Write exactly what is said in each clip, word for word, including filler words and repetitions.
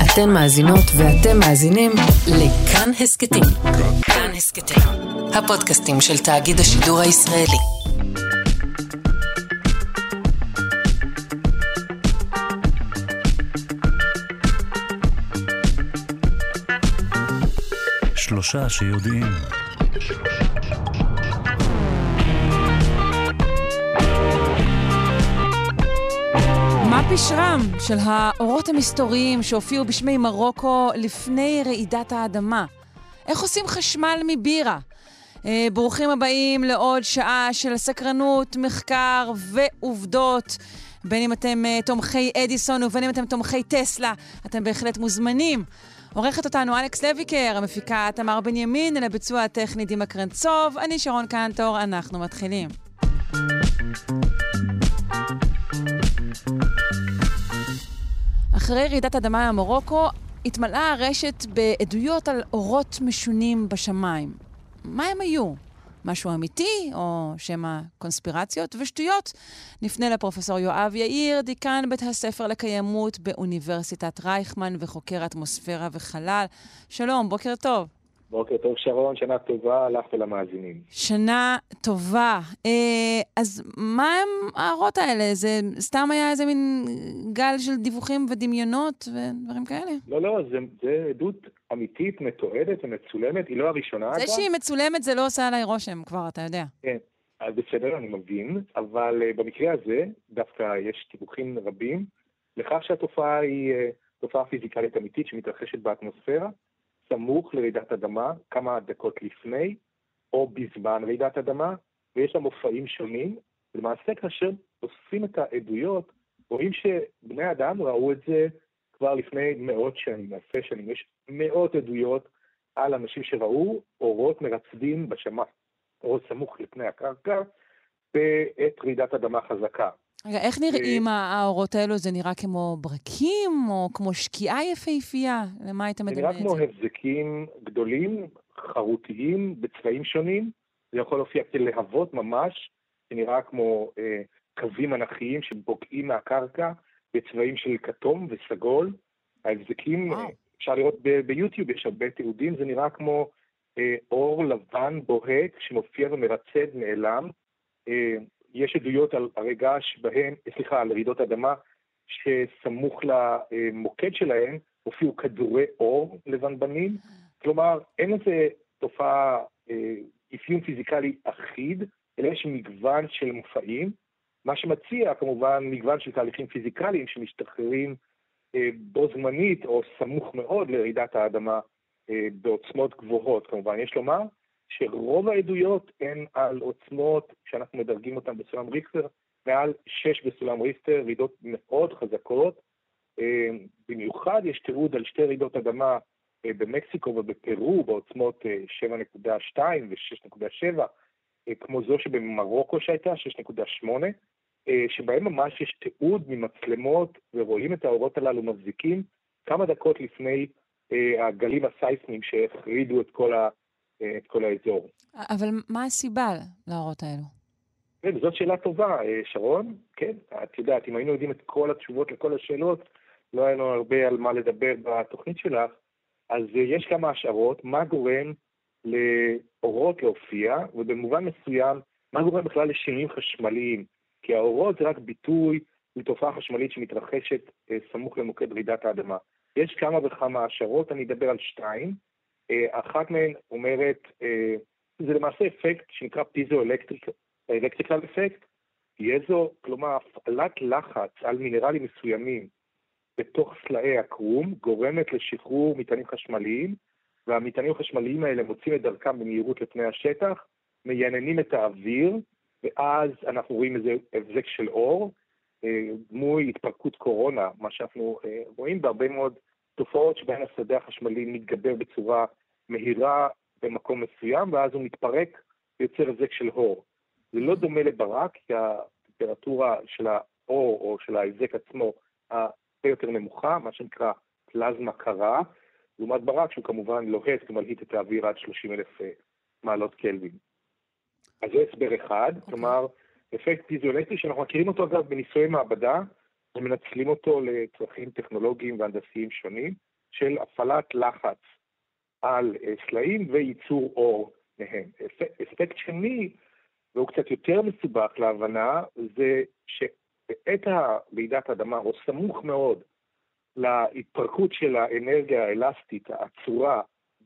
אתן מאזינות ואתם מאזינים לכאן הסקטים. כאן הסקטים, הפודקאסטים של תאגיד השידור הישראלי. שלושה שיודעים. מה פשרם של האורות המסתוריים שהופיעו בשמי מרוקו לפני רעידת האדמה? איך עושים חשמל מבירה? אה, ברוכים הבאים לעוד שעה של סקרנות, מחקר ועובדות. בין אם אתם אה, תומכי אדיסון ובין אם אתם תומכי טסלה, אתם בהחלט מוזמנים. עורכת אותנו אלכס לויקר, המפיקה תמר בנימין, לביצוע הטכני דימה קרנצוב, אני שרון קנטור, אנחנו מתחילים. אחרי רעידת אדמה במרוקו, התמלאה הרשת בעדויות על אורות משונים בשמיים. מה הם היו? משהו אמיתי או שמא קונספירציות ושטויות? נפנה לפרופסור יואב יאיר, דיקן בית הספר לקיימות באוניברסיטת רייכמן וחוקר אטמוספירה וחלל. שלום, בוקר טוב. בוקר טוב שרון, שנה טובה לך ולמאזינים. שנה טובה. אז מה הם האורות האלה? זה סתם היה איזה מין גל של דיווחים ודמיונות ודברים כאלה? לא, לא, זה, זה עדות אמיתית, מתועדת ומצולמת, היא לא הראשונה. זה שהיא מצולמת זה לא עושה עליי רושם כבר, אתה יודע. כן, אז בסדר, אני מבין, אבל uh, במקרה הזה דווקא יש דיווחים רבים לכך שהתופעה היא uh, תופעה פיזיקלית אמיתית שמתרחשת באטמוספירה, סמוך לרעידת אדמה, כמה דקות לפני, או בזמן רעידת אדמה, ויש לה מופעים שונים. למעשה, כאשר אוספים את העדויות, רואים שבני אדם ראו את זה כבר לפני מאות שנים, אלפי שנים. יש מאות עדויות על אנשים שראו אורות מרצדים בשמיים, אורות סמוך לפני הקרקע, בעת רעידת אדמה חזקה. רגע, איך נראים האורות האלו? זה נראה כמו ברקים, או כמו שקיעה יפהפייה? למה היית מדמה את זה? זה נראה כמו הבזקים גדולים, חרוטיים, בצבעים שונים. זה יכול להופיע כלהבות ממש, זה נראה כמו אה, קווים אנכיים שבוקעים מהקרקע, בצבעים של כתום וסגול. ההבזקים, אה, אפשר לראות ב- ביוטיוב, יש הרבה תיעודים, זה נראה כמו אה, אור לבן בוהק, שמופיע ומרצד נעלם. אה, יש עדויות על הרגע שבהם, סליחה, על רעידות אדמה, שסמוך למוקד שלהם, הופיעו כדורי אור לבנבנים. כלומר, אין איזה תופעה, אפיון פיזיקלי אחיד, אלא יש מגוון של מופעים, מה שמציע כמובן מגוון של תהליכים פיזיקליים שמשתחררים בו זמנית או סמוך מאוד לרעידת האדמה בעוצמות גבוהות. כמובן, יש לומר, שרוב העדויות הן על עוצמות שאנחנו מדרגים אותן בסולם ריכטר, מעל שש בסולם ריכטר, רעידות מאוד חזקות. במיוחד יש תיעוד על שתי רעידות אדמה במקסיקו ובפרו, בעוצמות שבע נקודה שתיים ו-שש נקודה שבע, כמו זו שבמרוקו שהייתה, שש נקודה שמונה, שבהם ממש יש תיעוד ממצלמות, ורואים את האורות הללו מבזיקים כמה דקות לפני הגלים הסייסמיים שהחרידו את כל ה... את כל האזור. אבל מה הסיבה לאורות האלו? כן, זאת שאלה טובה, שרון. כן, את יודעת, אם היינו יודעים את כל התשובות לכל השאלות, לא היה לנו הרבה על מה לדבר בתוכנית שלך, אז יש כמה השערות, מה גורם לאורות להופיע, ובמובן מסוים, מה גורם בכלל לשינויים חשמליים, כי האורות זה רק ביטוי לתופעה חשמלית שמתרחשת סמוך למוקד רעידת האדמה. יש כמה וכמה השערות, אני אדבר על שתיים, אחת מהן אומרת, זה למעשה אפקט שנקרא פיזו-אלקטריקל אפקט, פייזו, כלומר הפעלת לחץ על מינרלים מסוימים בתוך סלעי הקרום, גורמת לשחרור מטענים חשמליים, והמטענים החשמליים האלה מוצאים את דרכם במהירות לפני השטח, מייננים את האוויר, ואז אנחנו רואים איזה הבזק של אור, דמוי התפרקות קורונה, מה שאנחנו רואים בהרבה מאוד תופעות שבהן השדה החשמלי מתגבר בצורה מהירה במקום מסוים, ואז הוא מתפרק ויוצר הבזק של אור. זה לא דומה לברק, כי הטמפרטורה של האור או של ההבזק עצמו הרבה יותר נמוכה, מה שנקרא פלזמה קרה, לעומת ברק שהוא כמובן לוהט ומלהיט את האוויר עד שלושים אלף מעלות קלווין. אז זה הסבר אחד, okay. כלומר, אפקט פיזיולקטרי שאנחנו מכירים אותו אגב בניסויי מעבדה, ומנצלים אותו לצרכים טכנולוגיים והנדסיים שונים. של הפעלת לחץ על סלעים וייצור אור מהם. אספקט שני, והוא קצת יותר מסובך להבנה, זה שבעת רעידת האדמה, או סמוך מאוד להתפרקות של האנרגיה האלסטית, הצורה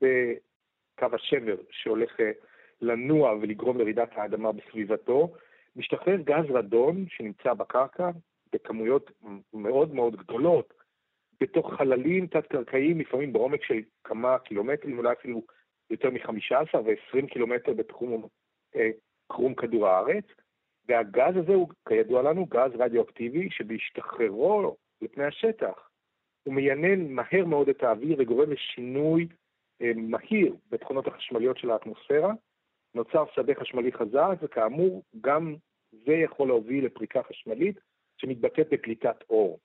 בקו השבר שהולך לנוע ולגרום לרעידת האדמה בסביבתו, משתחרר גז רדון שנמצא בקרקע בכמויות מאוד מאוד גדולות, בתוך חללים תת-קרקעיים, לפעמים בעומק של כמה קילומטרים, אולי אפילו יותר מ-חמישה עשר ו-עשרים קילומטר בתחום אה, קרום כדור הארץ, והגז הזה הוא, כידוע לנו, גז רדיואקטיבי, שבהשתחררו לפני השטח, הוא מיינן מהר מאוד את האוויר וגורם לשינוי אה, מהיר בתכונות החשמליות של האטמוספירה, נוצר שדה חשמלי חזק, וכאמור, גם זה יכול להוביל לפריקה חשמלית, שמתבטאת בפליטת אור.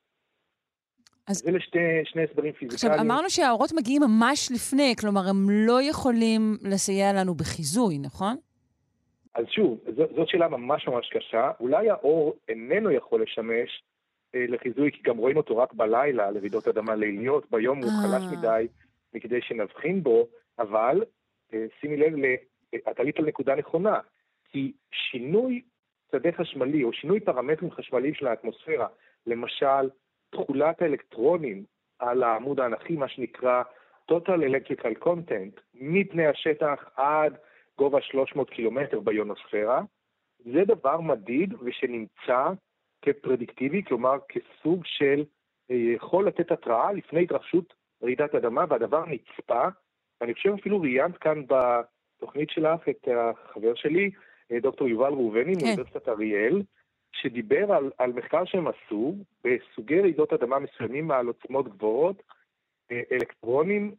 אז זה לשתי שני הסברים פיזיקליים. עכשיו, אמרנו שהאורות מגיעים ממש לפני, כלומר, הם לא יכולים לסייע לנו בחיזוי, נכון? אז שוב, זאת, זאת שאלה ממש ממש קשה. אולי האור איננו יכול לשמש אה, לחיזוי, כי גם רואים אותו רק בלילה, לרעידות אדמה ליליות, ביום הוא חלש מדי, מכדי שנבחין בו, אבל אה, שימי לב, את עלית על נקודה נכונה, כי שינוי שדה חשמלי, או שינוי פרמטרים חשמליים של האטמוספירה, למשל, תכולת האלקטרונים על העמוד האנכי, מה שנקרא Total Electrical Content, מפני השטח עד גובה שלוש מאות קילומטר ביונוספירה, זה דבר מדיד ושנמצא כפרדיקטיבי, כלומר כסוג של יכול לתת התראה לפני התרחשות רעידת אדמה, והדבר נצפה, ואני חושב אפילו ראיינת כאן בתוכנית שלך את החבר שלי, דוקטור יובל ראובני, כן. מאוניברסיטת אריאל, שדיבר על, על מחקר שהם עשו, בסוגי רעידות אדמה מסוימים על עוצמות גבוהות, אלקטרונים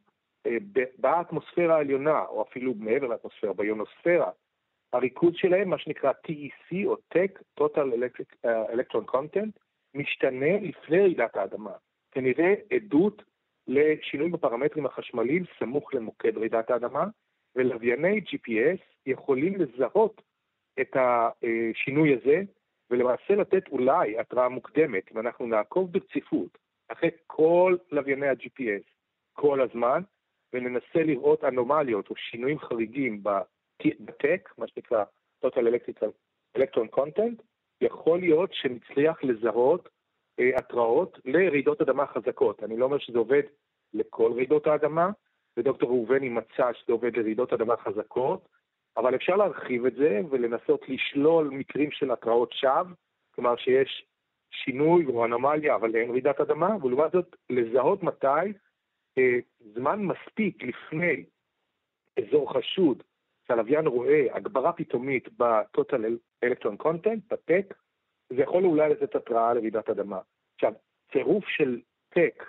באטמוספירה העליונה, או אפילו מעבר לאטמוספירה, ביונוספירה, הריכוז שלהם, מה שנקרא טי אי סי, או טק, Total Electric, uh, Electron Content, משתנה לפני רעידת האדמה. כנראה עדות לשינוי בפרמטרים החשמליים סמוך למוקד רעידת האדמה, ולווייני ג'י פי אס יכולים לזהות את השינוי הזה, ולמעשה לתת אולי התראה מוקדמת, ואנחנו נעקוב ברציפות אחרי כל לווייני ה-ג'י פי אס כל הזמן, וננסה לראות אנומליות או שינויים חריגים בטק, מה שנקרא Total Electron Content, יכול להיות שנצליח לזהות אה, התראות לרעידות אדמה חזקות. אני לא אומר שזה עובד לכל רעידות האדמה, ודוקטור ראובני מצא שזה עובד לרעידות אדמה חזקות, אבל אפשר להרחיב את זה ולנסות לשלול מקרים של התראות שווא, כלומר שיש שינוי או אנומליה, אבל אין רעידת אדמה, ולעומת זאת לזהות מתי אה, זמן מספיק לפני אזור חשוד, שהלוויין רואה הגברה פתאומית ב-Total Electron Content, בטק, זה יכול אולי לתת התראה לרעידת אדמה. עכשיו, צירוף של טק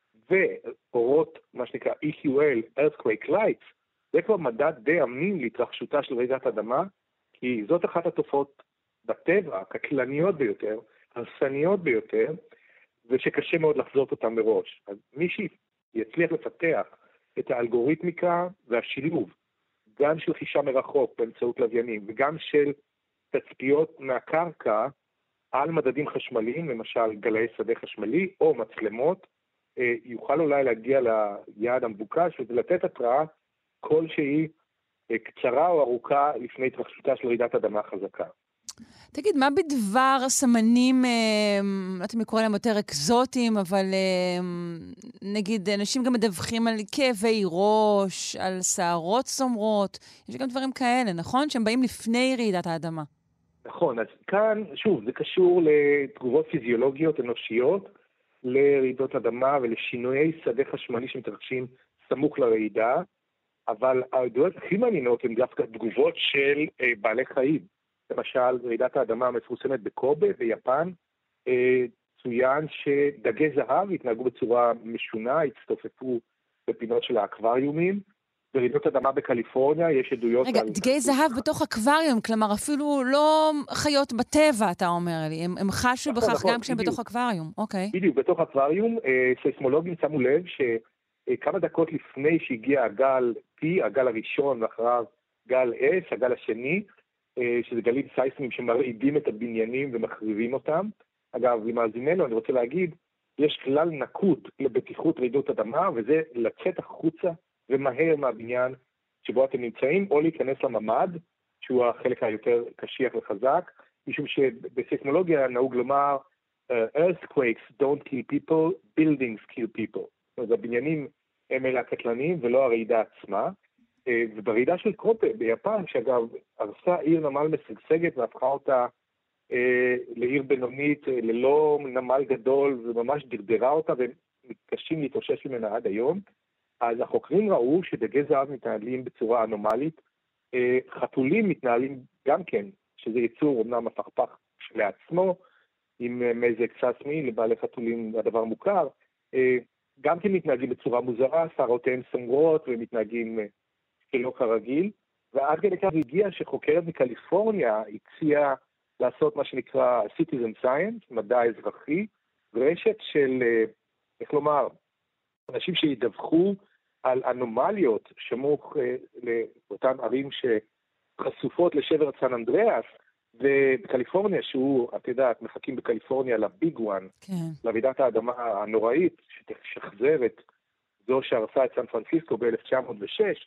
ואורות, מה שנקרא אי קיו אל, Earthquake Lights, זה כבר מדד די אמין להתרחשותה של רעידת אדמה, כי זאת אחת התופעות בטבע, הקטלניות ביותר, הרסניות ביותר, ושקשה מאוד לחזות אותם מראש. אז מי שיצליח לפתח את האלגוריתמיקה והשילוב, גם של חישה מרחוק באמצעות לוויינים, וגם של תצפיות מהקרקע על מדדים חשמליים, למשל גלאי שדה חשמלי או מצלמות, יוכל אולי להגיע ליעד המבוקש ולתת התראה כלשהי קצרה או ארוכה לפני התרחשותה של רעידת אדמה חזקה. תגיד, מה בדבר סמנים, לא יודעת אם לקרוא להם יותר אקזוטיים, אבל נגיד, אנשים גם מדווחים על כאבי ראש, על שערות סומרות, יש גם דברים כאלה, נכון? שהם באים לפני רעידת האדמה. נכון, אז כאן, שוב, זה קשור לתגובות פיזיולוגיות אנושיות, לרעידות אדמה ולשינויי שדה חשמלי שמתרחשים סמוך לרעידה, אבל העדויות הכי מעניינות הן דווקא תגובות של אה, בעלי חיים. למשל, רעידת האדמה המפורסמת בקובה, ביפן, אה, צוין שדגי זהב התנהגו בצורה משונה, הצטופפו בפינות של האקווריומים. ברעידות אדמה בקליפורניה יש עדויות... רגע, על... דגי זהב בתוך אקווריום, כלומר אפילו לא חיות בטבע, אתה אומר לי. הם, הם חשו נכון, בכך נכון, גם כשהם בדיוק. בתוך אקווריום, אוקיי. בדיוק, בתוך אקווריום, אה, סייסמולוגים שמו לב שכמה דקות לפני שהגיע הגל P, הגל הראשון, ואחריו גל S, הגל השני, אה, שזה גלים סייסמיים שמרעידים את הבניינים ומחריבים אותם. אגב, למאזיננו, אני רוצה להגיד, יש כלל נקוט לבטיחות רעידות אדמה, וזה לצאת החוצה ומהר מהבניין שבו אתם נמצאים, או להיכנס לממד, שהוא החלק היותר קשיח וחזק, משום שבסיסמולוגיה נהוג לומר, uh, earthquakes don't kill people, buildings kill people. זאת אומרת, הבניינים הם אלה הקטלניים ולא הרעידה עצמה. Uh, וברעידה של קרופה ביפן, שאגב, הרסה עיר נמל משגשגת והפכה אותה uh, לעיר בינונית, uh, ללא נמל גדול, וממש דרדרה אותה, והם מתקשים להתאושש ממנה עד היום. אז החוקרים ראו שדגי זהב מתנהלים בצורה אנומלית, חתולים מתנהלים גם כן, שזה ייצור אומנם הפכפך לעצמו, עם מזג ססמי, לבעלי חתולים הדבר מוכר, גם כן מתנהגים בצורה מוזרה, שערותיהם סמרות ומתנהגים שלא כרגיל, ועד כדי כך הגיע שחוקרת מקליפורניה הציעה לעשות מה שנקרא Citizen Science, מדע אזרחי, רשת של, איך לומר, אנשים שידווחו על אנומליות שמוך אה, לאותן ערים שחשופות לשבר סן אנדריאס, ובקליפורניה, שהוא, את יודעת, מחכים בקליפורניה לביג וואן, כן. לרעידת האדמה הנוראית, שתשחזר את זו שהרסה את סן פרנסיסקו ב-אלף תשע מאות ושש,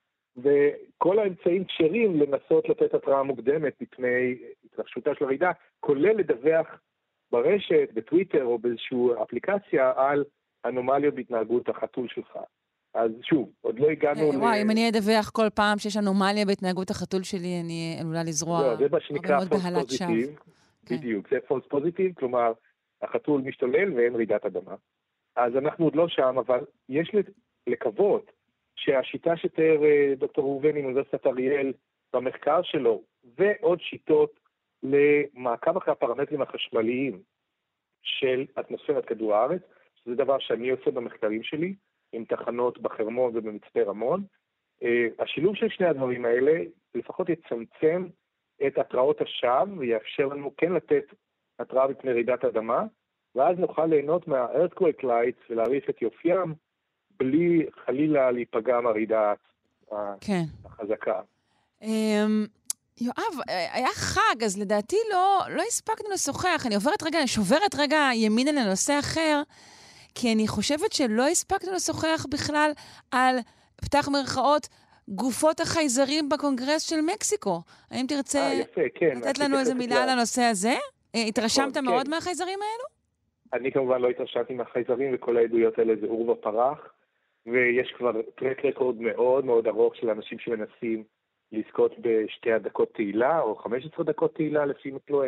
וכל האמצעים כשרים לנסות לתת התראה מוקדמת מפני התרחשותה של הרעידה, כולל לדווח ברשת, בטוויטר או באיזושהי אפליקציה על אנומליות בהתנהגות החתול שלך. אז שוב, עוד לא הגענו... וואי, אם אני אדווח כל פעם שיש אנומליה בהתנהגות החתול שלי, אני עלולה לזרוע הרבה מאוד בהלת שווא. בדיוק, זה פולס פוזיטיב, כלומר, החתול משתולל ואין רעידת אדמה. אז אנחנו עוד לא שם, אבל יש לקוות שהשיטה שתיאר דוקטור ראובני מאוניברסיטת אריאל במחקר שלו, ועוד שיטות למעקב אחרי הפרמטרים החשמליים של אטמוספירת כדור הארץ, שזה דבר שאני עושה במחקרים שלי, עם תחנות בחרמון ובמצפה רמון. השילוב של שני הדברים האלה לפחות יצמצם את התראות השווא, ויאפשר לנו כן לתת התראה בפני רעידת אדמה, ואז נוכל ליהנות מה-earthquake lights ולהעריך את יופיים, בלי חלילה להיפגע מהרעידה כן. החזקה. יואב, היה חג, אז לדעתי לא, לא הספקנו לשוחח. אני עוברת רגע, אני שוברת רגע ימינה לנושא אחר, כי אני חושבת שלא הספקנו לשוחח בכלל על, פתח מרכאות, גופות החייזרים בקונגרס של מקסיקו. האם תרצה 아, יפה, כן. לתת לנו איזה מילה על הנושא הזה? התרשמת נכון, מאוד כן. מהחייזרים האלו? אני כמובן לא התרשמתי מהחייזרים, וכל העדויות האלה זה עור ופרח, ויש כבר טרק רקורד מאוד מאוד ארוך של אנשים שמנסים לזכות בשתי הדקות תהילה, או חמש עשרה דקות תהילה לפי מקלוהן,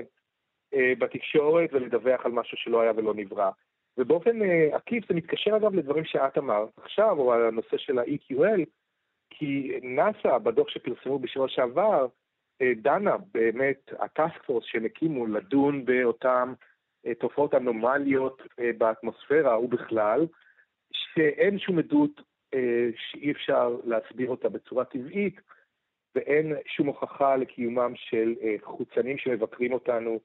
בתקשורת, ולדווח על משהו שלא היה ולא נברא. ובאופן עקיף זה מתקשר אגב לדברים שאת אמרת עכשיו, או על הנושא של ה-אי קיו אל, כי נאסא, בדוח שפרסמו בשבוע שעבר, דנה באמת, הטאסק פורס שהם הקימו לדון באותם תופעות אנומליות באטמוספירה ובכלל, שאין שום עדות שאי אפשר להסביר אותה בצורה טבעית, ואין שום הוכחה לקיומם של חוצנים שמבקרים אותנו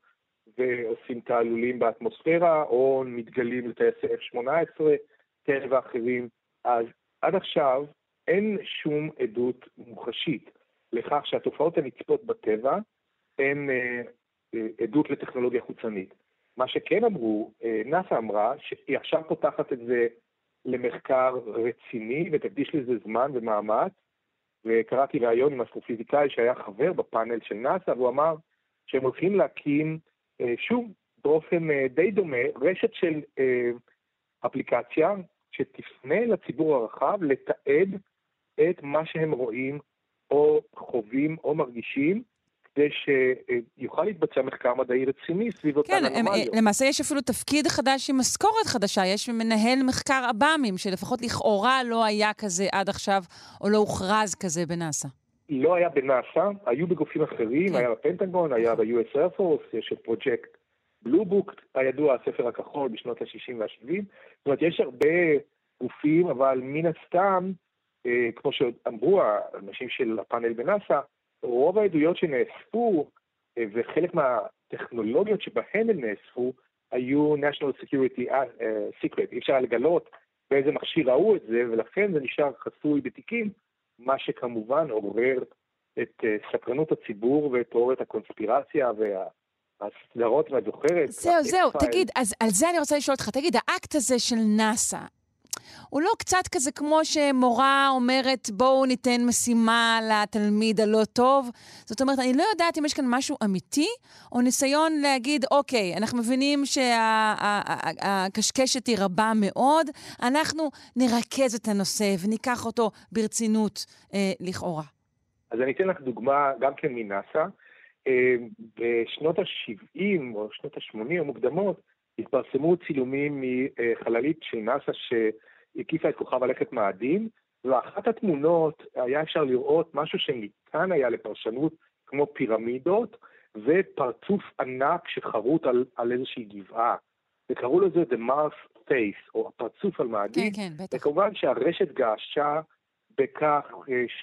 ועושים תעלולים באטמוספירה, או מתגלים לטייסי אף שמונה עשרה, כאלה ואחרים. אז עד עכשיו אין שום עדות מוחשית לכך שהתופעות הנצפות בטבע הן אה, אה, עדות לטכנולוגיה חוצנית. מה שכן אמרו, אה, נאסא אמרה שהיא עכשיו פותחת את זה למחקר רציני ותקדיש לזה זמן ומאמץ, וקראתי ראיון עם אסטרופיזיקאי שהיה חבר בפאנל של נאסא, והוא אמר שהם הולכים להקים אה, שוב באופן אה, די דומה רשת של אה, אפליקציה שתפנה לציבור הרחב לתעד את מה שהם רואים או חווים או מרגישים, כדי שיוכל להתבצע מחקר מדעי רציני סביב אותן כן, אנומליות. למעשה יש אפילו תפקיד חדש עם משכורת חדשה, יש מנהל מחקר אב"מים, שלפחות לכאורה לא היה כזה עד עכשיו, או לא הוכרז כזה בנאסא. לא היה בנאסא, היו בגופים אחרים, כן. היה בפנטגון, היה ב-יו אס Air Force, יש את פרויקט בלו בוק, הידוע, הספר הכחול בשנות ה-שישים וה-שבעים. זאת אומרת, יש הרבה גופים, אבל מן הסתם, אה, כמו שאמרו האנשים של הפאנל בנאסא, רוב העדויות שנאספו, אה, וחלק מהטכנולוגיות שבהן הם נאספו, היו National Security uh, Secret. אי אפשר לגלות באיזה מכשיר ראו את זה, ולכן זה נשאר חסוי בתיקים, מה שכמובן עורר את uh, סקרנות הציבור ואת עורר את הקונספירציה וה... הסדרות, ואת זוכרת? זהו, זהו, תגיד, אז על זה אני רוצה לשאול אותך, תגיד, האקט הזה של נאסא, הוא לא קצת כזה כמו שמורה אומרת, בואו ניתן משימה לתלמיד הלא טוב? זאת אומרת, אני לא יודעת אם יש כאן משהו אמיתי, או ניסיון להגיד, אוקיי, אנחנו מבינים שהקשקשת היא רבה מאוד, אנחנו נרכז את הנושא וניקח אותו ברצינות אה, לכאורה. אז אני אתן לך דוגמה גם כן מנאסא. אה, בשנות ה-שבעים או שנות ה-שמונים המוקדמות, התפרסמו צילומים מחללית של נאסא ש... הקיפה את כוכב הלכת מאדים, ואחת התמונות היה אפשר לראות משהו שניתן היה לפרשנות כמו פירמידות, ופרצוף ענק שחרוט על, על איזושהי גבעה. וקראו לזה The Mars Face, או הפרצוף על מאדים. כן, כן, בטח. וכמובן שהרשת געשה בכך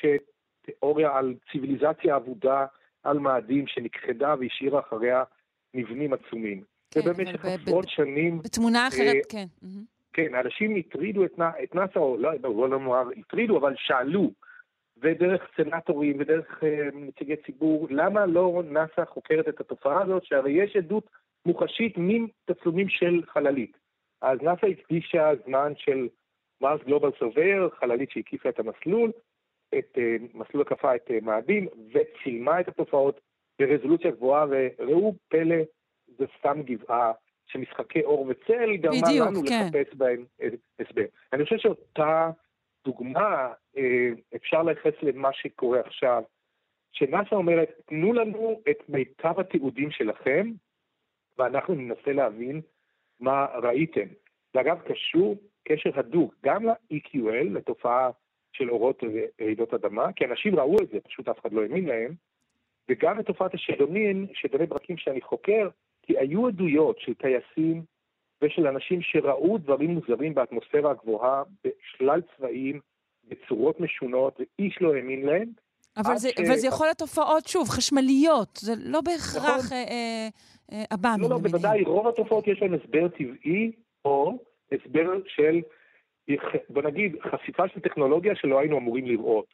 שתיאוריה על ציוויליזציה עבודה על מאדים שנכחדה והשאירה אחריה מבנים עצומים. כן, ובמשך עשרות שנים... בתמונה אחרת, אה, כן. כן, אנשים הטרידו את, את נאסא, או לא, לא נאמר, הטרידו, אבל שאלו, ודרך סנטורים ודרך uh, נציגי ציבור, למה לא נאסא חוקרת את התופעה הזאת, שהרי יש עדות מוחשית מתצלומים של חללית. אז נאסא הקדישה זמן של מרס גלובל סרווייר, חללית שהקיפה את המסלול, את uh, מסלול הקפה, את uh, מאדים, וצילמה את התופעות ברזולוציה גבוהה, וראו פלא, זה סתם גבעה, שמשחקי אור וצל גרמה לנו כן. לחפש בהם הסבר. אני חושב שאותה דוגמה אפשר לייחס למה שקורה עכשיו, שנאסא אומרת, תנו לנו את מיטב התיעודים שלכם, ואנחנו ננסה להבין מה ראיתם. ואגב, קשור קשר הדוק גם ל-E Q L, לתופעה של אורות רעידות אדמה, כי אנשים ראו את זה, פשוט אף אחד לא האמין להם, וגם לתופעת השדונים, שדוני ברקים שאני חוקר, כי היו עדויות של טייסים ושל אנשים שראו דברים מוזרים באטמוספירה הגבוהה בשלל צבעים, בצורות משונות, ואיש לא האמין להם. אבל זה, ש... אבל זה יכול להיות תופעות, שוב, חשמליות. זה לא בהכרח אב"מים. לא, לא, בוודאי, רוב התופעות יש להם הסבר טבעי, או הסבר של, בוא נגיד, חשיפה של טכנולוגיה שלא היינו אמורים לראות.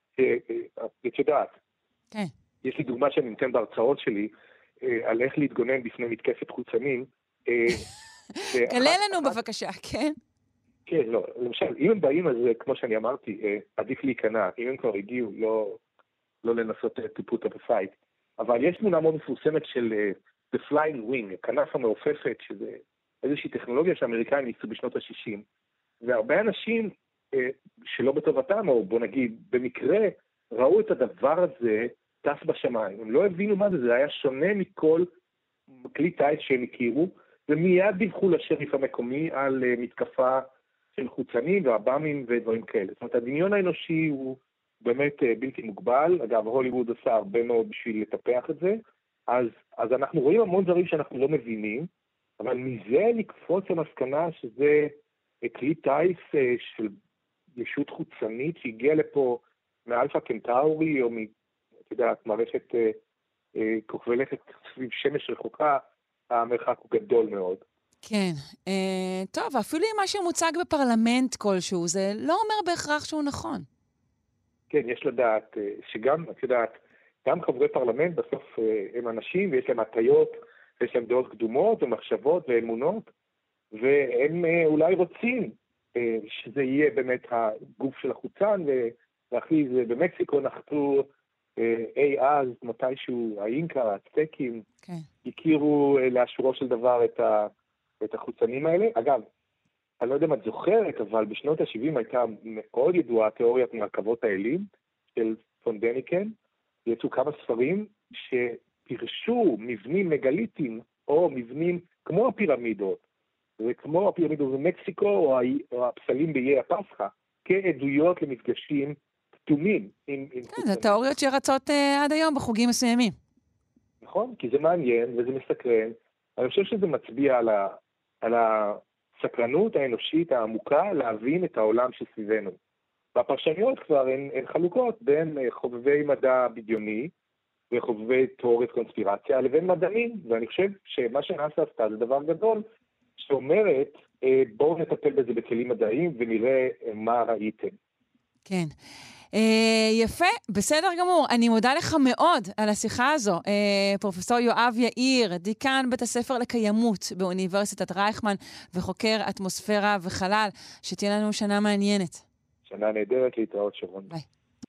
את יודעת. כן. יש לי דוגמה שאני נותן בהרצאות שלי, על איך להתגונן בפני מתקפת חוצנים. גלה לנו בבקשה, כן? כן, לא. למשל, אם הם באים, אז כמו שאני אמרתי, עדיף להיכנע. אם הם כבר הגיעו, לא, לא לנסות to put up a fight. אבל יש תמונה מאוד מפורסמת של The Flying Wing, הכנף המעופפת, שזה איזושהי טכנולוגיה שהאמריקאים ניסו בשנות ה-שישים. והרבה אנשים שלא בטובתם, או בוא נגיד, במקרה, ראו את הדבר הזה, טס בשמיים. הם לא הבינו מה זה, זה היה שונה מכל כלי טייס שהם הכירו, ומיד דיווחו לשריף המקומי על uh, מתקפה של חוצנים ואב"מים ודברים כאלה. זאת אומרת, הדמיון האנושי הוא באמת uh, בלתי מוגבל. אגב, הוליווד עשה הרבה מאוד בשביל לטפח את זה, אז, אז אנחנו רואים המון דברים שאנחנו לא מבינים, אבל מזה נקפוץ המסקנה שזה כלי טייס uh, של ישות חוצנית שהגיע לפה מאלפא קנטאורי, או מ... את יודעת, מערכת אה, אה, כוכבי לכת סביב שמש רחוקה, המרחק הוא גדול מאוד. כן. אה, טוב, אפילו אם משהו מוצג בפרלמנט כלשהו, זה לא אומר בהכרח שהוא נכון. כן, יש לדעת אה, שגם, את יודעת, גם חברי פרלמנט בסוף אה, הם אנשים, ויש להם הטיות, ויש להם דעות קדומות ומחשבות ואמונות, והם אה, אולי רוצים אה, שזה יהיה באמת הגוף של החוצן, ואחי זה במקסיקו נחתו, אי אז, מתישהו, האינקה, האצטקים, כן. הכירו לאשורו של דבר את, ה, את החוצנים האלה. אגב, אני לא יודע אם את זוכרת, אבל בשנות ה-שבעים הייתה מאוד ידועה תיאוריית מרכבות האלים של פון דניקן. יצאו כמה ספרים שפרשו מבנים מגליטיים, או מבנים כמו הפירמידות, וכמו הפירמידות במקסיקו, או, ה, או הפסלים באיי הפסחא, כעדויות למפגשים כתומים. עם, עם כן, זה תיאוריות שרצות uh, עד היום בחוגים מסוימים. נכון, כי זה מעניין וזה מסקרן. אני חושב שזה מצביע על, ה, על הסקרנות האנושית העמוקה להבין את העולם שסביבנו. והפרשניות כבר הן, הן חלוקות בין חובבי מדע בדיוני וחובבי תיאוריית קונספירציה לבין מדענים. ואני חושב שמה שנאסא עשתה זה דבר גדול, שאומרת בואו נטפל בזה בכלים מדעיים ונראה מה ראיתם. כן. יפה, בסדר גמור. אני מודה לך מאוד על השיחה הזו. פרופסור יואב יאיר, דיקן בית הספר לקיימות באוניברסיטת רייכמן וחוקר אטמוספירה וחלל, שתהיה לנו שנה מעניינת. שנה נהדרת, להתראות שרון. ביי.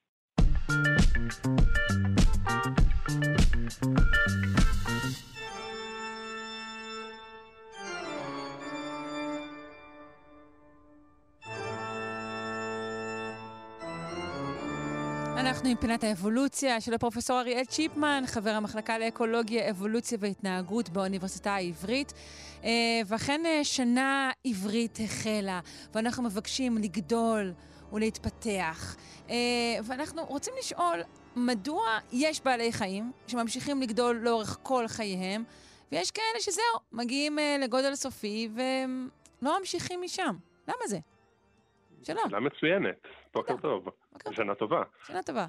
אנחנו עם פינת האבולוציה של הפרופסור אריאל צ'יפמן, חבר המחלקה לאקולוגיה, אבולוציה והתנהגות באוניברסיטה העברית. ואכן שנה עברית החלה, ואנחנו מבקשים לגדול ולהתפתח. ואנחנו רוצים לשאול, מדוע יש בעלי חיים שממשיכים לגדול לאורך כל חייהם, ויש כאלה שזהו, מגיעים לגודל סופי ולא ממשיכים משם. למה זה? שלום. שאלה מצוינת. בוקר טוב. שנה טובה. שנה טובה.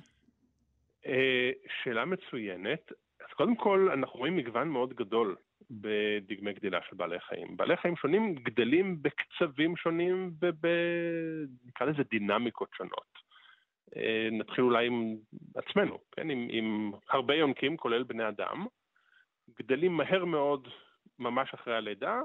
שאלה מצוינת. אז קודם כל, אנחנו רואים מגוון מאוד גדול בדגמי גדילה של בעלי חיים. בעלי חיים שונים גדלים בקצבים שונים ונקרא לזה דינמיקות שונות. נתחיל אולי עם עצמנו, כן? עם, עם הרבה יונקים, כולל בני אדם, גדלים מהר מאוד ממש אחרי הלידה,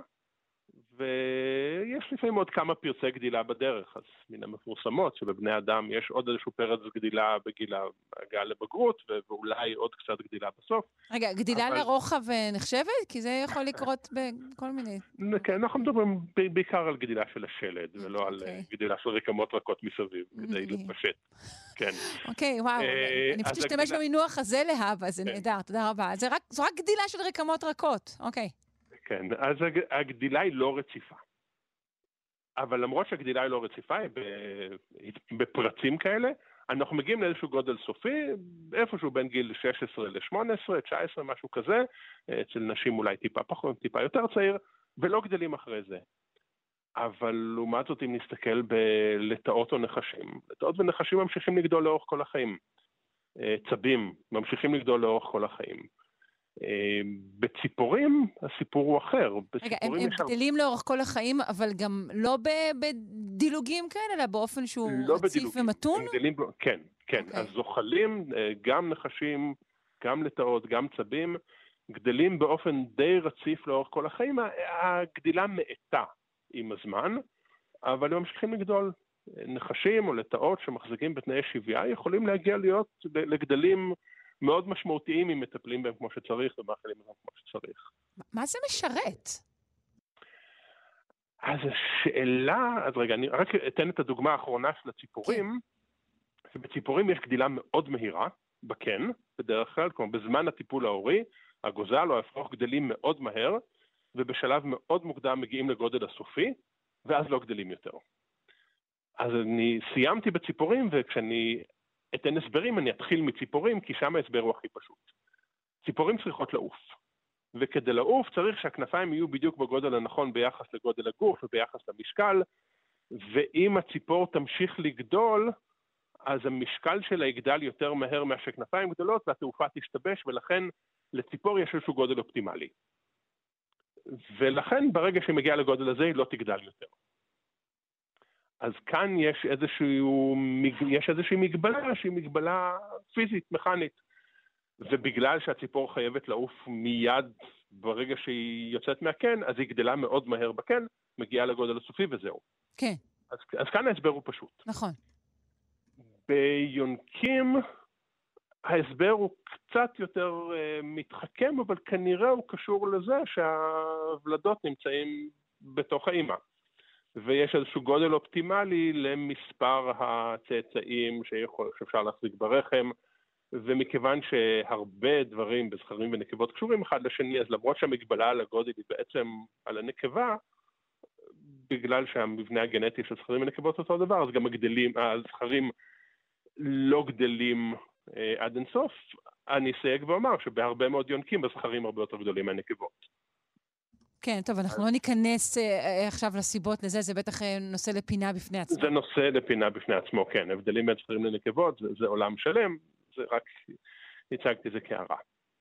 ויש לפעמים עוד כמה פרצי גדילה בדרך, אז מן המפורסמות שבבני אדם יש עוד איזשהו פרץ גדילה בגיל ההגעה לבגרות, ואולי עוד קצת גדילה בסוף. רגע, גדילה אבל... לרוחב נחשבת? כי זה יכול לקרות בכל מיני... כן, אנחנו מדברים בעיקר על גדילה של השלד, ולא על גדילה של רקמות רכות מסביב, כדי לפשט. כן. אוקיי, וואו, אני פשוט אשתמש במינוח הזה להבה, זה נהדר, תודה רבה. זו רק גדילה של רקמות רכות, אוקיי. כן, אז הגדילה היא לא רציפה. אבל למרות שהגדילה היא לא רציפה, היא בפרצים כאלה, אנחנו מגיעים לאיזשהו גודל סופי, איפשהו בין גיל שש עשרה ל-שמונה עשרה, תשע עשרה, משהו כזה, אצל נשים אולי טיפה פחות, טיפה יותר צעיר, ולא גדלים אחרי זה. אבל לעומת זאת, אם נסתכל בלטאות או נחשים, לטאות ונחשים ממשיכים לגדול לאורך כל החיים. צבים ממשיכים לגדול לאורך כל החיים. בציפורים הסיפור הוא אחר. רגע, הם, הם גדלים לאורך כל החיים, אבל גם לא בדילוגים כאלה, אלא באופן שהוא לא רציף בדילוגים. ומתון? גדלים, כן, כן. Okay. אז זוחלים, גם נחשים, גם לטאות, גם צבים, גדלים באופן די רציף לאורך כל החיים. הגדילה מאטה עם הזמן, אבל הם ממשיכים לגדול. נחשים או לטאות שמחזיקים בתנאי שוויה יכולים להגיע להיות לגדלים מאוד משמעותיים אם מטפלים בהם כמו שצריך ומאכילים בהם כמו שצריך. מה זה משרת? אז השאלה, אז רגע, אני רק אתן את הדוגמה האחרונה של הציפורים. כן. בציפורים יש גדילה מאוד מהירה, בקן, בדרך כלל, כמו בזמן הטיפול ההורי, הגוזל או האפרוח גדלים מאוד מהר, ובשלב מאוד מוקדם מגיעים לגודל הסופי, ואז לא גדלים יותר. אז אני סיימתי בציפורים, וכשאני אתן הסברים, אני אתחיל מציפורים, כי שם ההסבר הוא הכי פשוט. ציפורים צריכות לעוף. וכדי לעוף צריך שהכנפיים יהיו בדיוק בגודל הנכון ביחס לגודל הגוף וביחס למשקל, ואם הציפור תמשיך לגדול, אז המשקל שלה יגדל יותר מהר מהשכנפיים גדולות, והתעופה תשתבש, ולכן לציפור יש איזשהו גודל אופטימלי. ולכן ברגע שהיא מגיעה לגודל הזה, היא לא תגדל יותר. אז כאן יש איזשהו, יש איזושהי מגבלה שהיא מגבלה פיזית, מכנית. ובגלל שהציפור חייבת לעוף מיד ברגע שהיא יוצאת מהקן, אז היא גדלה מאוד מהר בקן, מגיעה לגודל הסופי וזהו. כן. אז, אז כאן ההסבר הוא פשוט. נכון. ביונקים ההסבר הוא קצת יותר uh, מתחכם, אבל כנראה הוא קשור לזה שהוולדות נמצאים בתוך האמא. ויש איזשהו גודל אופטימלי למספר הצאצאים שיכול, שאפשר להחזיק ברחם, ומכיוון שהרבה דברים בזכרים ונקבות קשורים אחד לשני, אז למרות שהמגבלה על הגודל היא בעצם על הנקבה, בגלל שהמבנה הגנטי של זכרים ונקבות אותו דבר, אז גם הגדלים, הזכרים לא גדלים אה, עד אינסוף. אני אסייג ואומר שבהרבה מאוד יונקים הזכרים הרבה יותר גדולים מהנקבות. כן, טוב, אנחנו לא ניכנס אה, עכשיו לסיבות לזה, זה בטח אה, נושא לפינה בפני עצמו. זה נושא לפינה בפני עצמו, כן. הבדלים בין זכרים לנקבות, זה, זה עולם שלם, זה רק הצגתי זה כערה.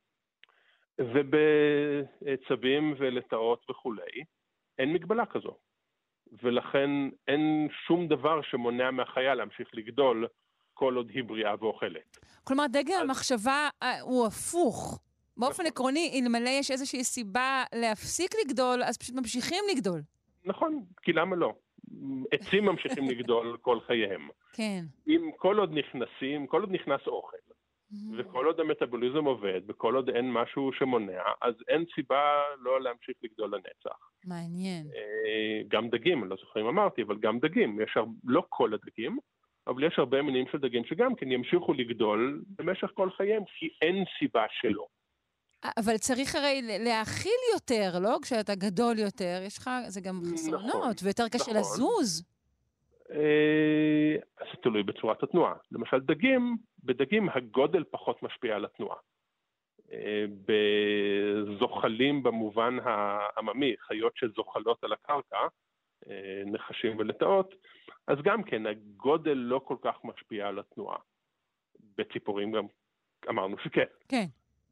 ובצבים ולטאות וכולי, אין מגבלה כזו. ולכן אין שום דבר שמונע מהחיה להמשיך לגדול כל עוד היא בריאה ואוכלת. כלומר, דגל המחשבה הוא הפוך. באופן עקרוני, אלמלא יש איזושהי סיבה להפסיק לגדול, אז פשוט ממשיכים לגדול. נכון, כי למה לא? עצים ממשיכים לגדול כל חייהם. כן. אם כל עוד נכנסים, כל עוד נכנס אוכל, וכל עוד המטאבוליזם עובד, וכל עוד אין משהו שמונע, אז אין סיבה לא להמשיך לגדול לנצח. מעניין. גם דגים, אני לא זוכר אם אמרתי, אבל גם דגים. יש הר... לא כל הדגים, אבל יש הרבה מינים של דגים שגם כן ימשיכו לגדול במשך כל חייהם, כי אין סיבה שלא. אבל צריך הרי להאכיל יותר, לא? כשאתה גדול יותר, יש לך, זה גם חסרונות, נכון, ויותר קשה נכון. לזוז. אה, אז זה תלוי בצורת התנועה. למשל, דגים, בדגים הגודל פחות משפיע על התנועה. אה, בזוחלים במובן העממי, חיות שזוחלות על הקרקע, אה, נחשים ולטאות, אז גם כן, הגודל לא כל כך משפיע על התנועה. בציפורים גם אמרנו שכן. כן.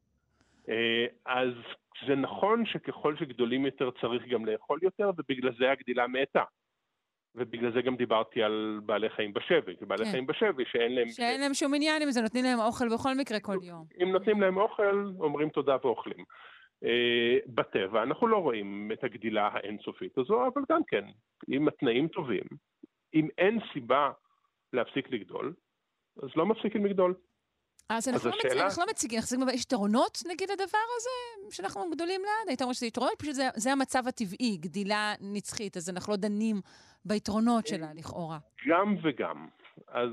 אז זה נכון שככל שגדולים יותר צריך גם לאכול יותר, ובגלל זה הגדילה מאטה. ובגלל זה גם דיברתי על בעלי חיים בשבי, בעלי חיים בשבי שאין להם... שאין להם שום עניין אם זה, נותנים להם אוכל בכל מקרה כל יום. אם נותנים להם אוכל, אומרים תודה ואוכלים. בטבע אנחנו לא רואים את הגדילה האינסופית הזו, אבל גם כן, אם התנאים טובים, אם אין סיבה להפסיק לגדול, אז לא מפסיקים לגדול. אז אנחנו לא מציגים, אנחנו לא מציגים, יש יתרונות נגיד לדבר הזה, שאנחנו גדולים לעד, היתרון שזה יתרונות, פשוט זה, זה המצב הטבעי, גדילה נצחית, אז אנחנו לא דנים ביתרונות שלה לכאורה. גם וגם. אז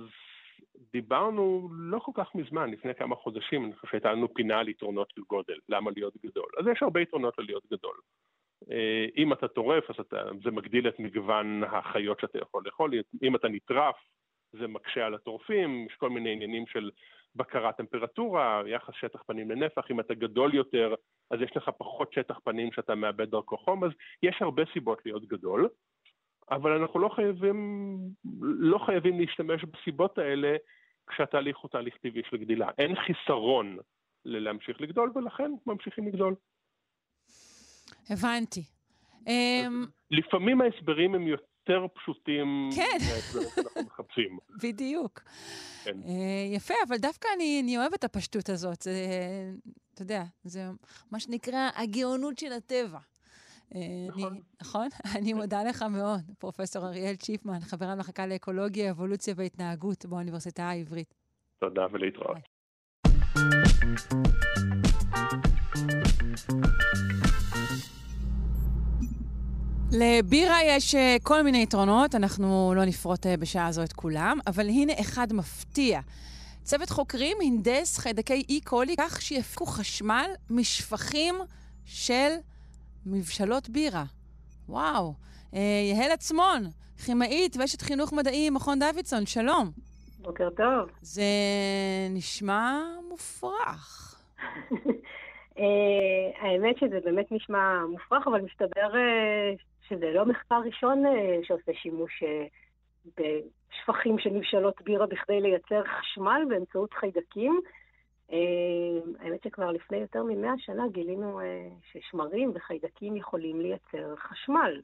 דיברנו לא כל כך מזמן, לפני כמה חודשים, אני חושב שהייתה לנו פינה על יתרונות של גודל, למה להיות גדול. אז יש הרבה יתרונות ללהיות גדול. אם אתה טורף, אז אתה, זה מגדיל את מגוון החיות שאתה יכול לאכול, אם אתה נטרף, זה מקשה על הטורפים, יש כל מיני עניינים של בקרת טמפרטורה, יחס שטח פנים לנפח, אם אתה גדול יותר, אז יש לך פחות שטח פנים שאתה מאבד דרכו חום, אז יש הרבה סיבות להיות גדול, אבל אנחנו לא חייבים, לא חייבים להשתמש בסיבות האלה כשהתהליך הוא תהליך טבעי של גדילה. אין חיסרון להמשיך לגדול, ולכן ממשיכים לגדול. הבנתי. לפעמים ההסברים הם יותר יותר פשוטים כן. שאנחנו מחפשים. בדיוק. כן. יפה, אבל דווקא אני, אני אוהבת את הפשטות הזאת. זה, אתה יודע, זה מה שנקרא הגאונות של הטבע. נכון. אני, נכון? אני מודה לך מאוד, פרופסור אריאל צ'יפמן, חבר המחלקה לאקולוגיה, אבולוציה והתנהגות באוניברסיטה העברית. תודה ולהתראות. לבירה יש כל מיני יתרונות, אנחנו לא נפרוט בשעה הזו את כולם, אבל הנה אחד מפתיע. צוות חוקרים הנדס חיידקי אי קולי כך שיפקו חשמל משפכים של מבשלות בירה. וואו. יהל עצמון, כימאית ואשת חינוך מדעי, מכון דוידסון, שלום. בוקר טוב. זה נשמע מופרך. האמת שזה באמת נשמע מופרך, אבל מסתבר שזה לא מחקר ראשון שעושה שימוש בשפכים של מבשלות בירה בכדי לייצר חשמל באמצעות חיידקים. האמת שכבר לפני יותר ממאה שנה גילינו ששמרים וחיידקים יכולים לייצר חשמל.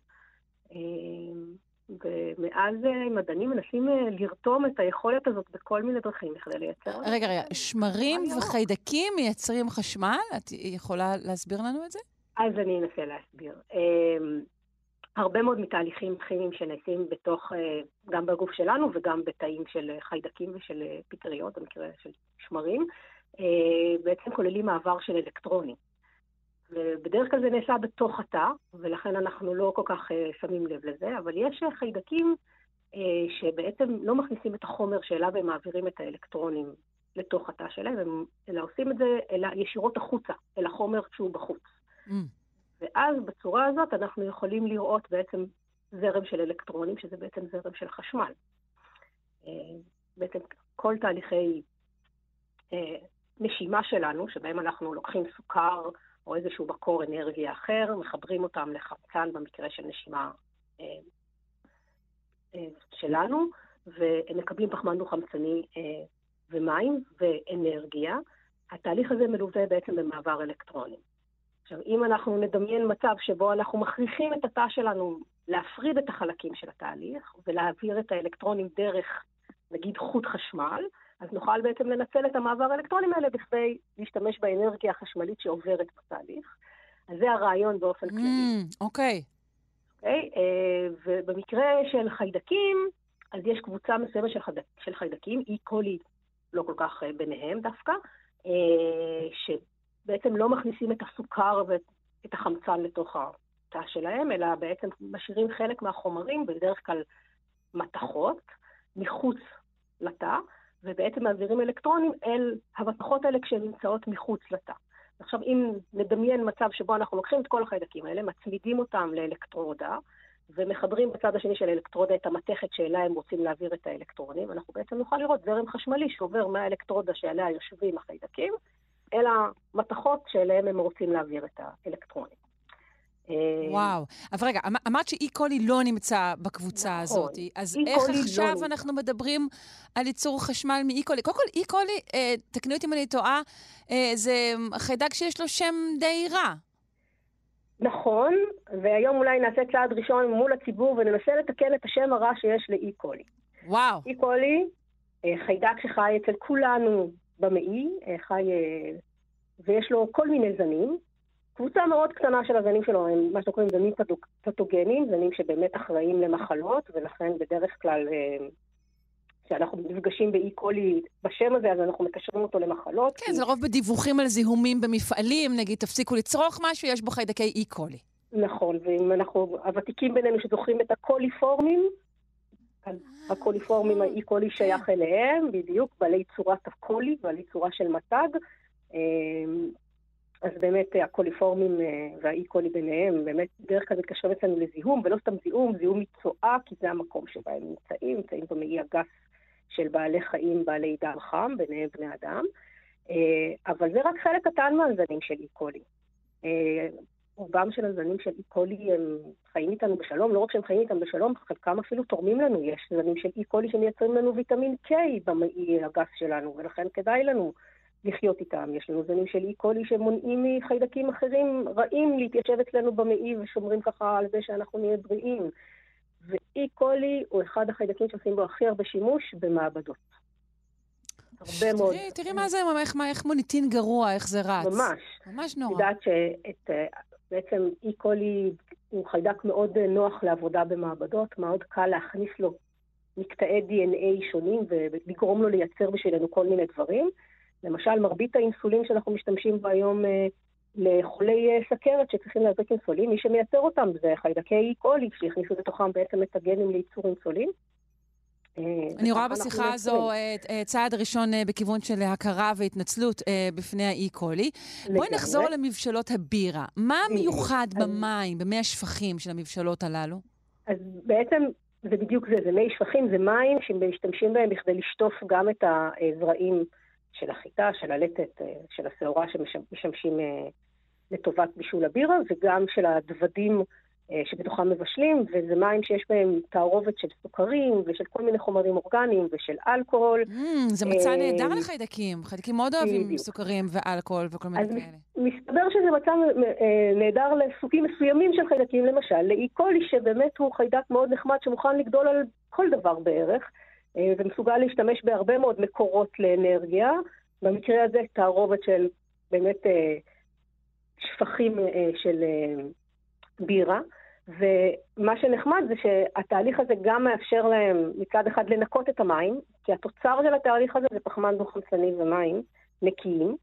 ומאז מדענים מנסים לרתום את היכולת הזאת בכל מיני דרכים בכדי לייצר. רגע, רגע, שמרים וחיידקים מייצרים חשמל? את יכולה להסביר לנו את זה? אז אני אנסה להסביר. הרבה מאוד מתהליכים כימיים שנעשים בתוך, גם בגוף שלנו וגם בתאים של חיידקים ושל פטריות, במקרה של שמרים, בעצם כוללים מעבר של אלקטרונים. ובדרך כלל זה נעשה בתוך התא, ולכן אנחנו לא כל כך שמים לב לזה, אבל יש חיידקים שבעצם לא מכניסים את החומר שאליו הם מעבירים את האלקטרונים לתוך התא שלהם, אלא עושים את זה אלא ישירות החוצה, אל החומר שהוא בחוץ. Mm. ואז בצורה הזאת אנחנו יכולים לראות בעצם זרם של אלקטרונים, שזה בעצם זרם של חשמל. בעצם כל תהליכי נשימה שלנו, שבהם אנחנו לוקחים סוכר או איזשהו מקור אנרגיה אחר, מחברים אותם לחמצן במקרה של נשימה שלנו, ומקבלים פחמן דו-חמצני ומים ואנרגיה. התהליך הזה מלווה בעצם במעבר אלקטרונים. עכשיו, אם אנחנו נדמיין מצב שבו אנחנו מכריחים את התא שלנו להפריד את החלקים של התהליך, ולהעביר את האלקטרונים דרך, נגיד, חוט חשמל, אז נוכל בעצם לנצל את המעבר האלקטרונים האלה בכדי להשתמש באנרגיה החשמלית שעוברת בתהליך. אז זה הרעיון באופן כללי. אוקיי. אוקיי, ובמקרה של חיידקים, אז יש קבוצה מסוימת של, חיידק, של חיידקים, אי קולי לא כל כך ביניהם דווקא, שבעצם לא מכניסים את הסוכר ואת החמצן לתוך התא שלהם, אלא בעצם משאירים חלק מהחומרים, בדרך כלל מתכות, מחוץ לתא, ובעצם מעבירים אלקטרונים אל המתכות האלה כשהן נמצאות מחוץ לתא. עכשיו, אם נדמיין מצב שבו אנחנו לוקחים את כל החיידקים האלה, מצמידים אותם לאלקטרודה, ומחברים בצד השני של האלקטרודה את המתכת שאליה הם רוצים להעביר את האלקטרונים, אנחנו בעצם נוכל לראות זרם חשמלי שעובר מהאלקטרודה שאליה יושבים החיידקים, אל המתכות שאליהם הם רוצים להעביר את האלקטרונים. וואו. אבל רגע, אמרת שאי קולי לא נמצא בקבוצה הזאת, אז איך עכשיו אנחנו מדברים על ייצור חשמל מאי קולי? קודם כל, אי קולי, תקנו אותי אם אני טועה, זה חיידק שיש לו שם די רע. נכון, והיום אולי נעשה צעד ראשון מול הציבור וננסה לתקן את השם הרע שיש לאי קולי. וואו. אי קולי, חיידק שחי אצל כולנו במעי, חי, ויש לו כל מיני זנים. קבוצה מאוד קטנה של הזנים שלו הם מה שקוראים זנים פתוגנים, זנים שבאמת אחראים למחלות, ולכן בדרך כלל כשאנחנו נפגשים באי קולי בשם הזה, אז אנחנו מקשרים אותו למחלות. כן, כי... זה לרוב בדיווחים על זיהומים במפעלים, נגיד תפסיקו לצרוך משהו, יש בו חיידקי אי קולי. נכון, ואם אנחנו, הוותיקים בינינו שזוכרים את הקוליפורמים, הקוליפורמים האי קולי שייך אליהם, בדיוק, בעלי צורת הקולי, בעלי צורה של מתג, אז באמת הקוליפורמים והאי קולי ביניהם, באמת דרך כלל מתקשרים אצלנו לזיהום, ולא סתם זיהום, זיהום מצואה, כי זה המקום שבה הם נמצאים, נמצאים במעי הגס של בעלי חיים, בעלי דם חם, ביניהם בני אדם, אבל זה רק חלק קטן מהזנים של אי קולי. רובם של הזנים של אי קולי הם חיים איתנו בשלום, לא רק שהם חיים איתנו בשלום, חלקם אפילו תורמים לנו, יש זנים של אי קולי שמייצרים לנו ויטמין K במעי הגס שלנו, ולכן כדאי לנו לחיות איתם. יש לנו זנים של אי קולי שמונעים מחיידקים אחרים רעים להתיישב אצלנו במעי ושומרים ככה על זה שאנחנו נהיה בריאים. ואי קולי הוא אחד החיידקים שעושים בו הכי הרבה שימוש במעבדות. הרבה מאוד. תראי, תראי מה זה, איך מוניטין גרוע, איך זה רץ. ממש. ממש נורא. יודעת שבעצם אי קולי הוא חיידק מאוד נוח לעבודה במעבדות, מאוד קל להכניס לו מקטעי די אן איי שונים ולגרום לו לייצר בשבילנו כל מיני דברים. למשל, מרבית האינסולין שאנחנו משתמשים בו היום אה, לחולי אה, סכרת שצריכים להזריק אינסולין, מי שמייצר אותם זה חיידקי אי קולי, שהכניסו לתוכם בעצם את הגנים לייצור אינסולין. אני רואה בשיחה הזו צעד ראשון בכיוון של הכרה והתנצלות בפני האי קולי. בואי נחזור למבשלות הבירה. מה מיוחד במים, במי השפכים של המבשלות הללו? אז בעצם זה בדיוק זה, זה מי שפכים, זה מים שמשתמשים בהם בכדי לשטוף גם את הזרעים של החיטה, של הלטת, של השעורה שמשמשים לטובת בישול הבירה, וגם של הדוודים שבתוכם מבשלים, וזה מים שיש בהם תערובת של סוכרים, ושל כל מיני חומרים אורגניים, ושל אלכוהול. זה מצע נהדר לחיידקים. חיידקים מאוד אוהבים סוכרים ואלכוהול וכל מיני כאלה. מסתבר שזה מצע נהדר לסוגים מסוימים של חיידקים, למשל, לאי קולי, שבאמת הוא חיידק מאוד נחמד, שמוכן לגדול על כל דבר בערך, ומסוגל להשתמש בהרבה מאוד מקורות לאנרגיה. במקרה הזה תערובת של באמת שפכים של בירה, ומה שנחמד זה שהתהליך הזה גם מאפשר להם מצד אחד לנקות את המים, כי התוצר של התהליך הזה זה פחמן דו-חמצני ומים נקיים.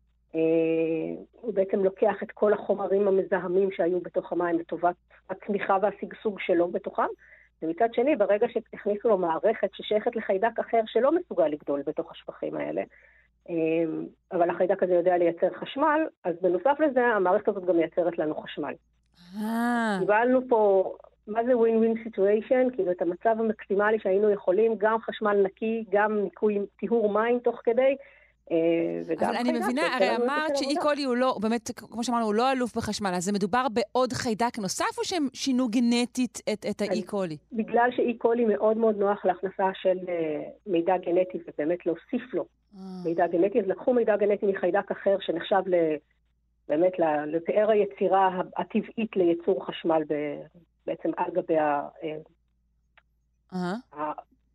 הוא בעצם לוקח את כל החומרים המזהמים שהיו בתוך המים לטובת הצמיחה והשגשוג שלו בתוכם, ומצד שני, ברגע שהכניסו לו מערכת ששייכת לחיידק אחר שלא מסוגל לגדול בתוך השפכים האלה, אבל החיידק הזה יודע לייצר חשמל, אז בנוסף לזה, המערכת הזאת גם מייצרת לנו חשמל. קיבלנו פה, מה זה win-win situation? כאילו את המצב המקסימלי שהיינו יכולים, גם חשמל נקי, גם ניקוי טיהור מים תוך כדי, אבל אני מבינה, הרי אמרת שאי קולי הוא לא, באמת, כמו שאמרנו, הוא לא אלוף בחשמל, אז זה מדובר בעוד חיידק נוסף, או שהם שינו גנטית את האי קולי? בגלל שאי קולי מאוד מאוד נוח להכנסה של מידע גנטי, ובאמת להוסיף לו מידע גנטי, אז לקחו מידע גנטי מחיידק אחר, שנחשב באמת לפאר היצירה הטבעית לייצור חשמל בעצם על גבי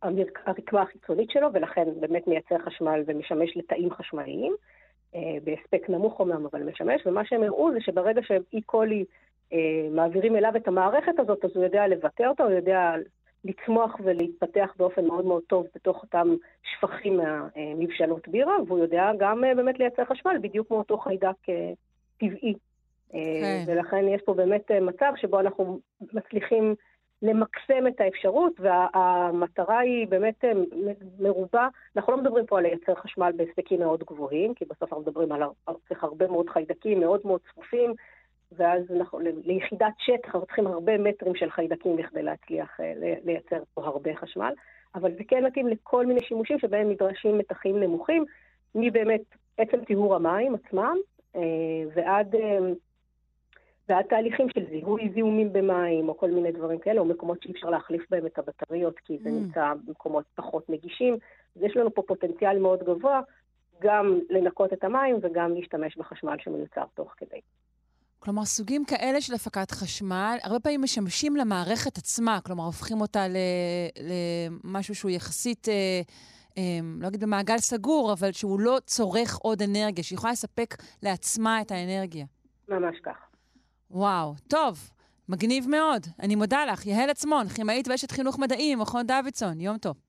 הרקמה החיצונית שלו, ולכן באמת מייצר חשמל ומשמש לתאים חשמליים, בהספק נמוך אומנם, אבל משמש, ומה שהם הראו זה שברגע שאי קולי מעבירים אליו את המערכת הזאת, אז הוא יודע לבטא אותה, הוא יודע לצמוח ולהתפתח באופן מאוד מאוד טוב בתוך אותם שפכים מהמבשלות בירה, והוא יודע גם באמת לייצר חשמל, בדיוק כמו אותו חיידק טבעי. Okay. ולכן יש פה באמת מצב שבו אנחנו מצליחים למקסם את האפשרות, והמטרה היא באמת מרובה. אנחנו לא מדברים פה על לייצר חשמל בהספקים מאוד גבוהים, כי בסוף אנחנו מדברים על צריך הרבה מאוד חיידקים מאוד מאוד צפופים, ואז אנחנו, ליחידת שטח אנחנו צריכים הרבה מטרים של חיידקים בכדי להצליח לייצר פה הרבה חשמל, אבל זה כן מתאים לכל מיני שימושים שבהם נדרשים מתחים נמוכים, מבאמת עצם טיהור המים עצמם, ועד... ועד תהליכים של זיהוי זיהומים במים, או כל מיני דברים כאלה, או מקומות שאי אפשר להחליף בהם את הבטריות, כי זה mm. נמצא במקומות פחות נגישים. אז יש לנו פה פוטנציאל מאוד גבוה, גם לנקות את המים, וגם להשתמש בחשמל שמיוצר תוך כדי. כלומר, סוגים כאלה של הפקת חשמל, הרבה פעמים משמשים למערכת עצמה, כלומר, הופכים אותה למשהו שהוא יחסית, אה, אה, לא אגיד במעגל סגור, אבל שהוא לא צורך עוד אנרגיה, שיכולה לספק לעצמה את האנרגיה. ממש כך. וואו, טוב, מגניב מאוד. אני מודה לך, יהל עצמון, כימאית ואשת חינוך מדעי, מכון דוידסון. יום טוב.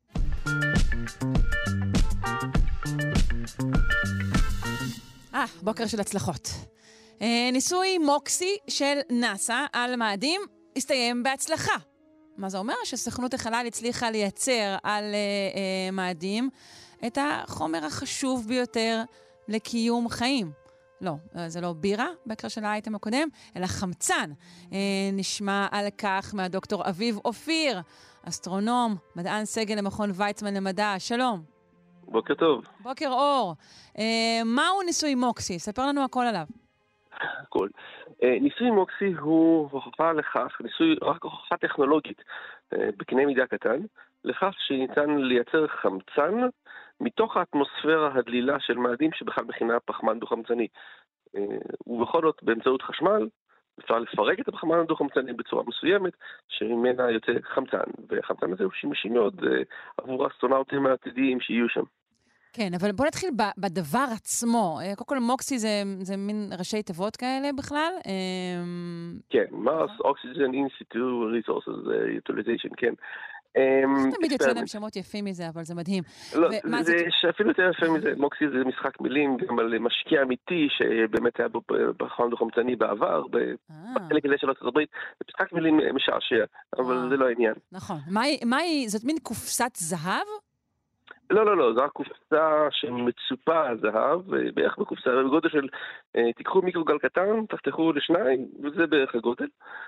אה, בוקר של הצלחות. אה, ניסוי מוקסי של נאסא על מאדים הסתיים בהצלחה. מה זה אומר? שסוכנות החלל הצליחה לייצר על אה, אה, מאדים את החומר החשוב ביותר לקיום חיים. לא, זה לא בירה, בהקשר של האייטם הקודם, אלא חמצן. אה, נשמע על כך מהדוקטור אביב אופיר, אסטרונום, מדען סגל למכון ויצמן למדע. שלום. בוקר טוב. בוקר אור. אה, מהו ניסוי מוקסי? ספר לנו הכל עליו. הכל. אה, ניסוי מוקסי הוא הוכחה לכך, ניסוי רק הוכחה טכנולוגית, אה, בקנה מידה קטן, לכך שניתן לייצר חמצן, מתוך האטמוספירה הדלילה של מאדים שבכלל מכינה פחמן דו-חמצני. ובכל זאת, באמצעות חשמל, אפשר לפרק את הפחמן הדו-חמצני בצורה מסוימת, שממנה יוצא חמצן. והחמצן הזה הוא שימושי מאוד עבור האסטרונאוטים העתידיים שיהיו שם. כן, אבל בוא נתחיל בדבר עצמו. קודם כל, מוקסי זה, זה מין ראשי תיבות כאלה בכלל? כן, Mars Oxygen In-Situ Resources Utilization, כן. תמיד יוצא להם שמות יפים מזה, אבל זה מדהים. לא, זה אפילו יותר יפה מזה. מוקסי זה משחק מילים גם על משקיע אמיתי שבאמת היה בחום דו-חמצני בעבר, בחלק הזה של ארצות הברית. זה משחק מילים משעשע, אבל זה לא העניין. נכון. מה היא, זאת מין קופסת זהב? לא, לא, לא, זו הקופסה שמצופה זהב, בערך בקופסה, בגודל של, תיקחו מיקרוגל קטן, תפתחו לשניים, וזה בערך הגודל.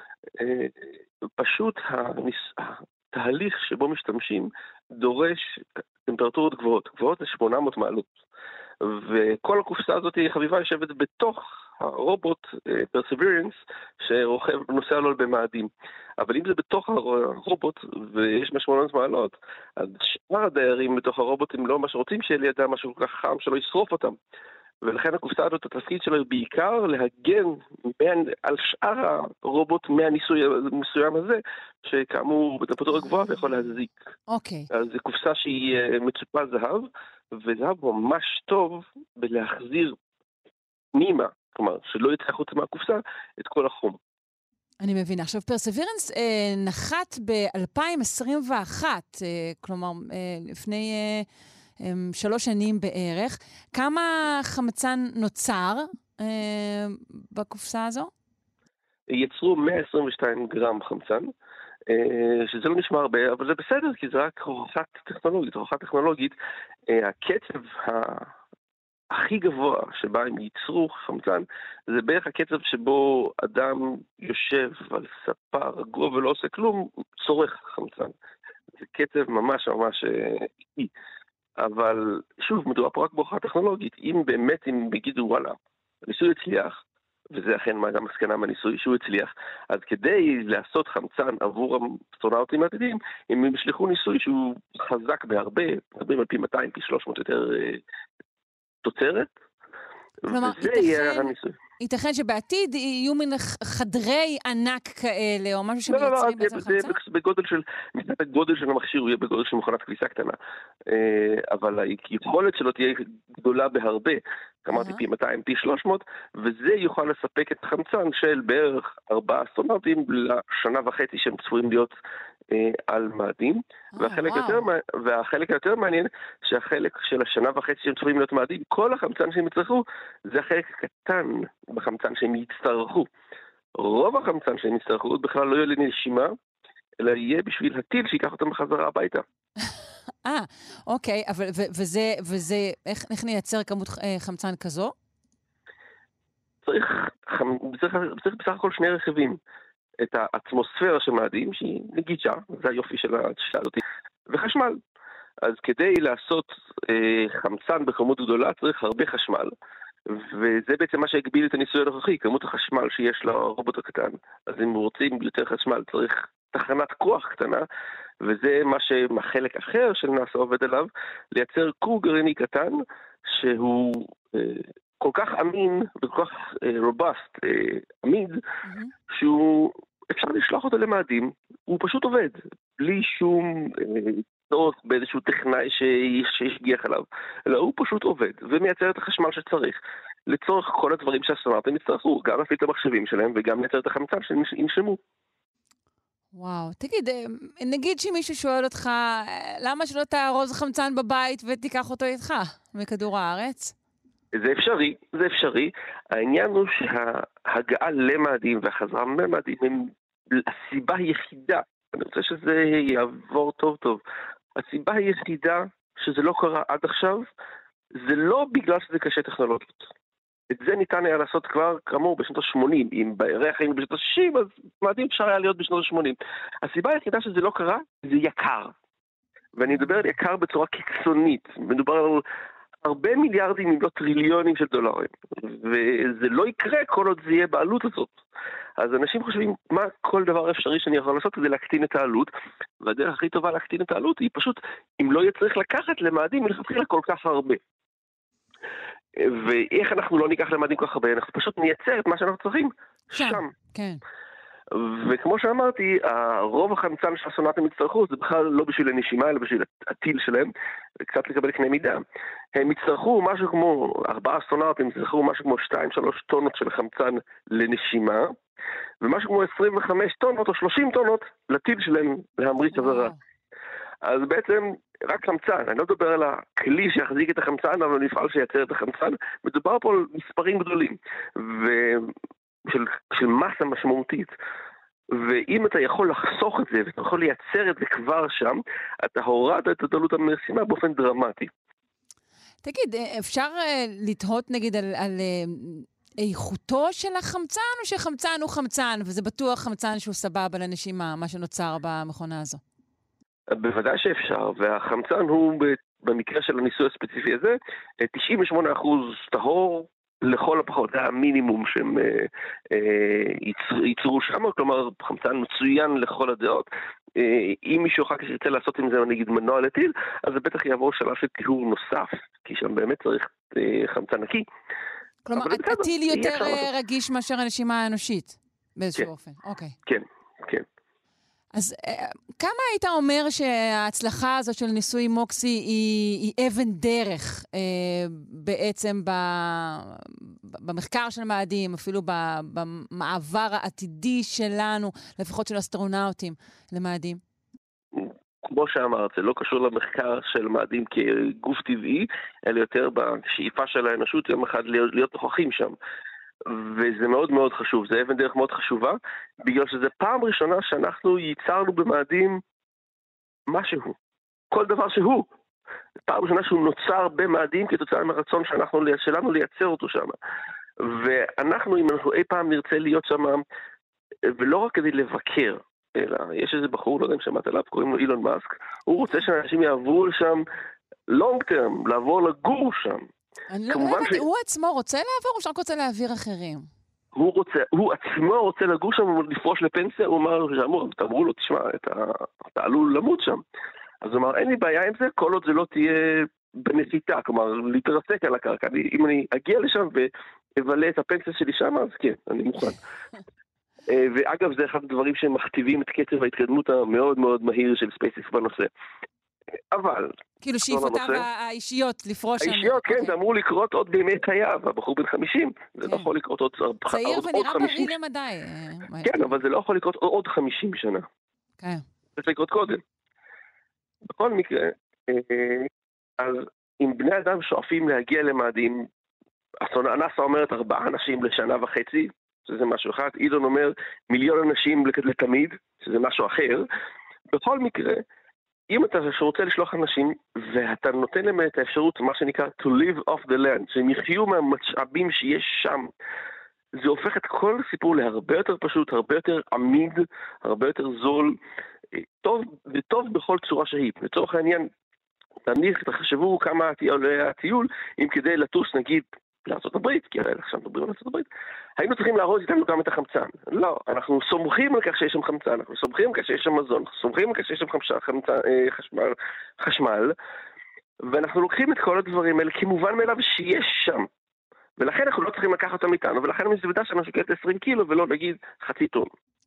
פשוט התהליך שבו משתמשים דורש טמפרטורות גבוהות, גבוהות ל-שמונה מאות מעלות. וכל הקופסה הזאת היא חביבה יושבת בתוך הרובוט Perseverance שרוכב נוסע לו במאדים. אבל אם זה בתוך הרובוט ויש שמונה מאות מעלות, אז שאר הדיירים בתוך הרובוט הם לא מה שרוצים שיהיה לידם משהו כל כך חם שלא ישרוף אותם. ולכן הקופסה הזאת, התפקיד שלו היא בעיקר להגן על שאר הרובוט מהניסוי המסוים הזה, שכאמור בטמפרטורה גבוהה ויכול להזיק. אוקיי. אז זו קופסה שהיא מצופה זהב, וזהב ממש טוב בלהחזיר פנימה, כלומר, שלא יצא חוץ מהקופסה את כל החום. אני מבינה. עכשיו, פרסבירנס אה, נחת ב-אלפיים עשרים ואחת, אה, כלומר, אה, לפני אה, אה, שלוש שנים בערך. כמה חמצן נוצר אה, בקופסה הזו? יצרו מאה עשרים ושתיים גרם חמצן, אה, שזה לא נשמע הרבה, אבל זה בסדר, כי זה רק הוכחת טכנולוגית. הוכחת טכנולוגית, אה, הקצב ה... הכי גבוה שבה הם ייצרו חמצן, זה בערך הקצב שבו אדם יושב על ספה רגוע ולא עושה כלום, צורך חמצן. זה קצב ממש ממש איטי. אבל שוב, מדובר פה רק בהוכחה טכנולוגית. אם באמת הם יגידו, וואלה, הניסוי הצליח, וזה אכן גם מסקנה מהניסוי שהוא הצליח, אז כדי לעשות חמצן עבור האסטרונאוטים העתידיים, הם ישלחו ניסוי שהוא חזק בהרבה, מדברים על פי מאתיים, פי שלוש מאות יותר תוצרת, כלומר, ייתכן, ייתכן שבעתיד יהיו מין חדרי ענק כאלה, או משהו שמייצרים בעצם חמצן? לא, לא, זה בגודל של, מצד הגודל של המכשיר, הוא יהיה בגודל של מכונת כביסה קטנה. אבל היכולת שלו תהיה גדולה בהרבה, אמרתי פי מאתיים, פי שלוש מאות, וזה יוכל לספק את החמצן של בערך ארבעה אסטרונאוטים לשנה וחצי שהם צפויים להיות על מאדים, והחלק יותר, והחלק היותר מעניין שהחלק של השנה וחצי שהם צפויים להיות מאדים, כל החמצן שהם יצטרכו זה החלק הקטן בחמצן שהם יצטרכו. רוב החמצן שהם יצטרכו בכלל לא יהיה לנשימה, אלא יהיה בשביל הטיל שיקח אותם בחזרה הביתה. אה, אוקיי, אבל וזה, וזה, איך, איך נייצר כמות חמצן כזו? צריך, צריך, צריך בסך הכל שני רכיבים. את האטמוספירה של מאדים, שהיא נגישה, זה היופי של השיטה הזאת, וחשמל. אז כדי לעשות אה, חמצן בכמות גדולה צריך הרבה חשמל, וזה בעצם מה שהגביל את הניסוי הנוכחי, כמות החשמל שיש לרובוט הקטן. אז אם רוצים יותר חשמל צריך תחנת כוח קטנה, וזה מה שהחלק אחר של נאס"א עובד עליו, לייצר כור גרעיני קטן, שהוא אה, כל כך אמין וכל כך אה, רובסט, אה, עמיד, mm-hmm. שהוא אפשר לשלוח אותו למאדים, הוא פשוט עובד, בלי שום צורך אה, באיזשהו טכנאי שישגיח עליו, אלא הוא פשוט עובד, ומייצר את החשמל שצריך, לצורך כל הדברים שהאסטרונאוטים יצטרכו, גם להפעיל את המחשבים שלהם, וגם לייצר את החמצן שינשמו. וואו, תגיד, נגיד שמישהו שואל אותך, למה שלא תארוז חמצן בבית ותיקח אותו איתך מכדור הארץ? זה אפשרי, זה אפשרי. העניין הוא שההגעה למאדים והחזרה ממאדים הם הסיבה היחידה, אני רוצה שזה יעבור טוב טוב, הסיבה היחידה שזה לא קרה עד עכשיו, זה לא בגלל שזה קשה טכנולוגית. את זה ניתן היה לעשות כבר כאמור בשנות ה-שמונים, אם בירח היינו בשנות ה-שישים, אז מאדים אפשר היה להיות בשנות ה-שמונים. הסיבה היחידה שזה לא קרה, זה יקר. ואני מדבר על יקר בצורה קיצונית, מדובר על הרבה מיליארדים אם לא טריליונים של דולרים, וזה לא יקרה כל עוד זה יהיה בעלות הזאת. אז אנשים חושבים מה כל דבר אפשרי שאני יכול לעשות כדי להקטין את העלות, והדרך הכי טובה להקטין את העלות היא פשוט, אם לא יהיה צריך לקחת למאדים, מלכתחילה כל כך הרבה. ואיך אנחנו לא ניקח למאדים כל כך הרבה, אנחנו פשוט נייצר את מה שאנחנו צריכים שם. שם. כן. וכמו שאמרתי, רוב החמצן שהאסטרונאוטים יצטרכו זה בכלל לא בשביל הנשימה, אלא בשביל הטיל שלהם, וקצת לקבל קנה מידה. הם יצטרכו משהו כמו, ארבעה אסטרונאוטים יצטרכו משהו כמו שתיים שלוש טונות של חמצן לנשימה, ומשהו כמו עשרים וחמש טונות או שלושים טונות לטיל שלהם להמריא חזרה. אז בעצם רק חמצן, אני לא מדבר על הכלי שיחזיק את החמצן, אבל נפעל שייצר את החמצן, מדובר פה על מספרים גדולים, ושל של מסה משמעותית. ואם אתה יכול לחסוך את זה, ואתה יכול לייצר את זה כבר שם, אתה הורדת את עלות המשימה באופן דרמטי. תגיד, אפשר לתהות נגיד על, על איכותו של החמצן, או שחמצן הוא חמצן, וזה בטוח חמצן שהוא סבבה לנשימה, מה שנוצר במכונה הזו? בוודאי שאפשר, והחמצן הוא במקרה של הניסוי הספציפי הזה, תשעים ושמונה אחוז טהור לכל הפחות, זה המינימום שהם אה, אה, ייצר, ייצרו שם, כלומר חמצן מצוין לכל הדעות. אה, אם מישהו אחר כך ירצה לעשות עם זה נגיד מנוע לטיל, אז זה בטח יעבור שלב של טיהור נוסף, כי שם באמת צריך אה, חמצן נקי. כלומר, הטיל יותר רגיש מאשר הנשימה האנושית, באיזשהו כן. אופן. אוקיי. כן, כן. אז כמה היית אומר שההצלחה הזאת של ניסוי מוקסי היא, היא אבן דרך אה, בעצם ב, במחקר של מאדים, אפילו במעבר העתידי שלנו, לפחות של אסטרונאוטים למאדים? כמו שאמרת, זה לא קשור למחקר של מאדים כגוף טבעי, אלא יותר בשאיפה של האנושות יום אחד להיות, להיות נוכחים שם. וזה מאוד מאוד חשוב, זה אבן דרך מאוד חשובה, בגלל שזה פעם ראשונה שאנחנו ייצרנו במאדים משהו, כל דבר שהוא. פעם ראשונה שהוא נוצר במאדים כתוצאה מהרצון שאנחנו, שלנו לייצר אותו שם. ואנחנו, אם אנחנו אי פעם נרצה להיות שם, ולא רק כדי לבקר, אלא יש איזה בחור, לא יודע אם שמעת עליו, קוראים לו אילון מאסק, הוא רוצה שאנשים יעברו שם long term, לעבור לגור שם. אני לא יודעת, הוא עצמו רוצה לעבור או שרק רוצה להעביר אחרים? הוא רוצה, הוא עצמו רוצה לגור שם, לפרוש לפנסיה, הוא אמר, שאמרו, תאמרו לו, תשמע, אתה עלול למות שם. אז הוא אמר, אין לי בעיה עם זה, כל עוד זה לא תהיה בנחיתה, כלומר, להתרסק על הקרקע. אם אני אגיע לשם אבלה את הפנסיה שלי שם, אז כן, אני מוכן. ואגב, זה אחד הדברים שמכתיבים את קצב ההתקדמות המאוד מאוד מהיר של ספייסיקס בנושא. אבל... כאילו שאיפותיו האישיות לפרוש שם. האישיות, כן, זה אמור לקרות עוד בימי חייו, הבחור בן חמישים, זה לא יכול לקרות עוד חמישים. צעיר ונראה בריא למדי. כן, אבל זה לא יכול לקרות עוד חמישים שנה. כן. זה צריך לקרות קודם. בכל מקרה, אז אם בני אדם שואפים להגיע למאדים, נאס"א אומרת ארבעה אנשים לשנה וחצי, שזה משהו אחד, אילון אומר מיליון אנשים לתמיד, שזה משהו אחר. בכל מקרה, אם אתה רוצה לשלוח אנשים, ואתה נותן להם את האפשרות, מה שנקרא to live off the land, שהם יחיו מהמשאבים שיש שם, זה הופך את כל הסיפור להרבה יותר פשוט, הרבה יותר עמיד, הרבה יותר זול, טוב וטוב בכל צורה שהיא. לצורך העניין, תניח, תחשבו כמה עולה הטיול, אם כדי לטוס נגיד לארצות הברית, כי הרי עכשיו מדברים על ארצות הברית, היינו צריכים להראות איתנו גם את החמצן. לא, אנחנו סומכים על כך שיש שם חמצן, אנחנו סומכים על כך שיש שם מזון, אנחנו סומכים על כך שיש שם חמצן, חמצן, חשמל, חשמל, ואנחנו לוקחים את כל הדברים האלה כמובן מאליו שיש שם. ולכן אנחנו לא צריכים לקחת אותם איתנו, ולכן המזוודה שלנו שוקלת עשרים קילו ולא נגיד חצי טון.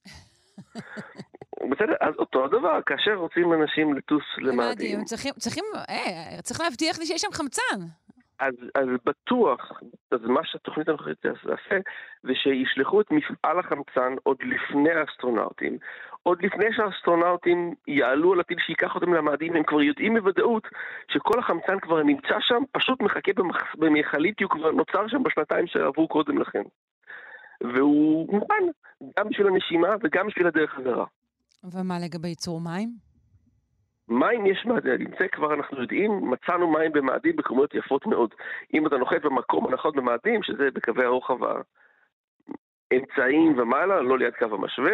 בסדר, אז אותו הדבר, כאשר רוצים אנשים לטוס למאדים. צריכים, צריכים, אה, צריך להבטיח לי שיש שם חמצן. אז, אז בטוח, אז מה שהתוכנית הנוכחית תעשה, זה שישלחו את מפעל החמצן עוד לפני האסטרונאוטים, עוד לפני שהאסטרונאוטים יעלו על הטיל שיקח אותם למאדים, הם כבר יודעים בוודאות שכל החמצן כבר נמצא שם, פשוט מחכה במחלית, הוא כבר נוצר שם בשנתיים שעברו קודם לכן. והוא מוכן, גם בשביל הנשימה וגם בשביל הדרך חזרה. ומה לגבי ייצור מים? מים יש מאדים, זה כבר אנחנו יודעים, מצאנו מים במאדים בכמויות יפות מאוד. אם אתה נוחת במקום הנחות במאדים, שזה בקווי הרוחב האמצעיים ומעלה, לא ליד קו המשווה,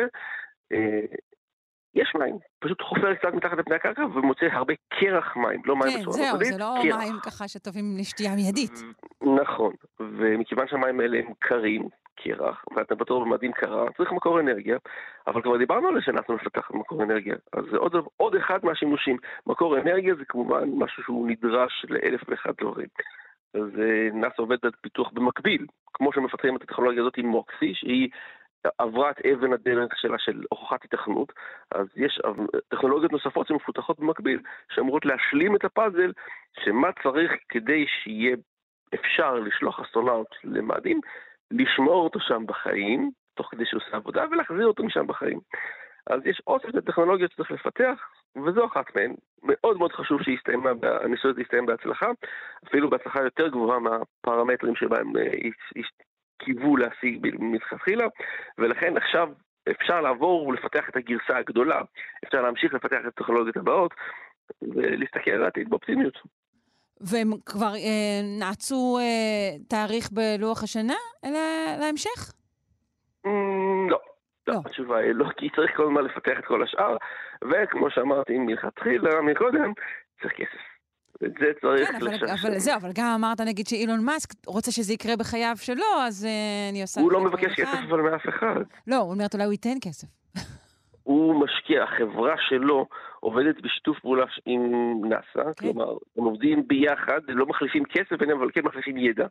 יש מים. פשוט חופר קצת מתחת לפני הקרקע ומוצא הרבה קרח מים, לא מים בצורה נקודית. כן, זהו, זה לא מים ככה שטובים לשתייה מיידית. נכון, ומכיוון שהמים האלה הם קרים, קרח, והטמפרטורה במאדים קרה, צריך מקור אנרגיה, אבל כבר דיברנו על זה שאנחנו נפתח מקור אנרגיה, אז זה עוד, עוד אחד מהשימושים. מקור אנרגיה זה כמובן משהו שהוא נדרש לאלף ואחד דברים. אז נאס"א עובד על פיתוח במקביל, כמו שמפתחים את הטכנולוגיה הזאת עם מוקסי, שהיא עברה את אבן הדרך שלה של הוכחת התכנות, אז יש טכנולוגיות נוספות שמפותחות במקביל, שאמורות להשלים את הפאזל, שמה צריך כדי שיהיה אפשר לשלוח אסטרונאוט למאדים, לשמור אותו שם בחיים, תוך כדי שהוא עושה עבודה, ולהחזיר אותו משם בחיים. אז יש עוד שתי טכנולוגיות שצריך לפתח, וזו אחת מהן. מאוד מאוד חשוב שהניסוי הזה יסתיים בהצלחה, אפילו בהצלחה יותר גבוהה מהפרמטרים שבהם קיוו להשיג מלכתחילה, ולכן עכשיו אפשר לעבור ולפתח את הגרסה הגדולה, אפשר להמשיך לפתח את הטכנולוגיות הבאות, ולהסתכל על העתיד באופטימיות. והם כבר אה, נעצו אה, תאריך בלוח השנה אלא להמשך? Mm, לא. לא. התשובה היא לא, כי צריך כל הזמן לפתח את כל השאר, וכמו שאמרתי מלכתחילה, מקודם, צריך כסף. את זה צריך כן, אבל, אבל זהו, אבל גם אמרת נגיד שאילון מאסק רוצה שזה יקרה בחייו שלו, אז uh, אני עושה... הוא לא מבקש כסף אבל מאף אחד. לא, הוא אומרת אולי הוא ייתן כסף. הוא משקיע, החברה שלו עובדת בשיתוף פעולה עם נאס"א, okay. כלומר, הם עובדים ביחד, לא מחליפים כסף, אבל כן מחליפים ידע.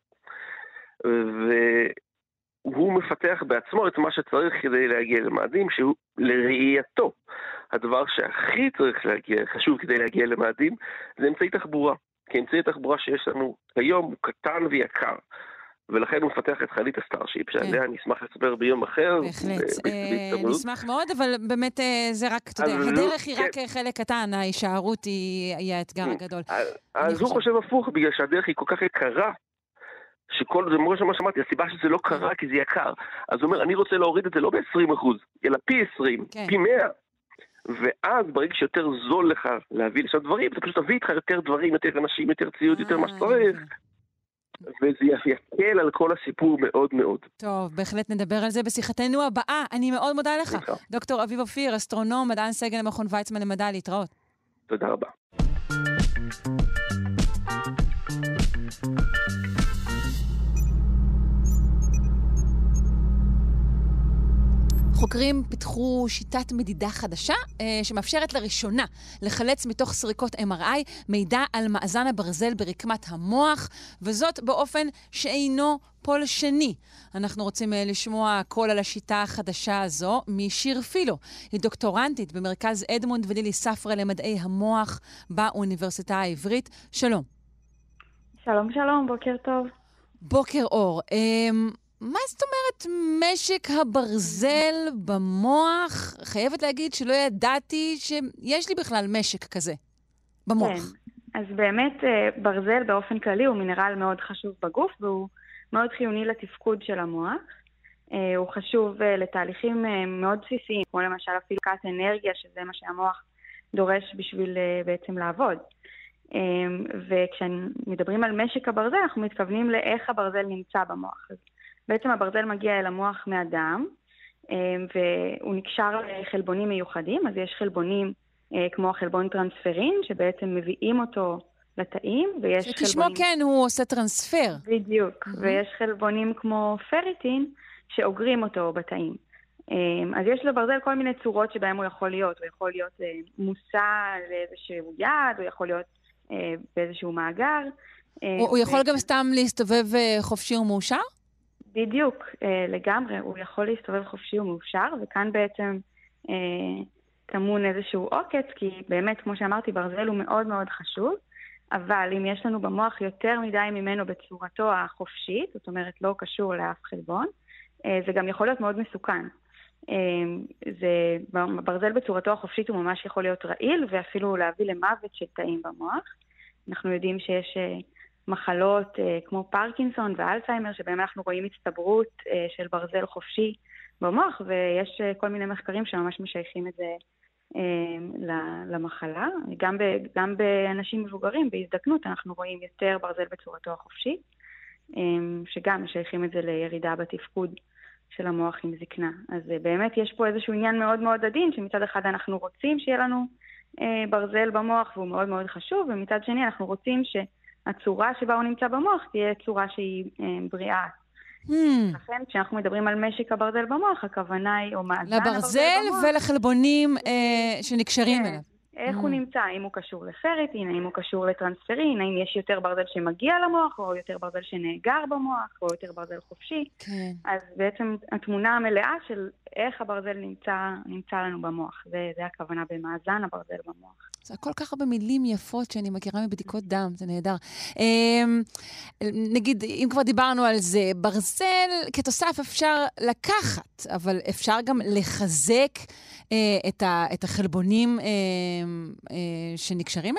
והוא מפתח בעצמו את מה שצריך כדי להגיע למאדים, שהוא לראייתו. הדבר שהכי צריך להגיע, חשוב כדי להגיע למאדים, זה אמצעי תחבורה. כי אמצעי תחבורה שיש לנו היום הוא קטן ויקר. ולכן הוא מפתח את חללית הסטארשיפ, שעליה נשמח לספר ביום אחר. בהחלט, נשמח מאוד, אבל באמת זה רק, אתה יודע, הדרך היא רק חלק קטן, ההישארות היא האתגר הגדול. אז הוא חושב הפוך, בגלל שהדרך היא כל כך יקרה, שכל זה מורה שמה שמעתי, הסיבה שזה לא קרה כי זה יקר. אז הוא אומר, אני רוצה להוריד את זה לא ב-עשרים אחוז, אלא פי עשרים, פי מאה. ואז ברגע שיותר זול לך להביא לשם דברים, אתה פשוט תביא איתך יותר דברים, יותר אנשים, יותר ציוד, יותר מה שצריך. וזה יקל על כל הסיפור מאוד מאוד. טוב, בהחלט נדבר על זה בשיחתנו הבאה. אני מאוד מודה לך. דוקטור אביב אופיר, אסטרונום, מדען סגל למכון ויצמן למדע, להתראות. תודה רבה. חוקרים פיתחו שיטת מדידה חדשה שמאפשרת לראשונה לחלץ מתוך סריקות אם אר איי מידע על מאזן הברזל ברקמת המוח, וזאת באופן שאינו פולשני. אנחנו רוצים לשמוע קול על השיטה החדשה הזו משיר פילו. היא דוקטורנטית במרכז אדמונד ולילי ספרא למדעי המוח באוניברסיטה העברית. שלום. שלום, שלום, בוקר טוב. בוקר אור. מה זאת אומרת משק הברזל במוח? חייבת להגיד שלא ידעתי שיש לי בכלל משק כזה במוח. כן, אז באמת ברזל באופן כללי הוא מינרל מאוד חשוב בגוף, והוא מאוד חיוני לתפקוד של המוח. הוא חשוב לתהליכים מאוד בסיסיים, כמו למשל הפקת אנרגיה, שזה מה שהמוח דורש בשביל בעצם לעבוד. וכשמדברים על משק הברזל, אנחנו מתכוונים לאיך הברזל נמצא במוח. אז בעצם הברזל מגיע אל המוח מהדם, והוא נקשר לחלבונים מיוחדים. אז יש חלבונים כמו החלבון טרנספרין, שבעצם מביאים אותו לתאים, ויש חלבונים... שתשמע, כן, הוא עושה טרנספר. בדיוק, mm-hmm. ויש חלבונים כמו פריטין, שאוגרים אותו בתאים. אז יש לברזל כל מיני צורות שבהם הוא יכול להיות. הוא יכול להיות מוסע לאיזשהו יד, הוא יכול להיות באיזשהו מאגר. הוא יכול גם סתם להסתובב חופשי ומאושר? בדיוק, לגמרי. הוא יכול להסתובב חופשי ומאושר, וכאן בעצם תמון איזשהו עוקץ, כי באמת, כמו שאמרתי, ברזל הוא מאוד מאוד חשוב, אבל אם יש לנו במוח יותר מדי ממנו בצורתו החופשית, זאת אומרת לא קשור לאף חלבון, זה גם יכול להיות מאוד מסוכן. זה, ברזל בצורתו החופשית הוא ממש יכול להיות רעיל, ואפילו להביא למוות של תאים במוח. אנחנו יודעים שיש מחלות כמו פרקינסון ואלצהיימר, שבהם אנחנו רואים הצטברות של ברזל חופשי במוח, ויש כל מיני מחקרים שממש משייכים את זה למחלה. גם, ב, גם באנשים מבוגרים, בהזדקנות, אנחנו רואים יותר ברזל בצורתו החופשית, שגם משייכים את זה לירידה בתפקוד של המוח עם זקנה. אז באמת יש פה איזשהו עניין מאוד מאוד עדין, שמצד אחד אנחנו רוצים שיהיה לנו אה, ברזל במוח, והוא מאוד מאוד חשוב, ומצד שני אנחנו רוצים שהצורה שבה הוא נמצא במוח תהיה צורה שהיא אה, בריאה. Hmm. לכן, כשאנחנו מדברים על משק הברזל במוח, הכוונה היא, או מאזן הברזל במוח... לברזל ולחלבונים אה, שנקשרים כן. אליו. איך הוא נמצא, האם הוא קשור לפריטין, האם הוא קשור לטרנספרין, האם יש יותר ברזל שמגיע למוח, או יותר ברזל שנאגר במוח, או יותר ברזל חופשי. כן. אז בעצם התמונה המלאה של איך הברזל נמצא, נמצא לנו במוח. זה, זה הכוונה במאזן הברזל במוח. זה כל כך הרבה מילים יפות שאני מכירה מבדיקות דם, זה נהדר. נגיד, אם כבר דיברנו על זה, ברזל כתוסף אפשר לקחת, אבל אפשר גם לחזק את, ה, את החלבונים שנקשרים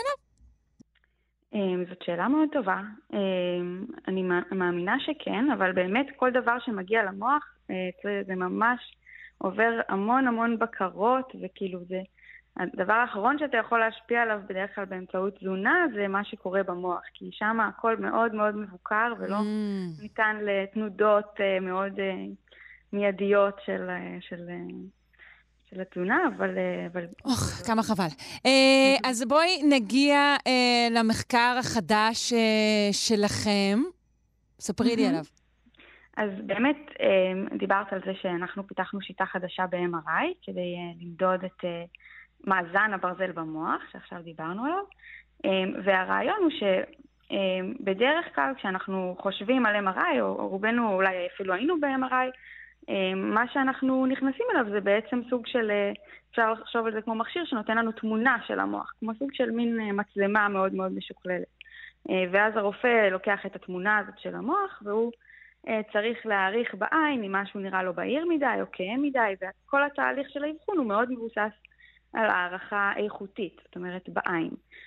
אליו? זאת שאלה מאוד טובה. אני מאמינה שכן, אבל באמת כל דבר שמגיע למוח, זה ממש עובר המון המון בקרות, וכאילו זה... הדבר האחרון שאתה יכול להשפיע עליו בדרך כלל באמצעות תזונה, זה מה שקורה במוח, כי שם הכל מאוד מאוד מבוקר, ולא mm. ניתן לתנודות מאוד מיידיות של, של, של התזונה, אבל... אבל... אוח, כמה חבל. אז בואי נגיע למחקר החדש שלכם. ספרי לי עליו. אז באמת דיברת על זה שאנחנו פיתחנו שיטה חדשה ב-אם אר איי, כדי למדוד את... מאזן הברזל במוח, שעכשיו דיברנו עליו, והרעיון הוא שבדרך כלל כשאנחנו חושבים על אם אר איי, או רובנו אולי אפילו היינו ב-אם אר איי, מה שאנחנו נכנסים אליו זה בעצם סוג של, אפשר לחשוב על זה כמו מכשיר שנותן לנו תמונה של המוח, כמו סוג של מין מצלמה מאוד מאוד משוקללת. ואז הרופא לוקח את התמונה הזאת של המוח, והוא צריך להעריך בעין אם משהו נראה לו בהיר מדי או כהה מדי, וכל התהליך של האבחון הוא מאוד מבוסס על הערכה איכותית, זאת אומרת בעין.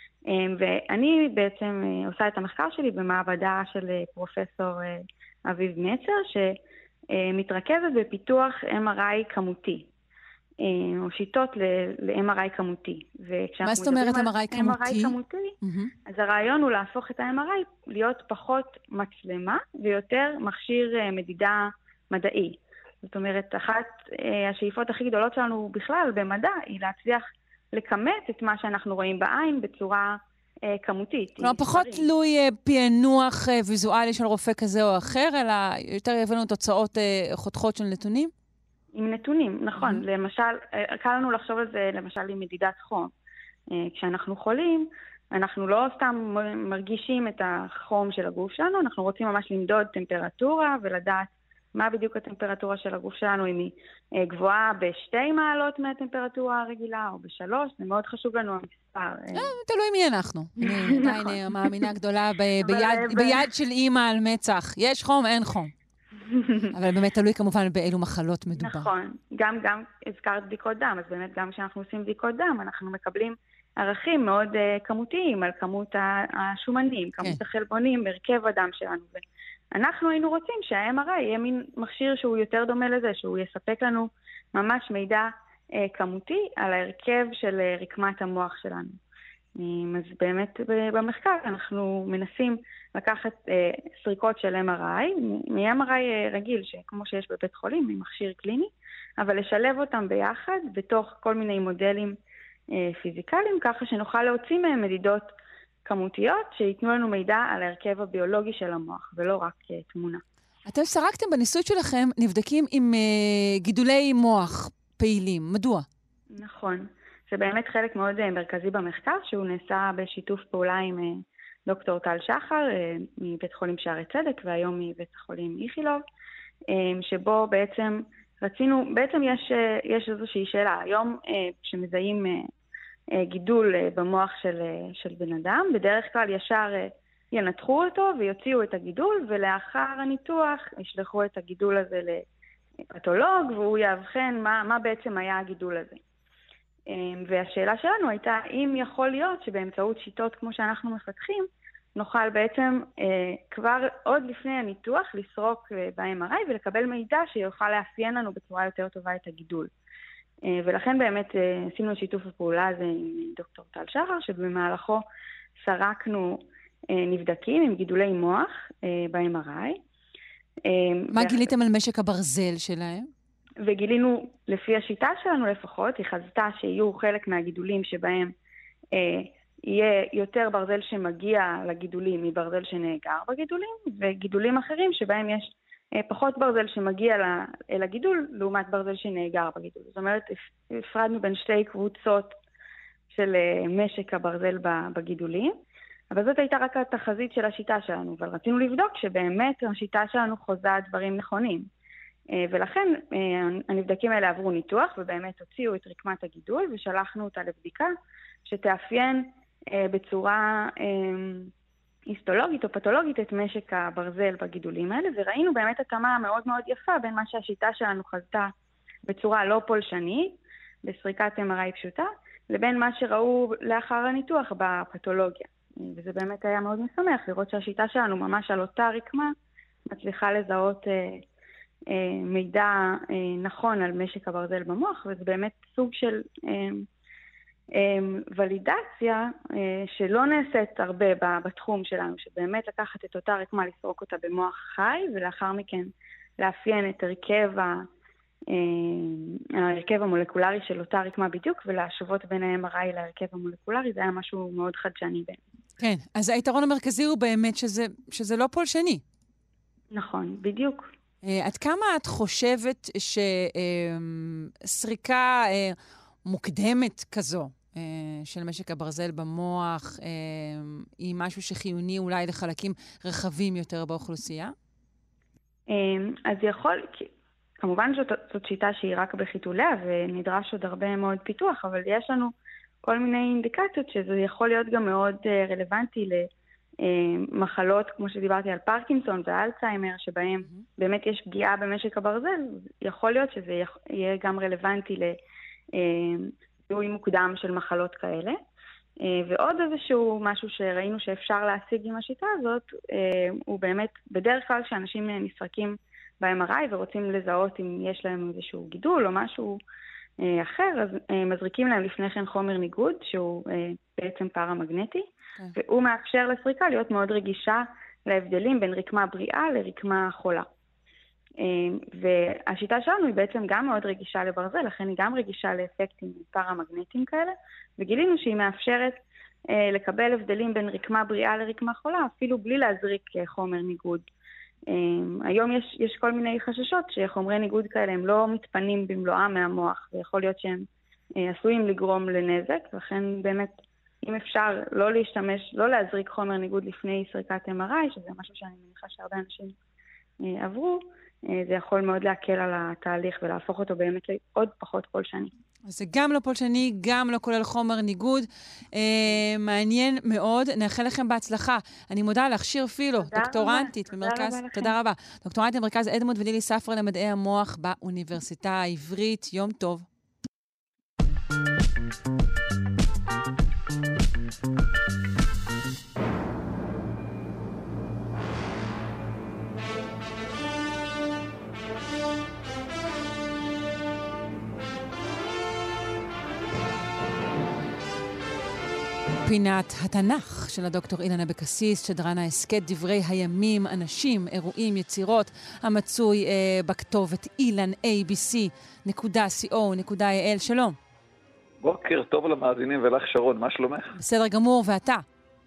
ואני בעצם עושה את המחקר שלי במעבדה של פרופסור אביב מצר, שמתרכזת בפיתוח אם אר איי כמותי, או שיטות ל-אם אר איי כמותי. מה זאת אומרת אם אר איי כמותי? אם אר איי כמותי, אז הרעיון הוא להפוך את ה-אם אר איי להיות פחות מצלמה, ויותר מכשיר מדידה מדעי. זאת אומרת, אחת השאיפות הכי גדולות שלנו בכלל במדע היא להצליח לכמת את מה שאנחנו רואים בעין בצורה אה, כמותית. כלומר, פחות תלוי אה, פענוח אה, ויזואלי של רופא כזה או אחר, אלא יותר יבנו תוצאות אה, חותכות של נתונים? עם נתונים, נכון. Mm-hmm. למשל, קל לנו לחשוב על זה, למשל, עם מדידת חום. כשאנחנו חולים, אנחנו לא סתם מרגישים את החום של הגוף שלנו, אנחנו רוצים ממש למדוד טמפרטורה ולדעת מה בדיוק הטמפרטורה של הגוף שלנו, אם היא גבוהה בשתי מעלות מהטמפרטורה הרגילה או בשלוש, זה מאוד חשוב לנו המספר. תלוי מי אנחנו. אני עדיין מאמינה גדולה ביד של אימא על מצח. יש חום, אין חום. אבל באמת תלוי כמובן באילו מחלות מדובר. נכון. גם, גם הזכרת בדיקות דם, אז באמת גם כשאנחנו עושים בדיקות דם, אנחנו מקבלים ערכים מאוד כמותיים על כמות השומנים, כמות החלבונים, הרכב הדם שלנו. אנחנו היינו רוצים שה-אם אר איי יהיה מין מכשיר שהוא יותר דומה לזה, שהוא יספק לנו ממש מידע אה, כמותי על ההרכב של אה, רקמת המוח שלנו. אה, אז באמת במחקר אנחנו מנסים לקחת אה, סריקות של אם אר איי, מ-אם אר איי אה, רגיל, כמו שיש בבית חולים, ממכשיר קליני, אבל לשלב אותם ביחד בתוך כל מיני מודלים אה, פיזיקליים, ככה שנוכל להוציא מהם מדידות כמותיות שיתנו לנו מידע על ההרכב הביולוגי של המוח, ולא רק uh, תמונה. אתם סרקתם בניסוי שלכם נבדקים עם uh, גידולי מוח פעילים. מדוע? נכון. זה באמת חלק מאוד uh, מרכזי במחקר, שהוא נעשה בשיתוף פעולה עם uh, דוקטור טל שחר, uh, מבית חולים שערי צדק, והיום מבית החולים איכילוב, uh, שבו בעצם רצינו, בעצם יש, uh, יש איזושהי שאלה. היום uh, שמזהים uh, גידול במוח של, של בן אדם, בדרך כלל ישר ינתחו אותו ויוציאו את הגידול, ולאחר הניתוח ישלחו את הגידול הזה לפתולוג, והוא יאבחן מה, מה בעצם היה הגידול הזה. והשאלה שלנו הייתה, אם יכול להיות שבאמצעות שיטות כמו שאנחנו מפתחים, נוכל בעצם כבר עוד לפני הניתוח לסרוק ב-אם אר איי ולקבל מידע שיוכל לאפיין לנו בצורה יותר טובה את הגידול. ולכן באמת עשינו שיתוף הפעולה הזה עם דוקטור טל שחר, שבמהלכו סרקנו נבדקים עם גידולי מוח ב-אם אר איי. מה ו... גיליתם על משק הברזל שלהם? וגילינו, לפי השיטה שלנו לפחות, היא חזתה שיהיו חלק מהגידולים שבהם אה, יהיה יותר ברזל שמגיע לגידולים מברזל שנאגר בגידולים, וגידולים אחרים שבהם יש פחות ברזל שמגיע אל הגידול, לעומת ברזל שנאגר בגידול. זאת אומרת, הפרדנו בין שתי קבוצות של משק הברזל בגידולים, אבל זאת הייתה רק התחזית של השיטה שלנו, אבל רצינו לבדוק שבאמת השיטה שלנו חוזה דברים נכונים. ולכן הנבדקים האלה עברו ניתוח, ובאמת הוציאו את רקמת הגידול, ושלחנו אותה לבדיקה שתאפיין בצורה היסטולוגית או פתולוגית את משק הברזל בגידולים האלה, וראינו באמת התאמה מאוד מאוד יפה בין מה שהשיטה שלנו חזתה בצורה לא פולשנית, בסריקת אם אר איי פשוטה, לבין מה שראו לאחר הניתוח בפתולוגיה. וזה באמת היה מאוד משמח לראות שהשיטה שלנו ממש על אותה רקמה מצליחה לזהות אה, אה, מידע אה, נכון על משק הברזל במוח, וזה באמת סוג של אה, ולידציה שלא נעשית הרבה בתחום שלנו, שבאמת לקחת את אותה רקמה, לסרוק אותה במוח חי, ולאחר מכן לאפיין את הרכב, הרכב המולקולרי של אותה רקמה בדיוק, ולהשוות בין ה-אם אר איי להרכב המולקולרי, זה היה משהו מאוד חדשני בין. כן, אז היתרון המרכזי הוא באמת שזה, שזה לא פולשני. נכון, בדיוק. עד כמה את חושבת שסריקה מוקדמת כזו של משק הברזל במוח היא משהו שחיוני אולי לחלקים רחבים יותר באוכלוסייה? אז יכול, כמובן זאת, זאת שיטה שהיא רק בחיתוליה ונדרש עוד הרבה מאוד פיתוח, אבל יש לנו כל מיני אינדיקציות שזה יכול להיות גם מאוד רלוונטי למחלות, כמו שדיברתי על פרקינסון ואלצהיימר, שבהם mm-hmm. באמת יש פגיעה במשק הברזל, יכול להיות שזה יהיה גם רלוונטי ל... זיהוי מוקדם של מחלות כאלה. ועוד איזשהו משהו שראינו שאפשר להשיג עם השיטה הזאת, הוא באמת, בדרך כלל כשאנשים נסרקים ב-אם אר איי ורוצים לזהות אם יש להם איזשהו גידול או משהו אחר, אז מזריקים להם לפני כן חומר ניגוד, שהוא בעצם פארה-מגנטי, והוא מאפשר לסריקה להיות מאוד רגישה להבדלים בין רקמה בריאה לרקמה חולה. והשיטה שלנו היא בעצם גם מאוד רגישה לברזל, לכן היא גם רגישה לאפקטים פארה-מגנטיים כאלה, וגילינו שהיא מאפשרת לקבל הבדלים בין רקמה בריאה לרקמה חולה, אפילו בלי להזריק חומר ניגוד היום יש, יש כל מיני חששות שחומרי ניגוד כאלה הם לא מתפנים במלואם מהמוח, ויכול להיות שהם עשויים לגרום לנזק, לכן באמת אם אפשר לא להשתמש, לא להזריק חומר ניגוד לפני סריקת אם אר איי, שזה משהו שאני מניחה שהרבה אנשים עברו, זה יכול מאוד להקל על התהליך ולהפוך אותו באמת לעוד פחות פולשני. אז זה גם לא פולשני, גם לא כולל חומר ניגוד. אה, מעניין מאוד. נאחל לכם בהצלחה. אני מודה לך, שיר פילו, דוקטורנטית במרכז... תודה רבה. דוקטורנטית במרכז אדמונד ולילי ספרא למדעי המוח באוניברסיטה העברית. יום טוב. פינת התנ"ך של הדוקטור אילן אבקסיס, שדרן ההסכת דברי הימים, אנשים, אירועים, יצירות, המצוי אה, בכתובת אילן איי בי סי נקודה סי או נקודה איי אל. שלום. בוקר טוב למאזינים ולך שרון, מה שלומך? בסדר גמור, ואתה?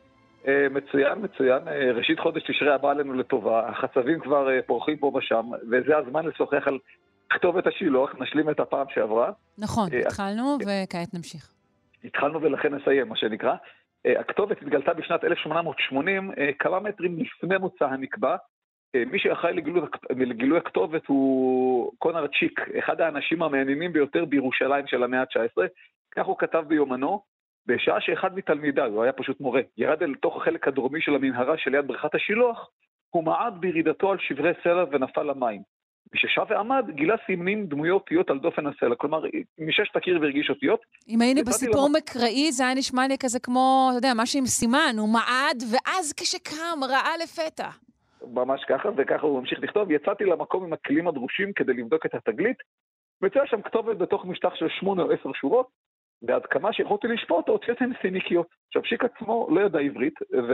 אה, מצוין, מצוין. אה, ראשית חודש תשרי הבא עלינו לטובה, החצבים כבר אה, פורחים פה ושם, וזה הזמן לשוחח על כתובת השילוח, נשלים את הפעם שעברה. נכון, אה, התחלנו אה, וכעת נמשיך. התחלנו ולכן נסיים, מה שנקרא. הכתובת התגלתה בשנת אלף שמונה מאות שמונים, כמה מטרים לפני מוצא הנקבע. מי שאחראי לגילוי, לגילוי הכתובת הוא קונרד שיק, אחד האנשים המעניינים ביותר בירושלים של המאה ה-תשע עשרה. כך הוא כתב ביומנו, בשעה שאחד מתלמידיו, הוא היה פשוט מורה, ירד אל תוך החלק הדרומי של המנהרה שליד בריכת השילוח, הוא מעד בירידתו על שברי סלע ונפל למים. מששב ועמד, גילה סימנים דמויות אותיות על דופן הסלע. כלומר, משש תכיר והרגיש אותיות. אם היינו בסיפור למ... מקראי, זה היה נשמע לי כזה כמו, אתה יודע, משהו עם סימן, הוא מעד, ואז כשקם, ראה לפתע. ממש ככה, וככה הוא ממשיך לכתוב. יצאתי למקום עם הכלים הדרושים כדי לבדוק את התגלית, ויצא שם כתובת בתוך משטח של שמונה או עשר שורות, ועד כמה שיכולתי לשפוט, האותיות הן סיניקיות. עכשיו, שיק עצמו לא ידע עברית,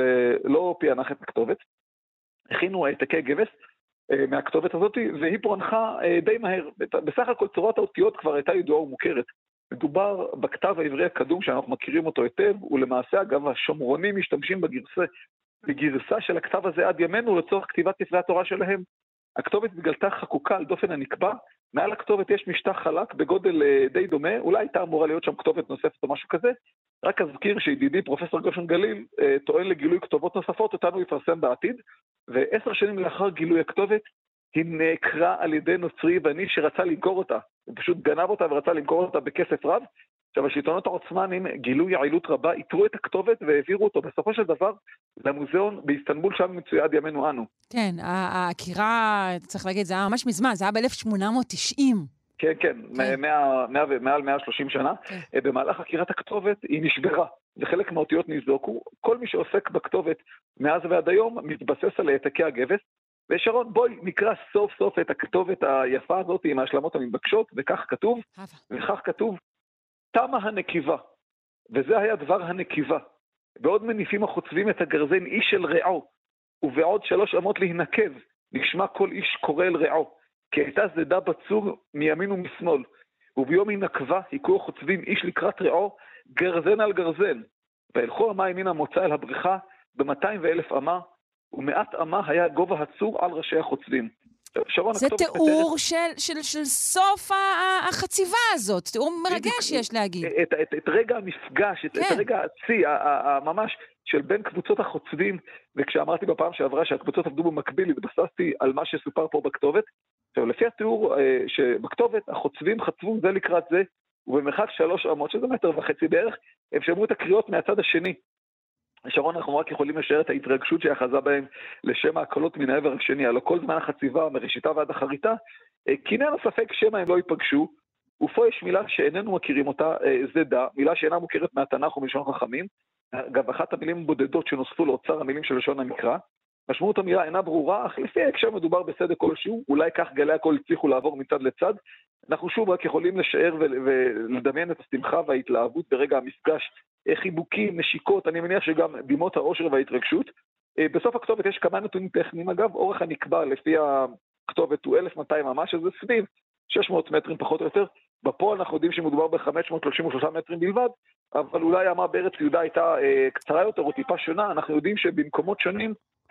ולא פענח את הכתובת. הכינו העתקי גבס, מהכתובת הזאת, והיא פורנחה די מהר. בסך הכל צורת האותיות כבר הייתה ידועה ומוכרת. מדובר בכתב העברי הקדום שאנחנו מכירים אותו היטב, ולמעשה אגב השומרונים משתמשים בגרסה, בגרסה של הכתב הזה עד ימינו לצורך כתיבת ספרי התורה שלהם. הכתובת התגלתה חקוקה על דופן הנקבע, מעל הכתובת יש משטח חלק בגודל די דומה, אולי הייתה אמורה להיות שם כתובת נוספת או משהו כזה, רק אזכיר שידידי פרופסור גושן גליל טוען לגילוי כתובות נוספות, אותנו יפרסם בעתיד, ועשר שנים לאחר גילוי הכתובת, היא נעקרה על ידי נוצרי ואני שרצה למכור אותה. הוא פשוט גנב אותה ורצה למכור אותה בכסף רב. עכשיו, השלטונות העות'מאניים גילו יעילות רבה, איתרו את הכתובת והעבירו אותו בסופו של דבר למוזיאון באיסטנבול, שם מצוי עד ימינו אנו. כן, העקירה, צריך להגיד, זה היה ממש מזמן, זה היה ב-אלף שמונה מאות תשעים. כן, כן, כן. מאה, מאה, מעל מאה ושלושים שנה. כן. במהלך עקירת הכתובת היא נשברה, וחלק מהאותיות נזדוקו. כל מי שעוסק בכתובת מאז ועד היום מתבסס על העתקי הגבס. ושרון, בואי נקרא סוף סוף את הכתובת היפה הזאת עם ההשלמות המתבקשות, וכך כתוב, וכך כתוב, תמה הנקיבה, וזה היה דבר הנקיבה. בעוד מניפים החוצבים את הגרזן איש של רעו, ובעוד שלוש אמות להינקב, נשמע כל איש קורא אל רעו, כי הייתה זדה בצור מימין ומשמאל, וביום היא נקבה, היכו החוצבים איש לקראת רעו, גרזן על גרזן, והלכו המים מן המוצא אל הבריכה, במאתיים ואלף אמה, ומעט אמה היה גובה הצור על ראשי החוצבים. שרון, זה תיאור של, של, של סוף החציבה הזאת, תיאור מרגש יש להגיד. את, את, את רגע המפגש, את, כן. את רגע הצי, ממש של בין קבוצות החוצבים, וכשאמרתי בפעם שעברה שהקבוצות עבדו במקביל, התבססתי על מה שסופר פה בכתובת. עכשיו, לפי התיאור שבכתובת, החוצבים חצבו זה לקראת זה, ובמרחק שלוש אמות, שזה מטר וחצי בערך, הם שמעו את הקריאות מהצד השני. שרון, אנחנו רק יכולים לשער את ההתרגשות שאחזה בהם לשם ההקלות מן העבר השני, הלא כל זמן החציבה, מראשיתה ועד אחריתה, כי אין ספק שמא הם לא ייפגשו, ופה יש מילה שאיננו מכירים אותה, זדה, מילה שאינה מוכרת מהתנ"ך ומלשון חכמים, גם אחת המילים בודדות שנוספו לאוצר המילים של לשון המקרא, משמעות המילה אינה ברורה, אך לפי ההקשר מדובר בסדר כלשהו, אולי כך גלי הכל הצליחו לעבור מצד לצד, אנחנו שוב רק יכולים לשער ולדמיין את השמחה וההתלהבות ברגע המפגש, חיבוקים, נשיקות, אני מניח שגם בימות האושר וההתרגשות. בסוף הכתובת יש כמה נתונים טכניים, אגב, אורך הנקבע לפי הכתובת הוא אלף ומאתיים ממש, שזה סביב שש מאות מטרים פחות או יותר, בפועל אנחנו יודעים שמדובר ב-חמש מאות שלושים ושלושה מטרים בלבד, אבל אולי המה בארץ יהודה הייתה קצרה יותר או טיפה שונה, אנחנו יודעים שבמקומות שונים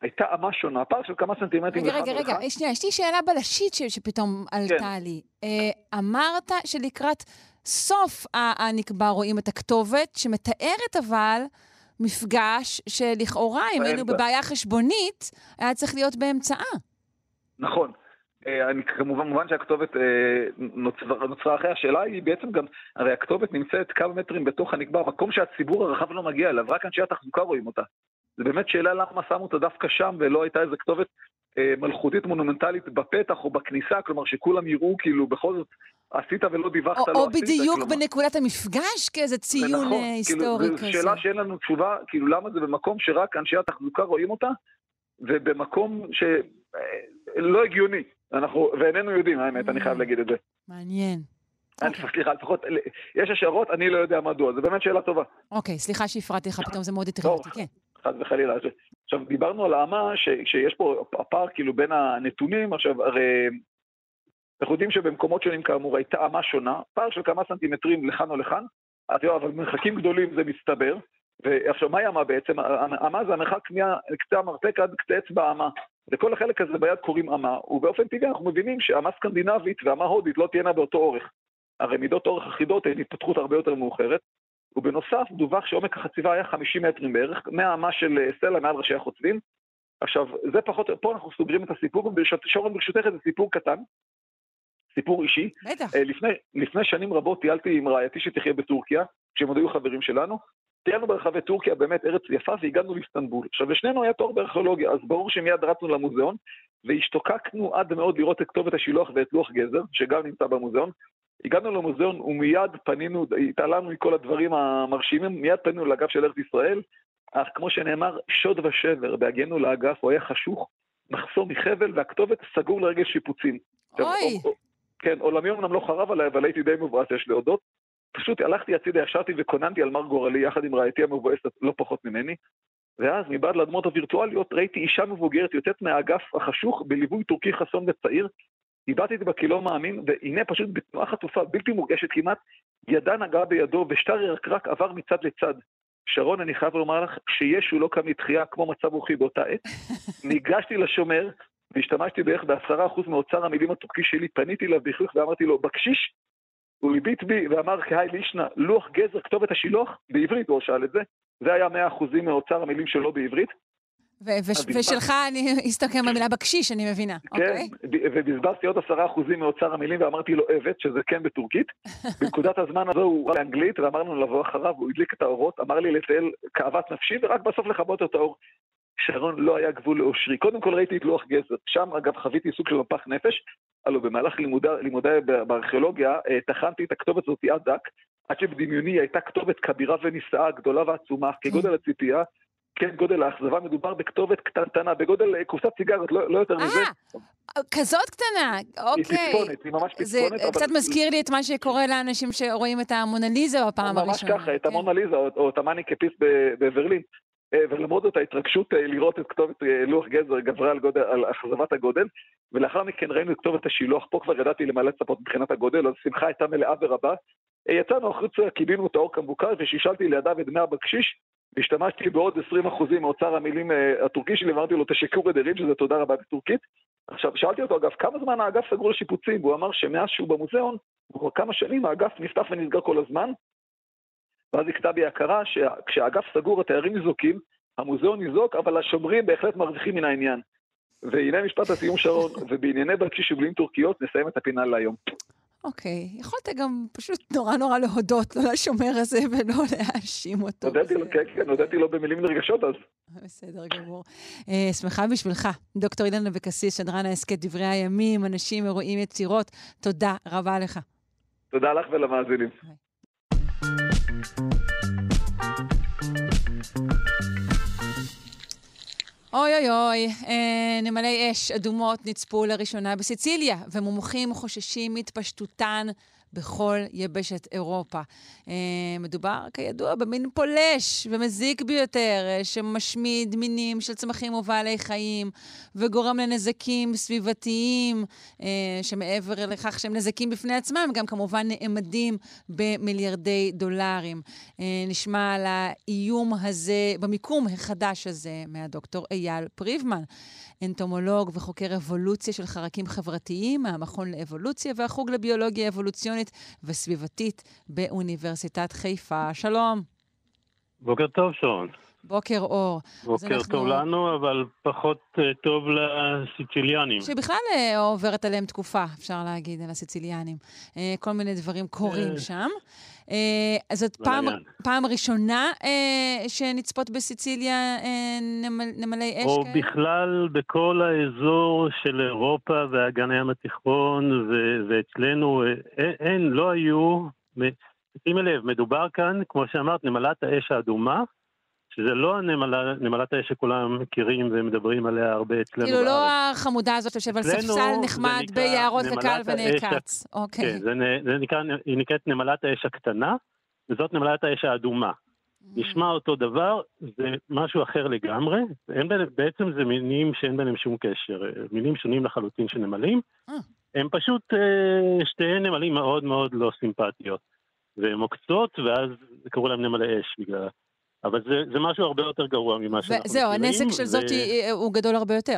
הייתה אמה שונה, פער של כמה סנטימטרים. רגע, רגע, רגע, שנייה, יש לי שאלה בלשית שפתאום עלתה לי. אמרת שלקראת סוף הנקבע רואים את הכתובת, שמתארת אבל מפגש שלכאורה, אם היינו בבעיה חשבונית, היה צריך להיות באמצעה. נכון. אני כמובן מובן שהכתובת נוצרה אחרי. השאלה היא בעצם גם, הרי הכתובת נמצאת כמה מטרים בתוך הנקבע, מקום שהציבור הרחב לא מגיע אליו, רק אנשי התחזוקה רואים אותה. זה באמת שאלה למה שמו אותה דווקא שם, ולא הייתה איזו כתובת מלכותית מונומנטלית בפתח או בכניסה, כלומר שכולם יראו כאילו בכל זאת עשית ולא דיווחת, לא עשית. או בדיוק בנקודת המפגש כאיזה ציון היסטורי כזה. זו שאלה שאין לנו תשובה, כאילו למה זה במקום שרק אנשי התחזוקה רואים אותה, ובמקום שלא הגיוני. אנחנו, ואיננו יודעים, האמת, אני חייב להגיד את זה. מעניין. סליחה, לפחות, יש השערות, אני לא יודע מדוע, זה באמת שאלה טובה. אוקיי, סליחה שהפרעתי לך, פתאום זה מאוד הטריד אותי, כן. חד וחלילה. עכשיו, דיברנו על האמה, שיש פה הפער כאילו בין הנתונים, עכשיו, הרי, אנחנו יודעים שבמקומות שונים כאמור הייתה אמה שונה, פער של כמה סנטימטרים לכאן או לכאן, אבל מרחקים גדולים זה מסתבר, ועכשיו, מהי אמה בעצם? אמה זה המרחק מקצה המרפק עד קצה אצבע האמה. לכל החלק הזה ביד קוראים אמה, ובאופן טבעי אנחנו מבינים שאמה סקנדינבית ואמה הודית לא תהיינה באותו אורך. הרי מידות אורך אחידות הן התפתחות הרבה יותר מאוחרת, ובנוסף דווח שעומק החציבה היה חמישים מטרים בערך, מהאמה של סלע מעל ראשי החוצבים. עכשיו, זה פחות, פה אנחנו סוגרים את הסיפור, שרון ברשותך זה סיפור קטן, סיפור אישי. בטח. לפני, לפני שנים רבות טיילתי עם רעייתי שתחיה בטורקיה, כשהם עוד היו חברים שלנו, טיילנו ברחבי טורקיה, באמת ארץ יפה, והגענו לאיסטנבול. עכשיו, לשנינו היה תואר בארכיאולוגיה, אז ברור שמיד רצנו למוזיאון, והשתוקקנו עד מאוד לראות את כתובת השילוח ואת לוח גזר, שגם נמצא במוזיאון. הגענו למוזיאון ומיד פנינו, התעלמנו מכל הדברים המרשימים, מיד פנינו לאגף של ארץ ישראל, אך כמו שנאמר, שוד ושבר, בהגענו לאגף, הוא היה חשוך, מחסום מחבל, והכתובת סגור לרגל שיפוצים. אוי! כן, עולמי אומנם לא חרב עליי, אבל הייתי די מבואס, יש להודות. פשוט הלכתי הצידה, ישבתי וכוננתי על מר גורלי, יחד עם רעייתי המבואסת לא פחות ממני, ואז מבעד לאדמות הווירטואליות ראיתי אישה מבוגרת יוצאת מהאגף החשוך בליווי טורקי חסון וצעיר, איבדתי את זה כי לא מאמין, והנה פשוט בתנועה חטופה בלתי מורגשת כמעט, ידה נגעה בידו ושטר ירקרק עבר מצד לצד. שרון, אני חייב לומר לך שישו לא קם לתחייה כמו מצב רוחי באותה עת. ניגשתי לשומר והשתמשתי בערך בעשרה אחוז מאוצר המילים הטורקי שלי, פניתי אליו בחיוך ואמרתי לו, בקשיש? הוא הביט בי ואמר, כהי לישנה, לוח גזר כתובת השילוח, בעברית הוא שאל את זה, זה היה מאה אחוזים מאוצר המילים שלו בעברית. ושלך אני אסתכם במילה בקשיש, אני מבינה. כן, ובזבזתי עוד עשרה אחוזים מאוצר המילים ואמרתי לו אבט, שזה כן בטורקית. בנקודת הזמן הזו הוא ראה באנגלית ואמרנו לבוא אחריו, הוא הדליק את האורות, אמר לי לטייל כאוות נפשי ורק בסוף לכבות את האור. שרון, לא היה גבול לאושרי. קודם כל ראיתי את לוח גזר. שם אגב חוויתי סוג של מפח נפש, אלו במהלך לימודיי בארכיאולוגיה תחנתי את הכתובת הזאת עד דק, עד שבדמיוני הייתה כתובת כבירה ונישאה, גדולה ועצומה, כגודל הציפייה, כן, גודל האכזבה, מדובר בכתובת קטנטנה, בגודל קופסת סיגרת, לא, לא יותר מזה. אה, כזאת קטנה, אוקיי. היא פצפונת, היא ממש פצפונת. זה אבל... קצת מזכיר לי את מה שקורה לאנשים שרואים את המונליזה בפעם הראשונה. ממש ככה, את המונליזה, או, או את המאני כפיס בברלין. ולמרות זאת ההתרגשות לראות את כתובת לוח גזר גברה על, גודל, על אכזבת הגודל, ולאחר מכן ראינו את כתובת השילוח, פה כבר ידעתי למלא צפות מבחינת הגודל, אז שמחה הייתה מלאה ורבה. יצאנו החוצה, קיבינו את האור כמבוקר, ושישלתי לידיו את דמי הבקשיש, והשתמשתי בעוד עשרים אחוזים מאוצר המילים הטורקי שלי, ואמרתי לו, תשקרו רדרים, שזה תודה רבה בטורקית. עכשיו, שאלתי אותו, אגב, כמה זמן האגף סגור לשיפוצים? והוא אמר שמאז שהוא במוזיאון, כבר כמה שנים האגף נפתח ונסגר כל הזמן, ואז הכתה בי הכרה שכשהאגף סגור התיירים ניזוקים, המוזיאון ניזוק, אבל השומרים בהחלט מרוויחים מן העניין. והנה משפט הסיום שרון, ובענייני בקשיש ובלים טורקיות נסיים את הפינה להיום. אוקיי, יכולת גם פשוט נורא נורא להודות, לא לשומר הזה ולא להאשים אותו. נודעתי לו, כן, כן, נודעתי לו במילים נרגשות אז. בסדר גמור. שמחה בשבילך, דוקטור אילן אבקסיס, שדרן ההסכת דברי הימים, אנשים אירועים יצירות, תודה רבה לך. תודה לך ולמאזינים. אוי אוי אוי, אה, נמלי אש אדומות נצפו לראשונה בסיציליה, ומומחים חוששים מהתפשטותן בכל יבשת אירופה. מדובר, כידוע, במין פולש ומזיק ביותר, שמשמיד מינים של צמחים ובעלי חיים, וגורם לנזקים סביבתיים, שמעבר לכך שהם נזקים בפני עצמם, גם כמובן נאמדים במיליארדי דולרים. נשמע על האיום הזה, במיקום החדש הזה, מהדוקטור אייל פריבמן, אנטומולוג וחוקר אבולוציה של חרקים חברתיים, מהמכון לאבולוציה והחוג לביולוגיה אבולוציונית וסביבתית באוניברסיטת חיפה. שלום. בוקר טוב, שרון. בוקר אור. בוקר אנחנו... טוב לנו, אבל פחות uh, טוב לסיציליאנים. שבכלל uh, עוברת עליהם תקופה, אפשר להגיד, על הסיציליאנים. Uh, כל מיני דברים קורים uh, שם. Uh, אז זאת פעם, פעם ראשונה uh, שנצפות בסיציליה uh, נמל, נמלי אש או כאלה? או בכלל בכל האזור של אירופה והאגן הים התיכון, ו- ואצלנו אין, אין, לא היו... שימי לב, מדובר כאן, כמו שאמרת, נמלת האש האדומה, שזה לא הנמלה, נמלת האש שכולם מכירים ומדברים עליה הרבה אצלנו כאילו בארץ. לא החמודה הזאת יושב על ספסל נחמד ביערות וקל ונעקץ. אוקיי. כן, זה, זה נקרא, היא נקראת נמלת האש הקטנה, וזאת נמלת האש האדומה. נשמע אותו דבר, זה משהו אחר לגמרי, אין, בעצם זה מינים שאין ביניהם שום קשר, מינים שונים לחלוטין של נמלים, הם פשוט שתיהן נמלים מאוד מאוד לא סימפטיות, והן עוקצות, ואז קראו להם נמלי אש בגלל... אבל זה, זה משהו הרבה יותר גרוע ממה שאנחנו מכירים. זהו, הנזק של זאת ו... הוא גדול הרבה יותר.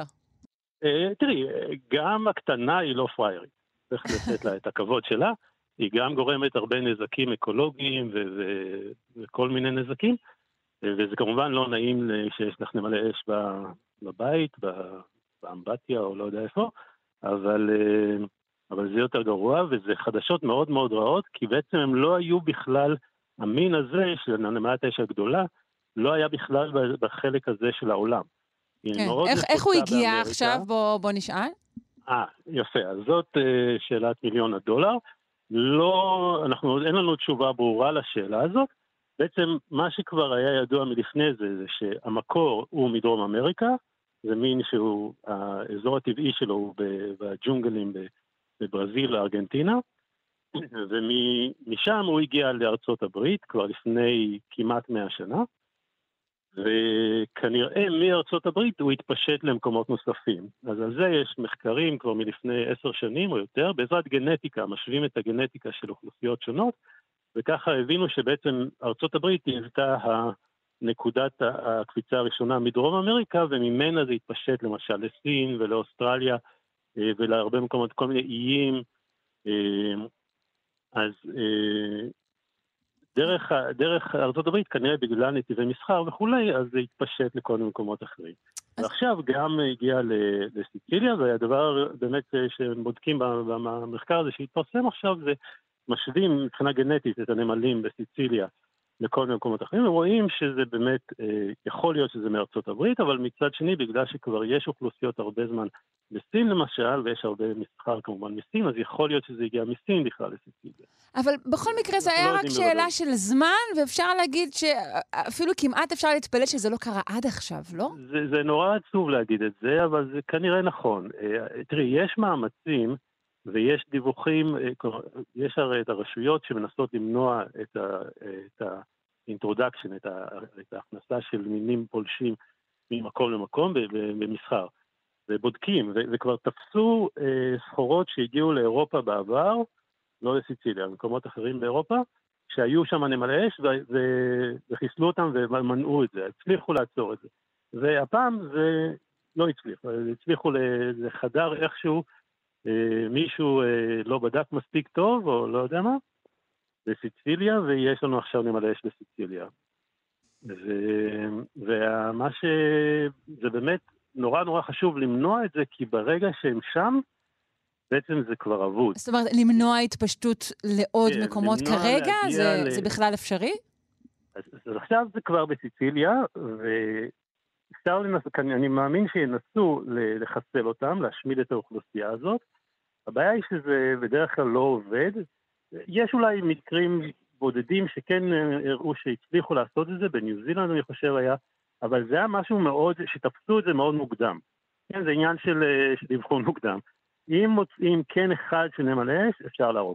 תראי, גם הקטנה היא לא פריירית. צריך לתת לה את הכבוד שלה. היא גם גורמת הרבה נזקים אקולוגיים ו- ו- וכל מיני נזקים. וזה כמובן לא נעים שיש לך נמלי אש בבית, באמבטיה או לא יודע איפה. אבל, אבל זה יותר גרוע, וזה חדשות מאוד מאוד רעות, כי בעצם הם לא היו בכלל... המין הזה של נמלת האש הגדולה לא היה בכלל בחלק הזה של העולם. כן. איך, איך הוא הגיע באמריקה. עכשיו? בוא, בוא נשאל. אה, יפה. אז זאת uh, שאלת מיליון הדולר. לא, אנחנו, אין לנו תשובה ברורה לשאלה הזאת. בעצם מה שכבר היה ידוע מלפני זה, זה שהמקור הוא מדרום אמריקה, זה מין שהוא, האזור הטבעי שלו הוא בג'ונגלים בברזיל, ארגנטינה, ומשם הוא הגיע לארצות הברית כבר לפני כמעט מאה שנה, וכנראה מארצות הברית הוא התפשט למקומות נוספים. אז על זה יש מחקרים כבר מלפני עשר שנים או יותר, בעזרת גנטיקה, משווים את הגנטיקה של אוכלוסיות שונות, וככה הבינו שבעצם ארצות הברית היוותה נקודת הקפיצה הראשונה מדרום אמריקה, וממנה זה התפשט למשל לסין ולאוסטרליה, ולהרבה מקומות, כל מיני איים, אז דרך, דרך ארצות הברית, כנראה בגלל נתיבי מסחר וכולי, אז זה התפשט לכל מיני מקומות אחרים. ועכשיו גם הגיע לסיציליה, והדבר באמת שבודקים במחקר הזה שהתפרסם עכשיו, זה משווים מבחינה גנטית את הנמלים בסיציליה לכל מיני מקומות אחרים, ורואים שזה באמת, יכול להיות שזה מארצות הברית, אבל מצד שני, בגלל שכבר יש אוכלוסיות הרבה זמן בסין למשל, ויש הרבה מסחר כמובן מסין, אז יכול להיות שזה הגיע מסין בכלל לסיציליה. אבל בכל מקרה זה היה רק שאלה של זמן, ואפשר להגיד שאפילו כמעט אפשר להתפלא שזה לא קרה עד עכשיו, לא? זה, זה נורא עצוב להגיד את זה, אבל זה כנראה נכון. תראי, יש מאמצים, ויש דיווחים, יש הרי את הרשויות שמנסות למנוע את ה, את האינטרודקשן, את, ה, את ההכנסה של מינים פולשים ממקום למקום במסחר. ובודקים, ו- וכבר תפסו אה, סחורות שהגיעו לאירופה בעבר, לא לסיציליה, במקומות אחרים באירופה, שהיו שם נמלי אש, ו- ו- וחיסלו אותם ומנעו את זה, הצליחו לעצור את זה. והפעם זה לא הצליח, הצליחו לחדר איכשהו, אה, מישהו אה, לא בדק מספיק טוב, או לא יודע מה, בסיציליה, ויש לנו עכשיו נמלי אש בסיציליה. ו- ומה שזה באמת, נורא נורא חשוב למנוע את זה, כי ברגע שהם שם, בעצם זה כבר אבוד. זאת אומרת, למנוע התפשטות לעוד כן, מקומות כרגע? זה, ל... זה בכלל אפשרי? אז, אז עכשיו זה כבר בסיציליה, ואפשר לנסות, אני מאמין שינסו לחסל אותם, להשמיד את האוכלוסייה הזאת. הבעיה היא שזה בדרך כלל לא עובד. יש אולי מקרים בודדים שכן הראו שהצליחו לעשות את זה, בניו זילנד אני חושב היה, אבל זה היה משהו מאוד, שתפסו את זה מאוד מוקדם. כן, זה עניין של, של אבחון מוקדם. אם מוצאים כן אחד שנמלה אש, אפשר להרוג אותו.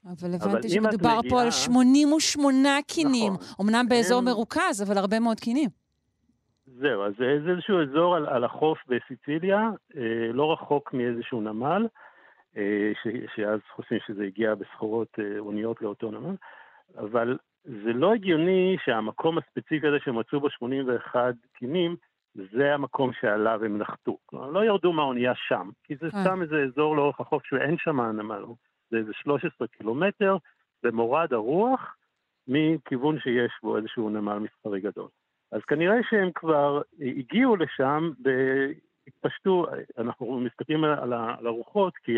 אבל הבנתי שמדובר פה על שמונים ושמונה קינים, אמנם באזור מרוכז, אבל הרבה מאוד קינים. זהו, אז זה איזשהו אזור על, על החוף בסיציליה, אה, לא רחוק מאיזשהו נמל, אה, ש, שאז חושבים שזה הגיע בסחורות אה, אוניות לאותו נמל, אבל זה לא הגיוני שהמקום הספציפי הזה שמצאו בו שמונים ואחד קינים, זה המקום שעליו הם נחתו. כלומר, לא ירדו מהאונייה שם, כי זה סתם איזה אזור לאורך החוף שאין שם נמל, זה איזה שלושה עשר קילומטר, במורד הרוח, מכיוון שיש בו איזשהו נמל מסחרי גדול. אז כנראה שהם כבר הגיעו לשם, והתפשטו, אנחנו מסתכלים על הרוחות, כי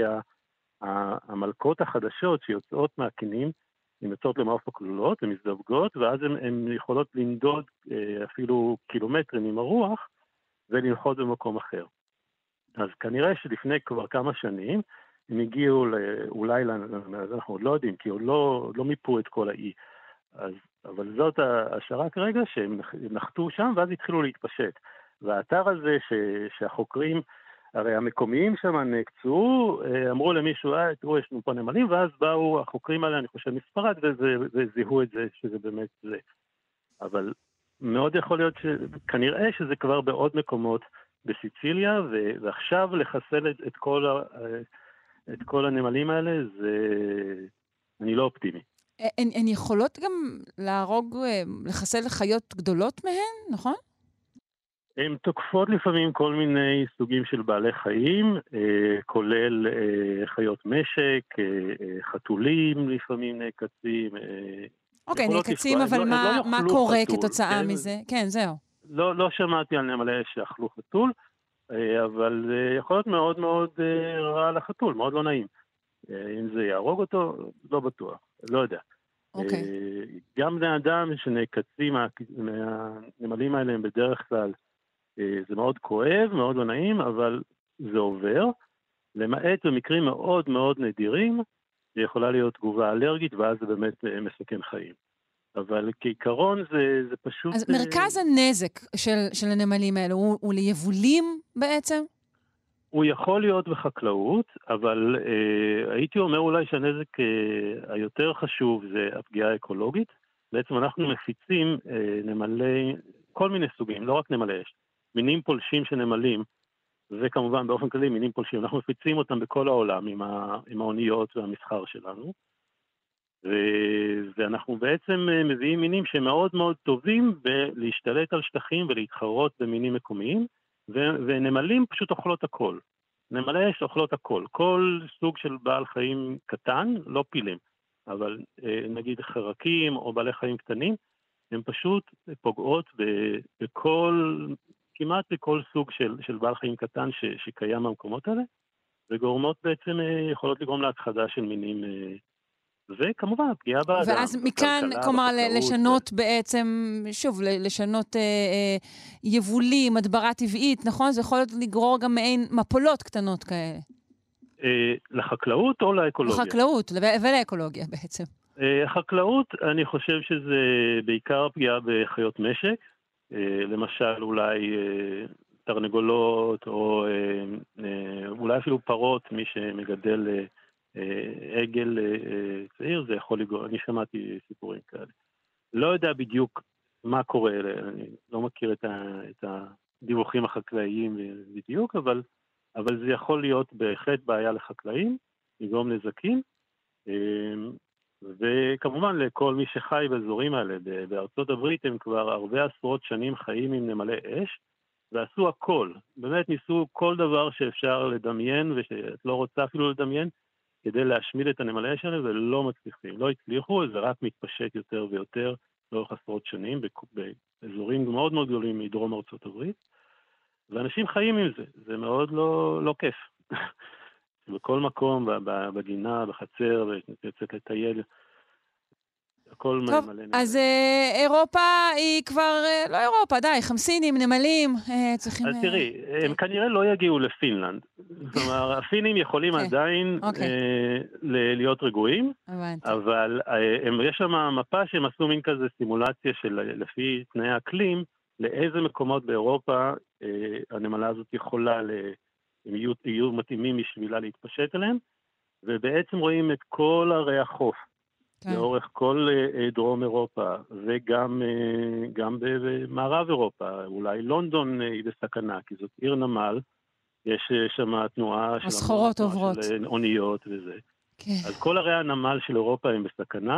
המלכות החדשות שיוצאות מהקינים, הן יוצאות למעוף הכלולות, הן מזדווגות, ואז הן יכולות לנדוד אפילו קילומטרים עם הרוח, ולנחות במקום אחר. אז כנראה שלפני כבר כמה שנים, הם הגיעו אולי, אנחנו עוד לא יודעים, כי עוד לא, לא מיפו את כל האי, אז, אבל זאת השערה כרגע שהם נחתו שם ואז התחילו להתפשט. והאתר הזה ש, שהחוקרים, הרי המקומיים שם נקצו, אמרו למישהו, אה, תראו, יש לנו פה נמלים, ואז באו החוקרים האלה, אני חושב, מספרד, וזה, וזיהו את זה, שזה באמת זה. אבל מאוד יכול להיות שכנראה שזה כבר בעוד מקומות בסיציליה, ועכשיו לחסל את, את, כל, ה, את כל הנמלים האלה, זה, אני לא אופטימי. הן, הן יכולות גם להרוג, לחסל חיות גדולות מהן, נכון? הן תוקפות לפעמים כל מיני סוגים של בעלי חיים, כולל חיות משק, חתולים לפעמים נעקצים. אוקיי, נעקצים, אבל מה קורה כתוצאה מזה? כן, זהו. לא שמעתי על נמלי שאכלו חתול, אבל זה יכול להיות מאוד מאוד רע לחתול, מאוד לא נעים. אם זה יהרוג אותו, לא בטוח, לא יודע. אוקיי. גם בני אדם שנעקצים מהנמלים האלה הם בדרך כלל, זה מאוד כואב, מאוד לא נעים, אבל זה עובר. למעט במקרים מאוד מאוד נדירים, זה יכולה להיות תגובה אלרגית, ואז זה באמת מסכן חיים. אבל כעיקרון זה, זה פשוט... אז מרכז הנזק של, של הנמלים האלו הוא, הוא ליבולים בעצם? הוא יכול להיות בחקלאות, אבל אה, הייתי אומר אולי שהנזק אה, היותר חשוב זה הפגיעה האקולוגית. בעצם אנחנו מפיצים אה, נמלי, כל מיני סוגים, לא רק נמלי אש, מינים פולשים של נמלים, וכמובן באופן כללי מינים פולשים, אנחנו מפיצים אותם בכל העולם עם, ה, עם האוניות והמסחר שלנו, ו, ואנחנו בעצם מביאים מינים שמאוד מאוד טובים בלהשתלט על שטחים ולהתחרות במינים מקומיים, ו- ונמלים פשוט אוכלות הכל. נמלי אש אוכלות הכל. כל סוג של בעל חיים קטן, לא פילים, אבל אה, נגיד חרקים או בעלי חיים קטנים, הם פשוט פוגעות ב- בכל, כמעט בכל סוג של, של בעל חיים קטן ש- שקיים במקומות האלה, וגורמות בעצם, אה, יכולות לגרום להכחדה של מינים, אה, וכמובן הפגיעה באדם. ואז מכאן, כלומר, לשנות בעצם, שוב, לשנות אה, אה, יבולים, הדברה טבעית, נכון? זה יכול לגרור גם מעין מפולות קטנות כאלה. אה, לחקלאות או לאקולוגיה? לחקלאות, ולאקולוגיה בעצם. אה, החקלאות, אני חושב שזה בעיקר פגיעה בחיות משק, אה, למשל אולי אה, תרנגולות, או אה, אה, אולי אפילו פרות, מי שמגדל... אה, עגל צעיר, זה יכול לגרום, אני שמעתי סיפורים כאלה. לא יודע בדיוק מה קורה, אני לא מכיר את, ה, את הדיווחים החקלאיים בדיוק, אבל, אבל זה יכול להיות בהחלט בעיה לחקלאים, לגרום נזקים, וכמובן לכל מי שחי באזורים האלה. בארצות הברית הם כבר הרבה עשרות שנים חיים עם נמלי אש, ועשו הכל, באמת ניסו כל דבר שאפשר לדמיין, ושאת לא רוצה אפילו לדמיין, כדי להשמיד את הנמלי אש האלה, ולא מצליחים. לא הצליחו, זה רק מתפשט יותר ויותר לאורך עשרות שנים, באזורים מאוד מאוד גדולים מדרום ארצות הברית, ואנשים חיים עם זה. זה מאוד לא, לא כיף. בכל מקום, בגינה, בחצר, ויוצאת לטייל, הכל מלא טוב, נמלים. אז אה, אירופה היא כבר, אה, לא אירופה, די, חמסינים, נמלים, אה, צריכים... אז תראי, אה, הם כנראה לא יגיעו לפינלנד. זאת אומרת, הפינים יכולים עדיין אה, להיות רגועים, אבל אה, הם, יש שם מפה שהם עשו מין כזה סימולציה של לפי תנאי האקלים, לאיזה מקומות באירופה אה, הנמלה הזאת יכולה, ל, הם יהיו, יהיו מתאימים בשבילה להתפשט עליהם, ובעצם רואים את כל ערי החוף, כן. לאורך כל דרום אירופה, וגם גם במערב אירופה. אולי לונדון היא בסכנה, כי זאת עיר נמל, יש שם תנועה של, הסחורות עוברות. של אוניות וזה. כן. אז כל ערי הנמל של אירופה הם בסכנה,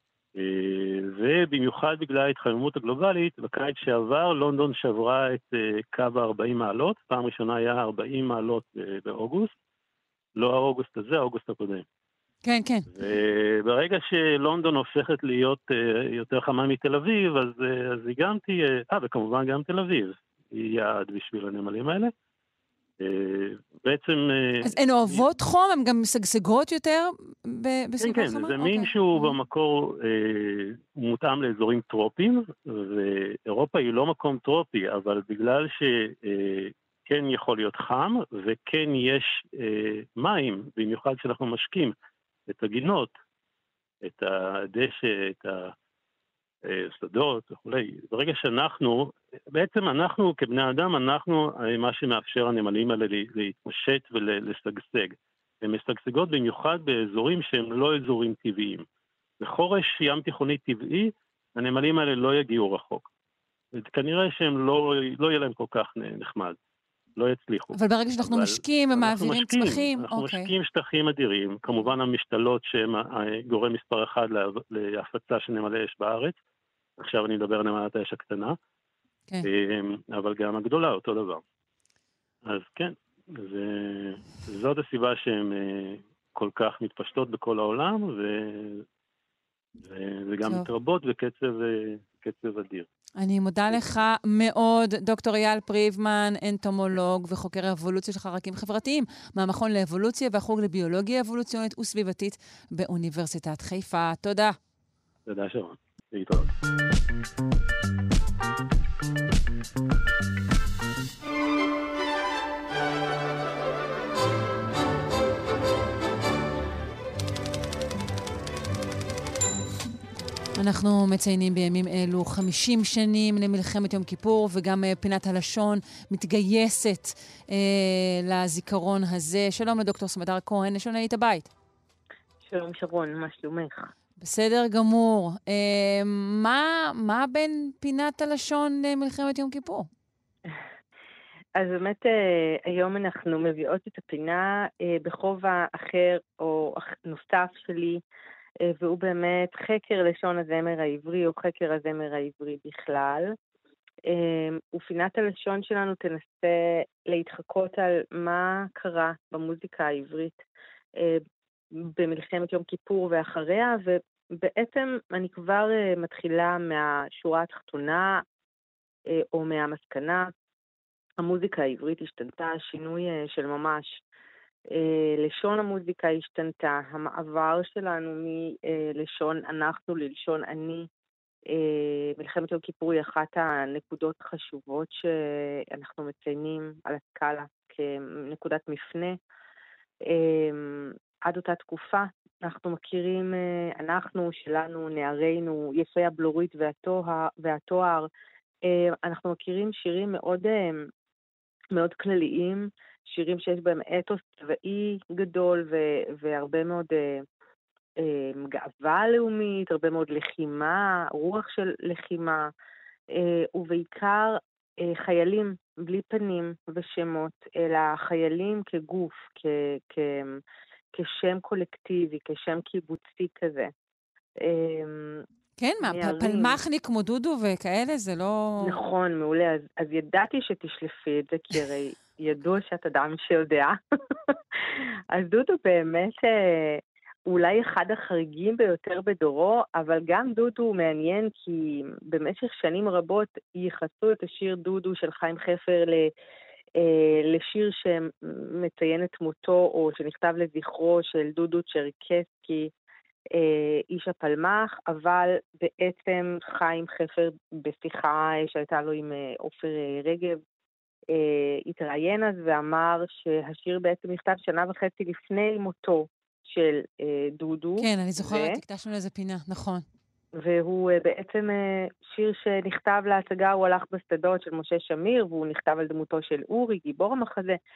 ובמיוחד בגלל ההתחממות הגלובלית, בקיץ שעבר לונדון שברה את קו ה-ארבעים מעלות, פעם ראשונה היה ארבעים מעלות באוגוסט, לא האוגוסט הזה, האוגוסט הקודם. כן, כן. וברגע שלונדון הופכת להיות יותר חמה מתל אביב, אז, אז היא גם תהיה, אה, וכמובן גם תל אביב, היא יעד בשביל הנמלים האלה. בעצם... אז הן אוהבות חום? הן גם משגשגות יותר בסביבה חמה? כן, כן, זה מין שהוא במקור מותאם לאזורים טרופיים, ואירופה היא לא מקום טרופי, אבל בגלל שכן יכול להיות חם, וכן יש מים, במיוחד שאנחנו משקים את הגינות, את הדשא, את השדות וכולי. ברגע שאנחנו, בעצם אנחנו כבני אדם, אנחנו מה שמאפשר הנמלים האלה להתפשט ולשגשג. הן משגשגות במיוחד באזורים שהם לא אזורים טבעיים. בחורש ים תיכוני טבעי, הנמלים האלה לא יגיעו רחוק. כנראה שהם לא, לא יהיה להם כל כך נחמד. לא יצליחו. אבל ברגע שאנחנו אבל משקים ומעבירים צמחים, אנחנו אוקיי. משקים שטחים אדירים, כמובן המשתלות שהם הגורם מספר אחד להפצה של נמלי אש בארץ, עכשיו אני מדבר על נמלת האש הקטנה, כן. אבל גם הגדולה, אותו דבר. אז כן, זה, זאת הסיבה שהן כל כך מתפשטות בכל העולם, ו, ו, וגם מתרבות בקצב קצב אדיר. אני מודה לך מאוד, דוקטור אייל פריבמן, אנטומולוג וחוקר האבולוציה של חרקים חברתיים, מהמכון לאבולוציה והחוג לביולוגיה אבולוציונית וסביבתית באוניברסיטת חיפה. תודה. תודה שרון. להתראות. אנחנו מציינים בימים אלו חמישים שנים למלחמת יום כיפור, וגם פינת הלשון מתגייסת אה, לזיכרון הזה. שלום לדוקטור סמדר כהן, לשון היית הבית. שלום שרון, מה שלומך? בסדר גמור. אה, מה, מה בין פינת הלשון למלחמת יום כיפור? אז באמת אה, היום אנחנו מביאות את הפינה אה, בחובה אחר או נוסף שלי, והוא באמת חקר לשון הזמר העברי, או חקר הזמר העברי בכלל. ופינת הלשון שלנו תנסה להתחקות על מה קרה במוזיקה העברית במלחמת יום כיפור ואחריה, ובעצם אני כבר מתחילה מהשורה התחתונה, או מהמסקנה. המוזיקה העברית השתנתה, שינוי של ממש. לשון המוזיקה השתנתה, המעבר שלנו מלשון אנחנו ללשון אני. מלחמת יום כיפור היא אחת הנקודות החשובות שאנחנו מציינים על הסקאלה כנקודת מפנה. עד אותה תקופה אנחנו מכירים, אנחנו שלנו, נערינו, יפי הבלורית והתואר, והתואר, אנחנו מכירים שירים מאוד, מאוד כלליים, שירים שיש בהם אתוס צבאי גדול ו- והרבה מאוד אה, אה, גאווה לאומית, הרבה מאוד לחימה, רוח של לחימה, אה, ובעיקר אה, חיילים בלי פנים ושמות, אלא חיילים כגוף, כ- כ- כשם קולקטיבי, כשם קיבוצי כזה. אה, כן, מה, פלמחני כמו דודו וכאלה, זה לא... נכון, מעולה. אז, אז ידעתי שתשלפי את זה, כי הרי ידוע שאת אדם שיודע. אז דודו באמת אולי אחד החריגים ביותר בדורו, אבל גם דודו הוא מעניין, כי במשך שנים רבות ייחסו את השיר דודו של חיים חפר ל... לשיר שמציין את מותו, או שנכתב לזכרו של דודו צ'רקסקי, איש הפלמח, אבל בעצם חיים חפר בשיחה שהייתה לו עם עופר רגב, התראיין אז ואמר שהשיר בעצם נכתב שנה וחצי לפני מותו של דודו. כן, אני זוכרת, הקדשנו לזה פינה, נכון. והוא בעצם שיר שנכתב להצגה, הוא הלך בשדות של משה שמיר, והוא נכתב על דמותו של אורי, גיבור המחזה.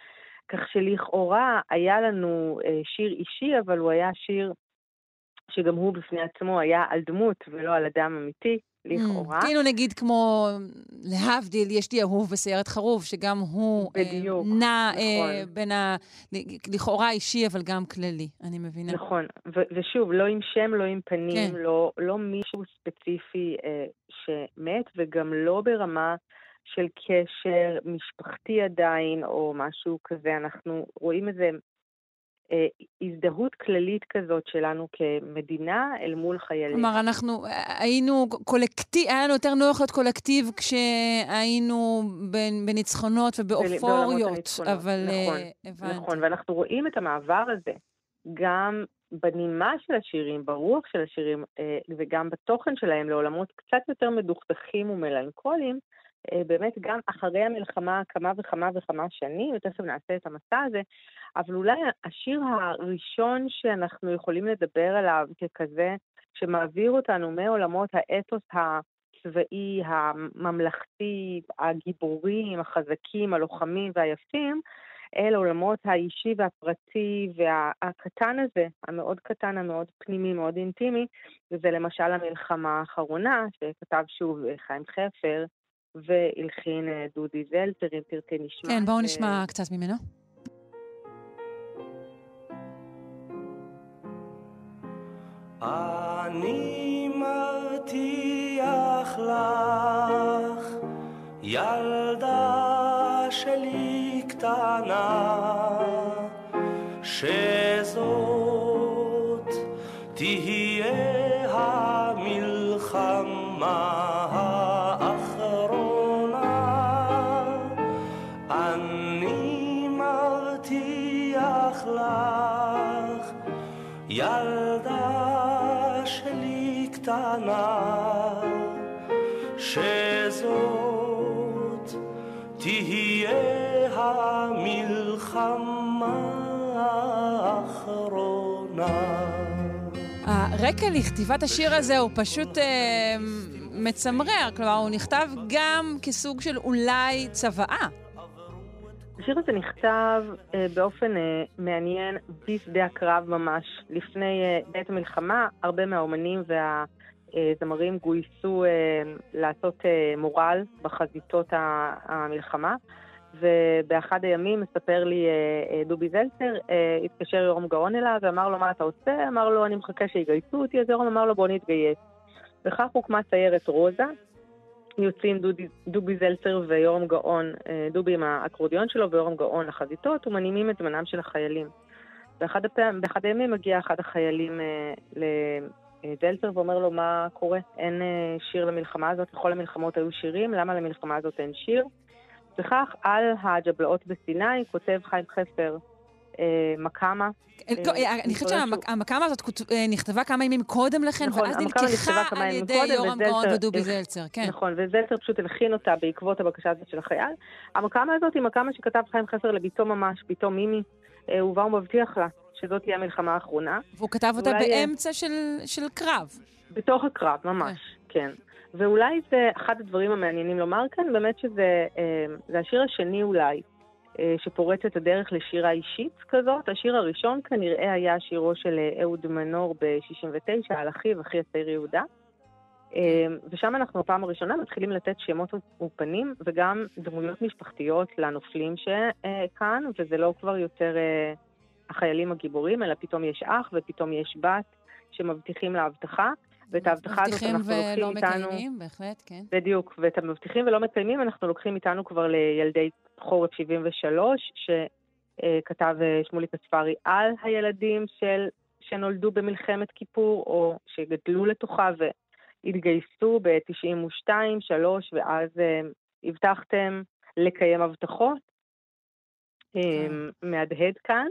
כך שלכאורה היה לנו שיר אישי, אבל הוא היה שיר שגם הוא בפני עצמו היה על דמות ולא על אדם אמיתי, לכאורה. כאילו נגיד כמו להבדיל, יש לי אהוב בסיירת חרוב, שגם הוא נע בין ה... לכאורה אישי, אבל גם כללי, אני מבינה. נכון, ושוב, לא עם שם, לא עם פנים, לא מישהו ספציפי שמת, וגם לא ברמה של קשר משפחתי עדיין, או משהו כזה. אנחנו רואים איזה הזדהות כללית כזאת שלנו כמדינה אל מול חיילים. כלומר, אנחנו היינו קולקטיב, היה לנו יותר נוח להיות קולקטיב כשהיינו בניצחונות ובאופוריות, אבל הבנתי. נכון, ואנחנו רואים את המעבר הזה גם בנימה של השירים, ברוח של השירים, וגם בתוכן שלהם לעולמות קצת יותר מדוכדכים ומלנכוליים, באמת גם אחרי המלחמה כמה וכמה וכמה שנים, ותכף נעשה את המסע הזה, אבל אולי השיר הראשון שאנחנו יכולים לדבר עליו ככזה, שמעביר אותנו מעולמות האתוס הצבאי, הממלכתי, הגיבורים, החזקים, הלוחמים והיפים, אל עולמות האישי והפרטי והקטן הזה, המאוד קטן, המאוד פנימי, מאוד אינטימי, וזה למשל המלחמה האחרונה, שכתב שוב חיים חפר, והלחין דודי זלצר, אם תרצה נשמע. כן, בואו נשמע קצת ממנו. אני מבטיח לך, ילדה שלי קטנה, שזאת תהיה המלחמה לך, ילדה שלי קטנה, שזאת תהיה המלחמה האחרונה. הרקע לכתיבת השיר הזה הוא פשוט אה, מצמרר, כלומר הוא נכתב גם כסוג של אולי צוואה. השיר הזה נכתב אה, באופן אה, מעניין בשדה הקרב ממש. לפני אה, בעת המלחמה, הרבה מהאומנים והזמרים גויסו אה, לעשות אה, מורל בחזיתות המלחמה, ובאחד הימים מספר לי אה, אה, דובי זלצר, אה, התקשר יורם גאון אליו ואמר לו מה אתה עושה? אמר לו אני מחכה שיגייסו אותי, אז יורם אמר לו בוא נתגייס. וכך הוקמה סיירת רוזה, יוצאים דודי, דובי זלצר ויורם גאון, דובי עם האקורדיון שלו ויורם גאון לחזיתות, ומנימים את זמנם של החיילים. באחד, הפעם, באחד הימים מגיע אחד החיילים אה, לזלצר ואומר לו מה קורה, אין אה, שיר למלחמה הזאת, לכל המלחמות היו שירים, למה למלחמה הזאת אין שיר? וכך על הג'בלאות בסיני כותב חיים חפר מקמה. אני חושבת שהמקמה הזאת נכתבה כמה ימים קודם לכן, ואז נלקחה על ידי יורם גאון ודובי זלצר. נכון, וזלצר פשוט הלחין אותה בעקבות הבקשה הזאת של החייל. המקמה הזאת היא מקמה שכתב חיים חפר לביתו ממש, ביתו מימי, ובה הוא מבטיח לה שזאת תהיה המלחמה האחרונה. והוא כתב אותה באמצע של קרב. בתוך הקרב, ממש, כן. ואולי זה אחד הדברים המעניינים לומר כאן, באמת שזה השיר השני אולי, שפורץ את הדרך לשירה אישית כזאת. השיר הראשון כנראה היה שירו של אהוד מנור ב-שישים ותשע, על אחיו, אחי הצעיר יהודה. ושם אנחנו בפעם הראשונה מתחילים לתת שמות ופנים, וגם דמויות משפחתיות לנופלים שכאן, וזה לא כבר יותר החיילים הגיבורים, אלא פתאום יש אח ופתאום יש בת שמבטיחים להבטחה. ואת ההבטחה הזאת אנחנו לוקחים איתנו... מבטיחים ולא מקיימים, בהחלט, כן. בדיוק, ואת המבטיחים ולא מקיימים אנחנו לוקחים איתנו כבר לילדי חורף שבעים ושלוש, שכתב שמוליק הספרי על הילדים של, שנולדו במלחמת כיפור, או שגדלו לתוכה והתגייסו ב-תשעים ושתיים, שלוש, ואז הבטחתם לקיים הבטחות. מהדהד כאן.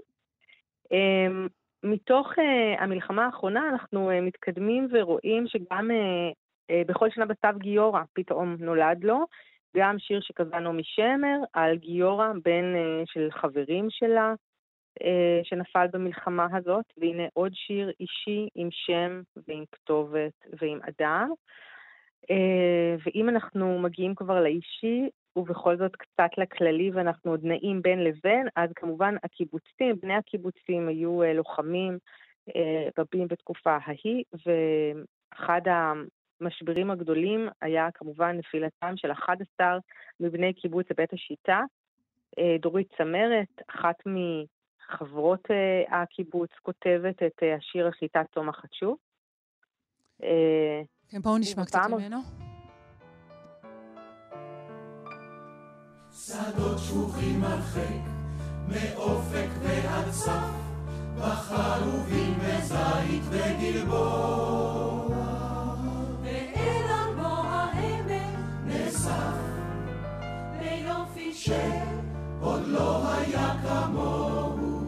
מתוך uh, המלחמה האחרונה אנחנו uh, מתקדמים ורואים שגם uh, uh, בכל שנה בסתיו גיורא פתאום נולד לו, גם שיר שכתבה נעמי שמר על גיורא, בן uh, של חברים שלה uh, שנפל במלחמה הזאת, והנה עוד שיר אישי עם שם ועם כתובת ועם אדם. Uh, ואם אנחנו מגיעים כבר לאישי, ובכל זאת קצת לכללי, ואנחנו עוד נעים בין לבין, אז כמובן הקיבוצים, בני הקיבוצים היו לוחמים רבים בתקופה ההיא, ואחד המשברים הגדולים היה כמובן נפילתם של אחד עשר מבני קיבוץ בית השיטה, דורית צמרת, אחת מחברות הקיבוץ, כותבת את השיר החיטה תום החדשו. כן, בואו נשמע קצת ממנו. שדות שפוכים הרחק, מאופק ועד סף, בחרובים וזית וגלבוע, ואילן בו העמק נאסף, ביופי שעוד לא היה כמוהו.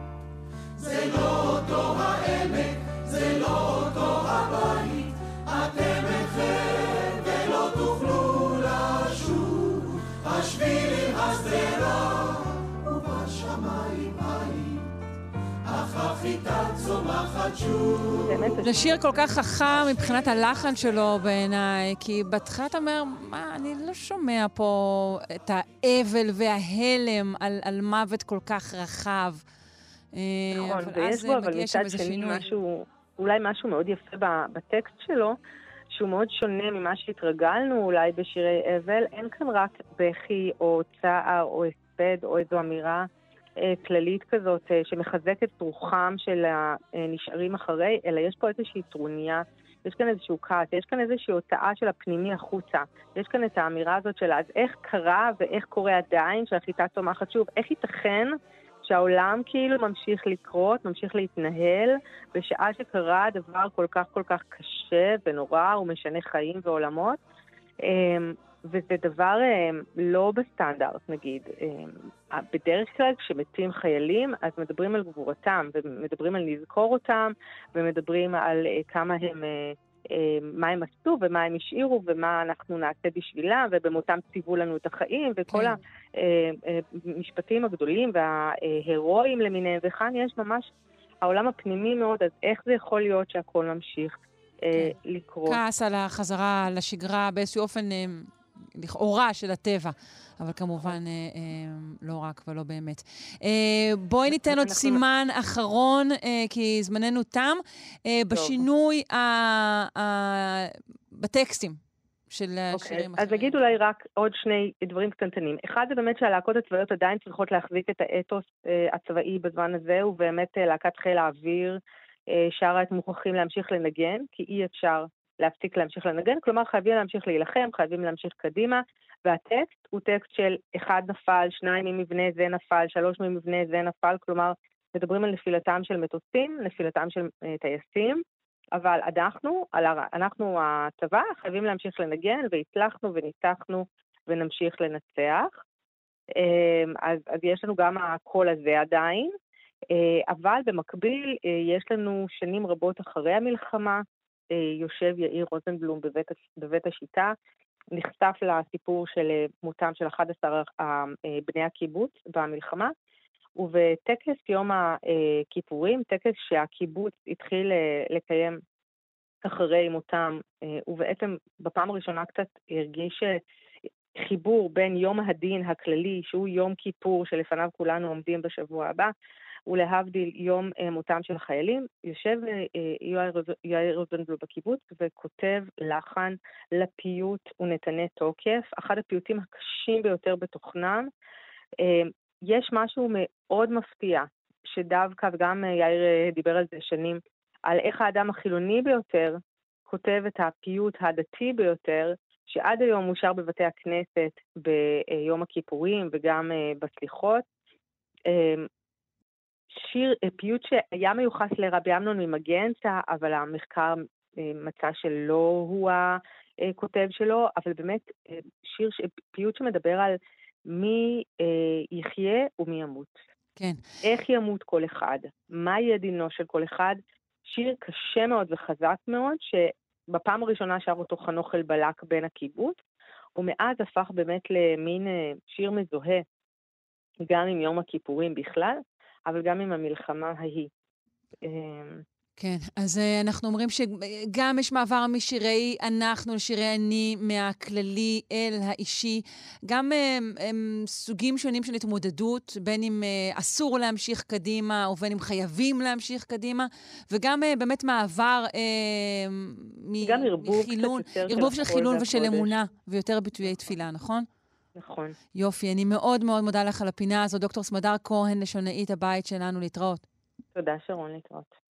זה לא אותו העמק, זה לא אותו הבית, אתם אינכם ולא תוכלו לשוב, השבילים הסדרה ובשמיים עין, אך החיטה צומחת שוב. זה שיר כל כך חכם מבחינת הלחן שלו בעיניי, כי בהתחלה אתה אומר, מה, אני לא שומע פה את האבל וההלם על, על מוות כל כך רחב. נכון, ויש בו, אבל מצד שני משהו, אולי משהו מאוד יפה בטקסט שלו, שהוא מאוד שונה ממה שהתרגלנו אולי בשירי אבל. אין כאן רק בכי או צער או הספד או איזו אמירה אה, כללית כזאת אה, שמחזקת את רוחם של הנשארים אחרי, אלא יש פה איזושהי טרוניה, יש כאן איזשהו כעס, יש כאן איזושהי הוצאה של הפנימי החוצה. יש כאן את האמירה הזאת של אז איך קרה ואיך קורה עדיין שהחיטה צומחת שוב, איך ייתכן שהעולם כאילו ממשיך לקרות, ממשיך להתנהל, בשעה שקרה דבר כל כך כל כך קשה ונורא, הוא משנה חיים ועולמות, וזה דבר לא בסטנדרט, נגיד. בדרך כלל כשמתים חיילים, אז מדברים על גבורתם, ומדברים על לזכור אותם, ומדברים על כמה הם, מה הם עשו, ומה הם השאירו, ומה אנחנו נעשה בשבילם, ובמותם ציוו לנו את החיים, וכל המשפטים הגדולים וההירואים למיניהם, וכאן יש ממש העולם הפנימי מאוד, אז איך זה יכול להיות שהכל ממשיך לקרות? כעס על החזרה לשגרה באיזשהו אופן לכאורה של הטבע, אבל כמובן לא רק ולא באמת. בואי ניתן עוד סימן אחרון, כי זמננו תם, בשינוי בטקסטים של השירים אחרים. אז נגיד אולי רק עוד שני דברים קטנטנים. אחד זה באמת שהלהקות הצבאיות עדיין צריכות להחזיק את האתוס הצבאי בזמן הזה, ובאמת להקת חיל האוויר שרה את מוכרחים להמשיך לנגן, כי אי אפשר להפסיק להמשיך לנגן, כלומר חייבים להמשיך להילחם, חייבים להמשיך קדימה, והטקסט הוא טקסט של אחד נפל, שניים ממבנה זה נפל, שלוש ממבנה זה נפל, כלומר מדברים על נפילתם של מטוסים, נפילתם של טייסים, אבל אנחנו, אנחנו הצבא, חייבים להמשיך לנגן, והצלחנו וניצחנו ונמשיך לנצח. אז, אז יש לנו גם הקול הזה עדיין, אבל במקביל יש לנו שנים רבות אחרי המלחמה, יושב יאיר רוזנבלום בבית, בבית השיטה, נחשף לסיפור של מותם של אחד עשר בני הקיבוץ במלחמה, ובטקס יום הכיפורים, טקס שהקיבוץ התחיל לקיים אחרי מותם, ובעצם בפעם הראשונה קצת הרגיש חיבור בין יום הדין הכללי, שהוא יום כיפור שלפניו כולנו עומדים בשבוע הבא, ולהבדיל יום מותם של החיילים, יושב יאיר רוזנבלום בקיבוץ וכותב לחן לפיוט ונתנה תוקף, אחד הפיוטים הקשים ביותר בתוכנם. יש משהו מאוד מפתיע, שדווקא, וגם יאיר דיבר על זה שנים, על איך האדם החילוני ביותר כותב את הפיוט הדתי ביותר, שעד היום מושר בבתי הכנסת ביום הכיפורים וגם בסליחות. שיר, פיוט שהיה מיוחס לרבי אמנון ממגנצה, אבל המחקר מצא שלא הוא הכותב שלו, אבל באמת שיר, פיוט שמדבר על מי יחיה ומי ימות. כן. איך ימות כל אחד, מה יהיה דינו של כל אחד, שיר קשה מאוד וחזק מאוד, שבפעם הראשונה שר אותו חנוך אלבלק בן הקיבוץ, ומאז הפך באמת למין שיר מזוהה, גם עם יום הכיפורים בכלל, אבל גם עם המלחמה ההיא. כן, אז uh, אנחנו אומרים שגם יש מעבר משירי אנחנו לשירי אני, מהכללי אל האישי, גם uh, um, סוגים שונים של התמודדות, בין אם uh, אסור להמשיך קדימה, או בין אם חייבים להמשיך קדימה, וגם uh, באמת מעבר uh, גם ערבוב מחילון, קצת יותר ערבוב של של חילון החול ושל והקודש. אמונה, ויותר ביטויי תפילה, נכון? נכון. יופי, אני מאוד מאוד מודה לך על הפינה הזו, דוקטור סמדר כהן, לשונאית הבית שלנו, להתראות. תודה שרון, להתראות.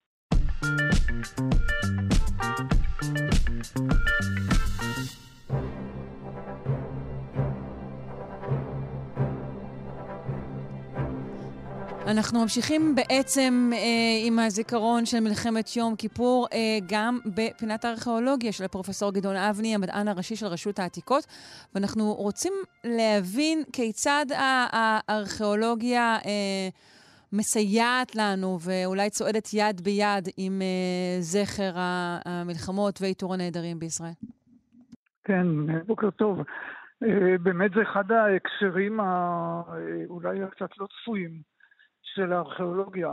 אנחנו ממשיכים בעצם אה, עם הזיכרון של מלחמת יום כיפור, אה, גם בפינת הארכיאולוגיה של הפרופסור גדעון אבני, המדען הראשי של רשות העתיקות, ואנחנו רוצים להבין כיצד הארכיאולוגיה אה, מסייעת לנו, ואולי צועדת יד ביד עם אה, זכר המלחמות ואיתור הנהדרים בישראל. כן, בוקר טוב. אה, באמת זה אחד ההקשרים אה, אולי קצת לא צפויים של הארכיאולוגיה,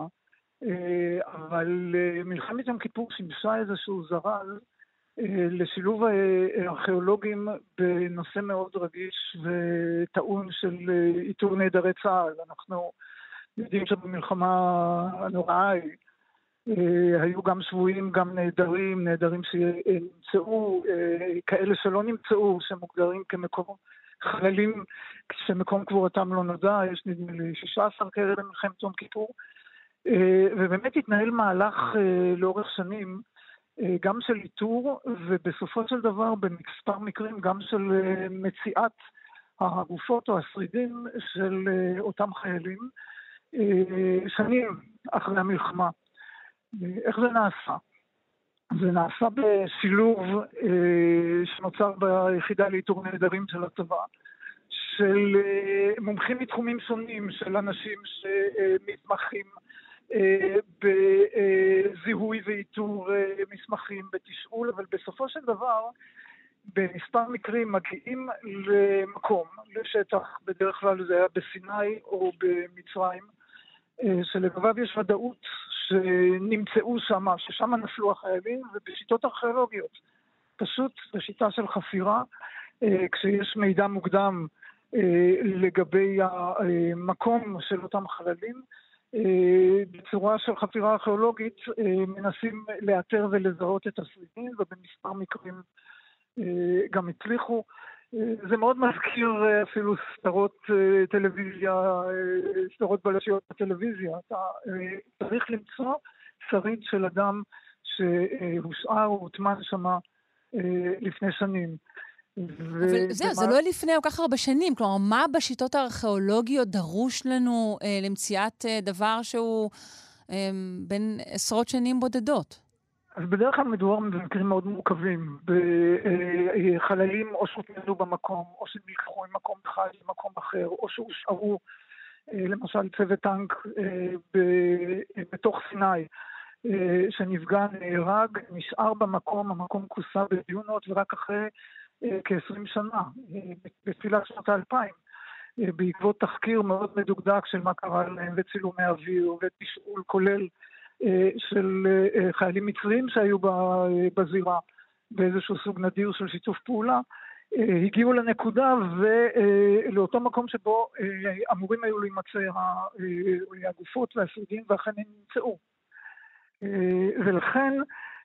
אבל מלחמת יום כיפור שימשה איזשהו זרז לשילוב הארכיאולוגים בנושא מאוד רגיש וטעון של איתור נעדרי צה"ל. אנחנו יודעים שבמלחמה הנוראה היו גם שבויים, גם נעדרים, נעדרים שנמצאו, כאלה שלא נמצאו, שמוגדרים כמקום חללים שמקום קבורתם לא נודע. יש נדמה לי שישה עשר כאלה במלחמת יום כיפור, ובאמת התנהל מהלך לאורך שנים גם של איתור, ובסופו של דבר במספר מקרים גם של מציאת הגופות או השרידים של אותם חיילים שנים אחרי המלחמה. איך זה נעשה? זה נעשה בשילוב אה, שנוצר ביחידה לאיתור נעדרים של הצבא, של אה, מומחים מתחומים שונים, של אנשים שמתמחים אה, בזיהוי ואיתור אה, מסמכים, בתשאול, אבל בסופו של דבר, במספר מקרים מגיעים למקום, לשטח, בדרך כלל זה היה בסיני או במצרים, אה, שלגביו יש ודאות שנמצאו שם, ששם נפלו החיילים, ובשיטות ארכיאולוגיות, פשוט בשיטה של חפירה, כשיש מידע מוקדם לגבי המקום של אותם חללים, בצורה של חפירה ארכיאולוגית מנסים לאתר ולזהות את השרידים, ובמספר מקרים גם הצליחו. זה מאוד מזכיר אפילו סדרות טלוויזיה, סדרות בלשיות בטלוויזיה. אתה צריך למצוא שריד של אדם שהושאר או הוטמן שמה לפני שנים. אבל זהו, זה לא לפני או כך הרבה שנים. כלומר, מה בשיטות הארכיאולוגיות דרוש לנו למציאת דבר שהוא בין עשרות שנים בודדות? אז בדרך כלל מדובר במקרים מאוד מורכבים, בחללים או שהותמנו במקום, או שנלקחו ממקום אחד למקום אחר, או שהושארו, למשל צוות טנק בתוך סיני, שנפגע נהרג, נשאר במקום, המקום כוסה בדיונות, ורק אחרי כ-עשרים שנה, בתחילת שנות האלפיים, בעקבות תחקיר מאוד מדוקדק של מה קרה להם, וצילומי אוויר, ותשאול כולל, של חיילים מצריים שהיו בזירה באיזשהו סוג נדיר של שיתוף פעולה, הגיעו לנקודה ולאותו מקום שבו אמורים היו להימצא הגופות והשרידים, ואכן הם נמצאו. ולכן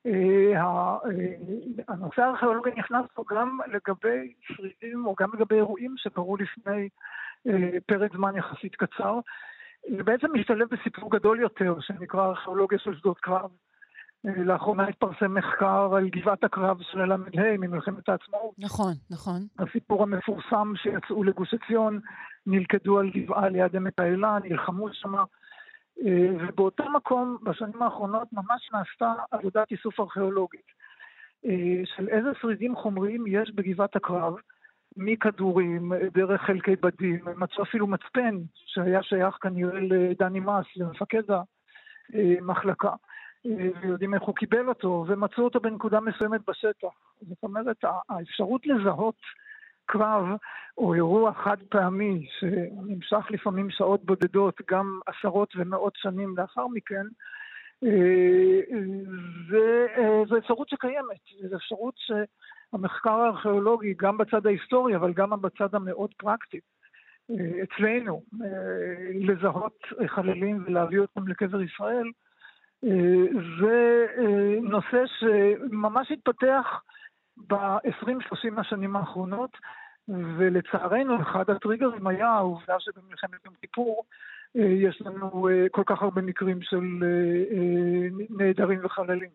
הנושא הארכיאולוגי נכנס פה גם לגבי שרידים או גם לגבי אירועים שקרו לפני פרק זמן יחסית קצר. זה בעצם משתלב בסיפור גדול יותר, שנקרא ארכיאולוגיה של שדות קרב. לאחרונה התפרסם מחקר על גבעת הקרב של הל"ה ממלחמת העצמאות. נכון, נכון. הסיפור המפורסם שיצאו לגוש עציון, נלכדו על גבעה ליד עמק האלה, נלחמו שם, ובאותו מקום בשנים האחרונות ממש נעשתה עבודת איסוף ארכיאולוגית, של איזה שרידים חומריים יש בגבעת הקרב, מכדורים, דרך חלקי בדים, מצאו אפילו מצפן שהיה שייך כנראה לדני מס, למפקד המחלקה, ויודעים איך הוא קיבל אותו, ומצאו אותו בנקודה מסוימת בשטח. זאת אומרת, האפשרות לזהות קרב או אירוע חד פעמי שנמשך לפעמים שעות בודדות, גם עשרות ומאות שנים לאחר מכן, זו אפשרות שקיימת, זו אפשרות שהמחקר הארכיאולוגי, גם בצד ההיסטורי, אבל גם בצד המאוד פרקטי, אצלנו, לזהות חללים ולהביא אותם לקבר ישראל, זה נושא שממש התפתח ב-עשרים שלושים השנים האחרונות, ולצערנו אחד הטריגרים היה העובדה שבמלחמת יום כיפור יש לנו כל כך הרבה מקרים של נעדרים וחללים.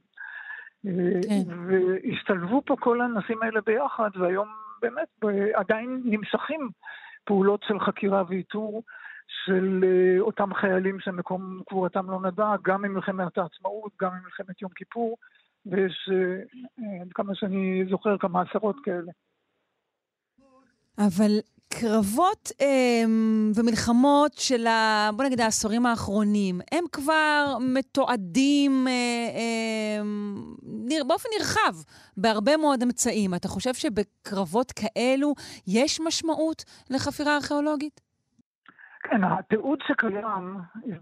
והשתלבו פה כל הנושאים האלה ביחד, והיום באמת עדיין נמשכים פעולות של חקירה ואיתור של אותם חיילים שמקום קבורתם לא נדע, גם ממלחמת העצמאות, גם ממלחמת יום כיפור, ויש כמה שאני זוכר כמה עשרות כאלה. אבל קרבות אה, ומלחמות של, ה, בוא נגיד, העשורים האחרונים, הם כבר מתועדים אה, אה, נר, באופן נרחב בהרבה מאוד אמצעים. אתה חושב שבקרבות כאלו יש משמעות לחפירה ארכיאולוגית? כן, התיעוד שקיים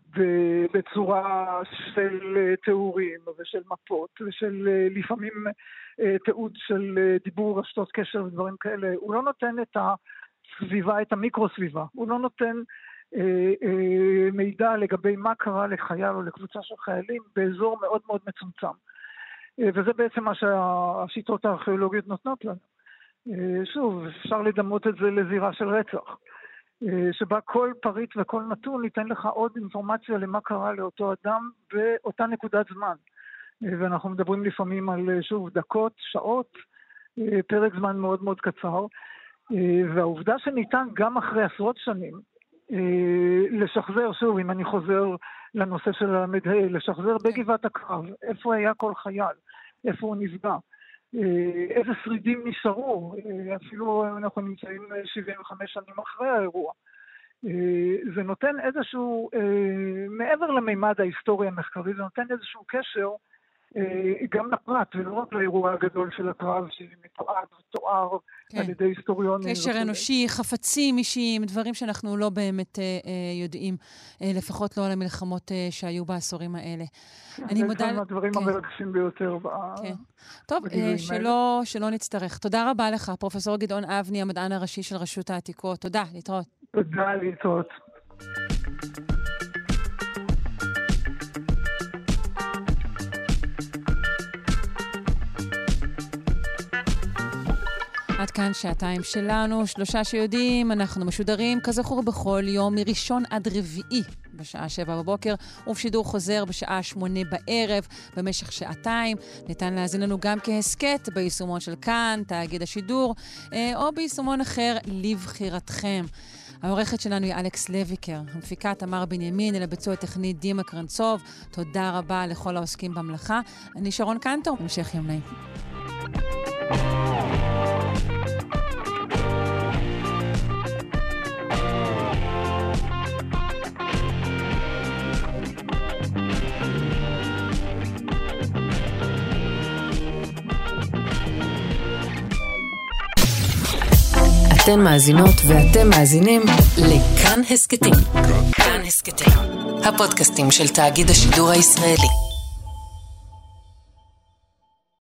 בצורה של תיאורים ושל מפות ושל לפעמים תיעוד של דיבור, רשתות קשר ודברים כאלה, הוא לא נותן את הסביבה, את המיקרו-סביבה. הוא לא נותן אה, אה, מידע לגבי מה קרה לחייל או לקבוצה של חיילים באזור מאוד מאוד מצומצם. אה, וזה בעצם מה שהשיטות הארכיאולוגיות נותנות לנו. אה, שוב, אפשר לדמות את זה לזירה של רצח. שבה כל פריט וכל נתון ניתן לך עוד אינפורמציה למה קרה לאותו אדם באותה נקודת זמן. ואנחנו מדברים לפעמים על, שוב, דקות, שעות, פרק זמן מאוד מאוד קצר. והעובדה שניתן גם אחרי עשרות שנים לשחזר, שוב, אם אני חוזר לנושא של המדהה, לשחזר בגבעת הקרב, איפה היה כל חייל, איפה הוא נפגע. איזה שרידים נשארו, אפילו אנחנו נמצאים שבעים וחמש שנים אחרי האירוע. זה נותן איזשהו, מעבר למימד ההיסטורי המחקרי, זה נותן איזשהו קשר גם לפרט, ולא רק לאירוע הגדול של הקרב, שמתועד ותואר על ידי היסטוריונים. קשר אנושי, חפצים אישיים, דברים שאנחנו לא באמת יודעים, לפחות לא על המלחמות שהיו בעשורים האלה. אני מודה... זה אחד מהדברים המרגשים ביותר. טוב, שלא נצטרך. תודה רבה לך, פרופסור גדעון אבני, המדען הראשי של רשות העתיקות. תודה, להתראות. תודה, להתראות. עד כאן שעתיים שלנו, שלושה שיודעים, אנחנו משודרים כזכור בכל יום מראשון עד רביעי בשעה שבע בבוקר, ובשידור חוזר בשעה שמונה בערב במשך שעתיים. ניתן להזין לנו גם כהסקט ביישומון של כאן, תאגיד השידור, או ביישומון אחר לבחירתכם. העורכת שלנו היא אלכס לויקר, המפיקה תמר בנימין, אל הביצוע הטכני דימה קרנצוב. תודה רבה לכל העוסקים במלאכה. אני שרון קנטור, המשך יום נעים. אתן מאזינות ואתם מאזינים לכאן הסקטים. כאן הסקטים, הפודקאסטים של תאגיד השידור הישראלי.